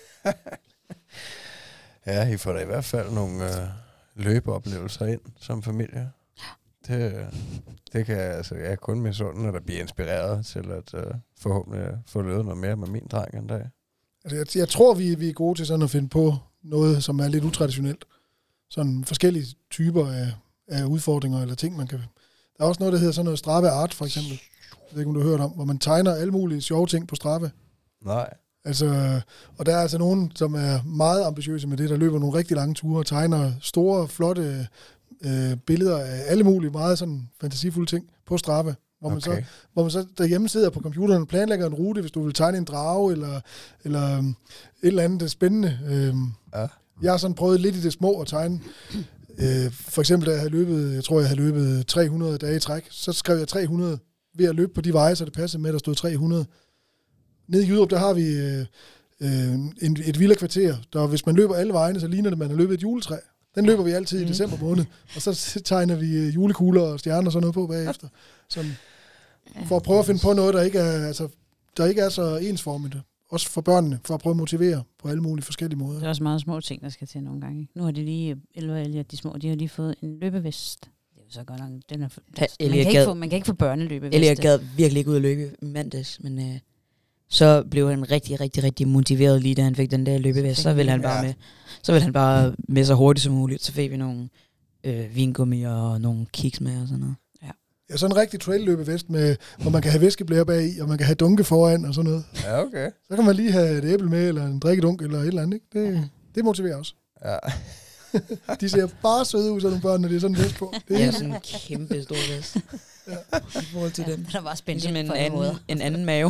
Ja, I får da i hvert fald nogle øh, løbeoplevelser ind som familie. Det, det kan jeg, altså, jeg er kun misundelig, når der bliver inspireret til at øh, forhåbentlig få løbet noget mere med min dreng en dag. Altså, jeg, jeg tror, vi, vi er gode til sådan at finde på noget, som er lidt utraditionelt. Sådan forskellige typer af, af udfordringer eller ting, man kan... Der er også noget, der hedder sådan noget Strava Art, for eksempel. Jeg ved ikke, om du har hørt om, hvor man tegner alle mulige sjove ting på Strava. Nej. Altså, og der er altså nogen, som er meget ambitiøse med det, der løber nogle rigtig lange ture og tegner store, flotte øh, billeder af alle mulige, meget sådan fantasifulde ting på Strava. Hvor man, okay. så, hvor man så derhjemme sidder på computeren og planlægger en rute, hvis du vil tegne en drage, eller, eller um, et eller andet spændende. Øhm, ja. Jeg har sådan prøvet lidt i det små at tegne. Øh, for eksempel, da jeg havde løbet, jeg tror, jeg havde løbet tre hundrede dage i træk, så skrev jeg tre hundrede ved at løbe på de veje, så det passede med, at der stod tre hundrede. Nede i Jyderup, der har vi øh, øh, en, et villa-kvarter, der hvis man løber alle vejene, så ligner det, at man har løbet et juletræ. Den løber vi altid i mm. december måned, og så tegner vi julekugler og stjerner og sådan noget på bagefter. Sådan, for at prøve at finde på noget, der ikke er, altså, der ikke er så ensformigt. Også for børnene, for at prøve at motivere på alle mulige forskellige måder. Det er også meget små ting, der skal til nogle gange. Nu har de lige, Elva og Elliot, de små, de har lige fået en løbevest. Det er jo så godt nok, den er, ja, man, kan ikke få, man kan ikke få børneløbevest. Elliot gad virkelig ikke ud at løbe i mandags, men øh, så blev han rigtig, rigtig, rigtig motiveret lige da han fik den der løbevest. Så ville han bare med, så ville han bare med så hurtigt som muligt. Så fik vi nogle øh, vingummi og nogle kiks med og sådan noget. Ja, sådan en rigtig trail-løbevest, med, hvor man kan have væskeblære bag i, og man kan have dunke foran og sådan noget. Ja, okay. Så kan man lige have et æble med, eller en drikkedunk, eller et eller andet. Ikke? Det, det motiverer også. Ja. De ser bare søde ud, sådan nogle børn, når det er sådan en vest på. Det er ja, sådan en kæmpe stor vest. Ja, i forhold til ja, dem. Der var spændt ligesom en, en anden, en anden mave.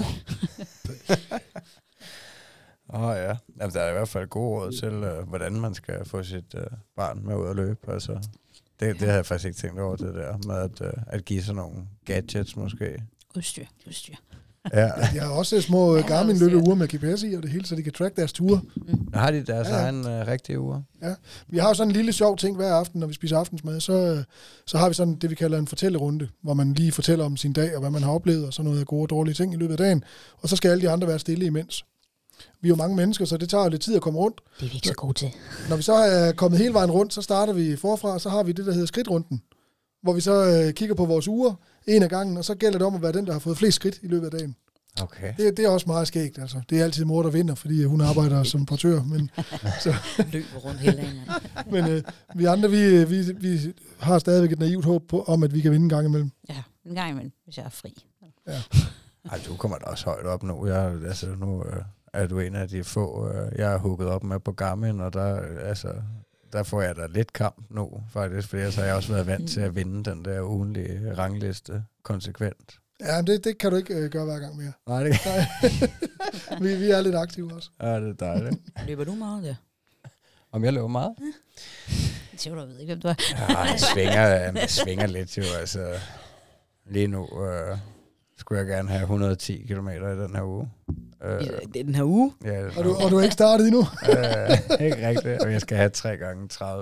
Åh oh, ja, altså, der er i hvert fald gode råd til, uh, hvordan man skal få sit uh, barn med ud at løbe. Altså, det, det har jeg faktisk ikke tænkt over, det der med at, uh, at give sådan nogle gadgets måske. Udstyr, udstyr. Ja. De har også små Garmin løbeure med G P S i, og det hele, så de kan track deres ture. Mm. Har de deres ja, ja. egen uh, rigtige ure? Ja, vi har jo sådan en lille sjov ting hver aften, når vi spiser aftensmad, så, så har vi sådan det, vi kalder en fortællerunde, hvor man lige fortæller om sin dag, og hvad man har oplevet, og sådan noget af gode og dårlige ting i løbet af dagen, og så skal alle de andre være stille imens. Vi er jo mange mennesker, så det tager jo lidt tid at komme rundt. Det er vi ikke så gode til. Når vi så er kommet hele vejen rundt, så starter vi forfra, og så har vi det, der hedder skridtrunden, hvor vi så øh, kigger på vores uger en af gangen, og så gælder det om at være den, der har fået flest skridt i løbet af dagen. Okay. Det, det er også meget skægt, altså. Det er altid mor, der vinder, fordi hun arbejder som portør. Men, så. Løber rundt hele dagen. Men øh, vi andre, vi, vi, vi har stadigvæk et naivt håb på, om, at vi kan vinde en gang imellem. Ja, en gang imellem, hvis jeg er fri. Ja. Ej, du kommer da også højt op nu. Jeg, altså, nu øh, er du en af de få, øh, jeg har hugget op med på Garmin, og der, altså, der får jeg da lidt kamp nu, faktisk, fordi så har jeg også været vant til at vinde den der ugenlige rangliste konsekvent. Ja, men det, det kan du ikke øh, gøre hver gang mere. Nej, det kan vi, vi er lidt aktive også. Ja, det er dejligt. Løber du meget, ja? Om jeg løber meget? Det siger du, jeg ved ikke, hvem du er. Ja, jeg svinger, jeg svinger lidt jo, altså. Lige nu øh, skulle jeg gerne have et hundrede og ti kilometer i den her uge. Øh, I den her uge? Ja, og, du, og du er ikke startet endnu? øh, ikke rigtigt, og jeg skal have tre gange tredive.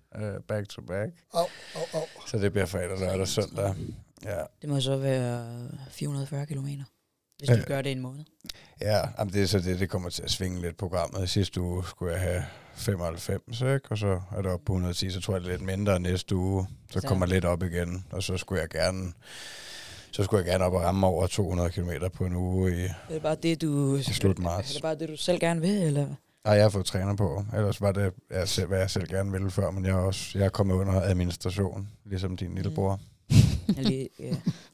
uh, back to back. Au, au, au. Så det bliver fredag, lørdag og søndag. Ja, Det må så være fire hundrede og fyrre kilometer, hvis Ja. du gør det i en måned. ja jamen det er så det, det kommer til at svinge lidt programmet. Sidste uge skulle jeg have femoghalvfems, ikke? Og så er det oppe på et hundrede og ti, så tror jeg, det er lidt mindre næste uge. Så Så- kommer jeg lidt op igen, og så skulle jeg gerne... Så skulle jeg gerne op og ramme over to hundrede kilometer på en uge i... Er det bare det, du... I slut marts. Er det bare det, du selv gerne vil, eller? Nej, jeg har fået træner på. Ellers var det, jeg selv, hvad jeg selv gerne ville før, men jeg er også jeg er kommet under administration, ligesom din lillebror. Jeg lige, ja.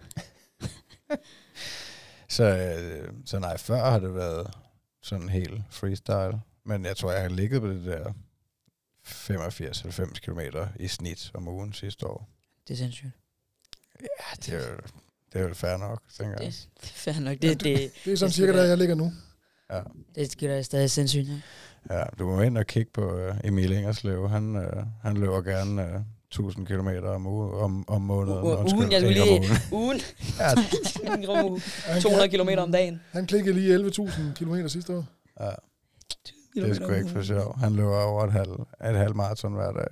Så, øh, så nej, før har det været sådan helt freestyle. Men jeg tror, jeg har ligget på det der femogfirs til halvfems kilometer i snit om ugen sidste år. Det er sindssygt. Ja, det er jo, det er jo fair nok, tænker jeg. Det, det er fair nok. Det, det, Det er sådan det cirka skal der, da- jeg ligger nu. Ja. det skal da stadig sindssygt. Ja. Ja, du må ind og kigge på uh, Emil Ingerslev. Han, uh, han løber gerne uh, tusind kilometer om, uge, om, om måneden. U- Undskyld, ugen, jeg skulle ikke om lige- ugen. Ugen. Ja, En grum uge. Han to hundrede kan- kilometer om dagen. Han klikkede lige elleve tusind kilometer sidste år. ja, det er sgu ikke for sjov. Han løber over et halv, et halv maraton hver dag.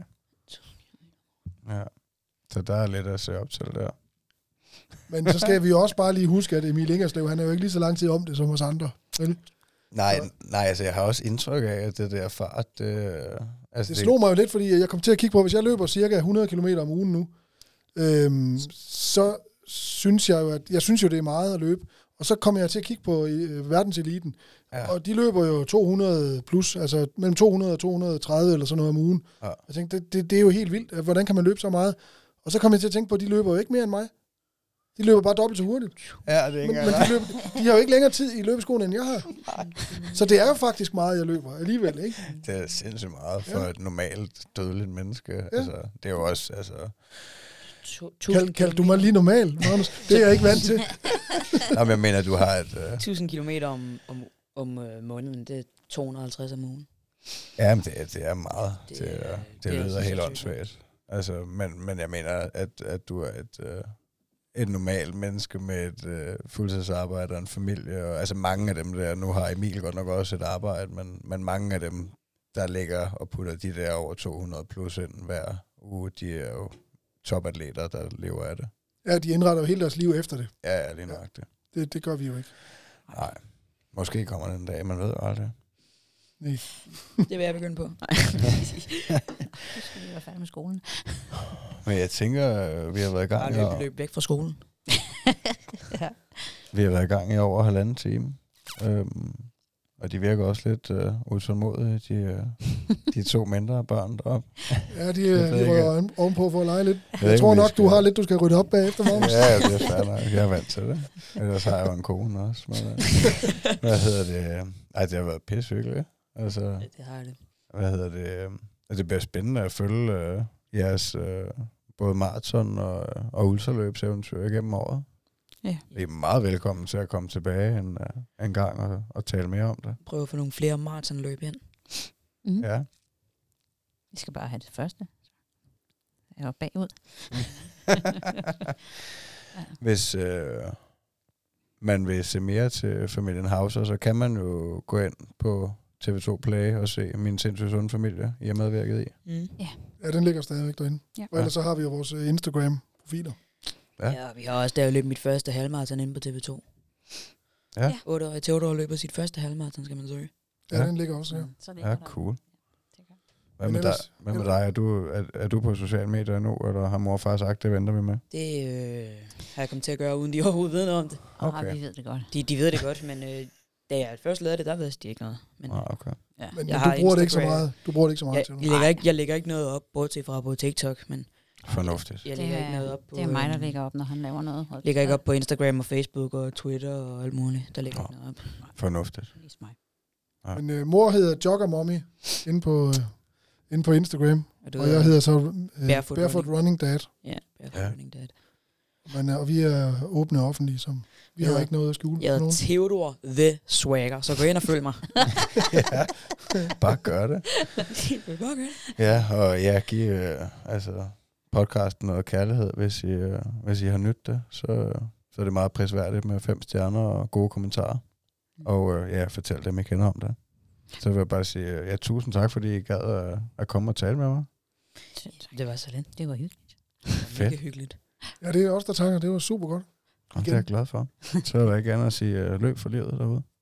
Ja. Så der er lidt at se op til der. Men så skal vi jo også bare lige huske, at Emil Ingerslev, han er jo ikke lige så lang tid om det som hos andre. Vel? Nej, nej, altså jeg har også indtryk af, at det der fart... Øh, altså Det slog mig jo lidt, fordi jeg kom til at kigge på, hvis jeg løber cirka hundrede kilometer om ugen nu, øhm, så synes jeg jo, at jeg synes jo, det er meget at løbe. Og så kommer jeg til at kigge på øh, verdenseliten, Ja. og de løber jo to hundrede plus, altså mellem to hundrede og to hundrede og tredive eller sådan noget om ugen. Ja. Jeg tænkte, det, det, det er jo helt vildt. Hvordan kan man løbe så meget? Og så kom jeg til at tænke på, at de løber jo ikke mere end mig. De løber bare dobbelt så hurtigt. Ja, det er ikke Men, men de, løber, de har jo ikke længere tid i løbeskoene, end jeg har. Så det er jo faktisk meget, jeg løber alligevel, ikke? Det er sindssygt meget for Ja. et normalt dødeligt menneske. Ja. Altså, det er jo også... Altså, Kald, kald du mig lige normal, Magnus. Det er jeg ikke vant til. Nå, men jeg mener, du har et... Uh, tusind kilometer om, om, om øh, måneden, det er to hundrede og halvtreds om ugen. ja, men det, er- det er meget. Det, Det det, er- er, det, det er lyder så helt sindssygt. åndssvagt. Altså, men, men jeg mener, at, at du er et... Uh, et normalt menneske med et øh, fuldtidsarbejde og en familie. Og, altså mange af dem der, nu har Emil godt nok også et arbejde, men, men mange af dem, der ligger og putter de der over to hundrede plus ind hver uge, de er jo topatleter, der lever af det. Ja, de indretter jo hele deres liv efter det. Ja, ja, lige nok det. det. Det gør vi jo ikke. Nej, måske kommer den dag, man ved jo aldrig. Nej. Det vil jeg begynde på. Nej. Nu skal vi være færdige med skolen. Men jeg tænker, øh, vi har været i gang i Bare år. løb, løb væk fra skolen. Ja. Vi har været i gang i over halvanden time. Øhm, og de virker også lidt øh, utålmodige, de, øh, de to mindre børn deroppe. Ja, de, Jeg ved de ikke. rører ovenpå for at lege lidt. ved Jeg ikke, tror om vi nok, skal- du har lidt, du skal rydde op bagefter, Magnus. Ja, det er fair nok. Jeg er vant til det. Ellers har jeg jo en kone også. Men, øh, hvad hedder det? Ej, det har været pissehyggeligt. Altså, Ja, det har jeg det. hvad hedder det? øh, Altså, det bliver spændende at følge øh, jeres øh, både maraton og, og ultraløbseventyr igennem året. Ja. I er meget velkommen til at komme tilbage en, uh, en gang og, og tale mere om det. Prøv at få nogle flere maratonløb ind. Mm. Ja. Ja. Vi skal bare have det første. Jeg var bagud. Hvis øh, man vil se mere til familien Hauser, så kan man jo gå ind på T V to Play og se Min sindssygt sunde familie, I er medvirket i. Mm. Ja, den ligger stadigvæk derinde. Ja. Og ellers så har vi jo vores øh, Instagram-profiler. Ja. Ja. ja, vi har også der løbet mit første halvmarathon inde på T V to. Ja. Ja. otte år, Theodor løber sit første halvmarathon, skal man søge. Ja, Ja. den ligger også her. Så det Ja, cool. Hvad Men med dig, ellers- hvad med dig? Er, du, er, er du på sociale medier nu, eller har mor og far sagt, det venter vi med? Det øh, har jeg kommet til at gøre, uden de overhovedet ved noget om det. Okay. Okay. Ah, vi ved det godt. De, de ved det godt, men øh, da jeg først lavede det, der vidste de ikke noget. Men Ah, okay. Ja. Men, Jeg men har du bruger det ikke så Instagram. meget. Du bruger det ikke så meget jeg, til jeg, nu. lægger ikke, jeg lægger ikke noget op, bortset fra på TikTok, men Fornuftigt. jeg Det lægger er, ikke noget op på... det er mig, der øhm, lægger op, når han laver noget. lægger ikke op på Instagram og Facebook og Twitter og alt muligt. Der ligger Nå. ikke noget op. Fornuftigt. Vis mig. Ja. Men øh, mor hedder Jogger Mommy inde på, øh, inde på Instagram. Og, du Og jeg hedder så øh, Barefoot Barefoot Running. Running Dad. Ja, Barefoot Ja. Running Dad. Men, øh, og vi er åbne og offentlige, så vi Jeg har hedder- ikke noget at skjule. Jeg for hedder nogen. Theodor The Swagger, så gå ind og følg mig. Ja, bare gør det. Ja, og ja, giv øh, altså, podcasten noget kærlighed, hvis I, øh, hvis I har nydt det. Så, så er det meget prisværdigt med fem stjerner og gode kommentarer. Og øh, ja, fortæl dem, I kender om det. Så vil jeg bare sige, øh, ja, tusind tak, fordi I gad at, at komme og tale med mig. Det var så lidt. Det var hyggeligt. Det var Fedt. mega hyggeligt. Ja, det er også der takker. Det var super godt. Og det er jeg glad for. Så vil jeg gerne at sige uh, løb for livet derude.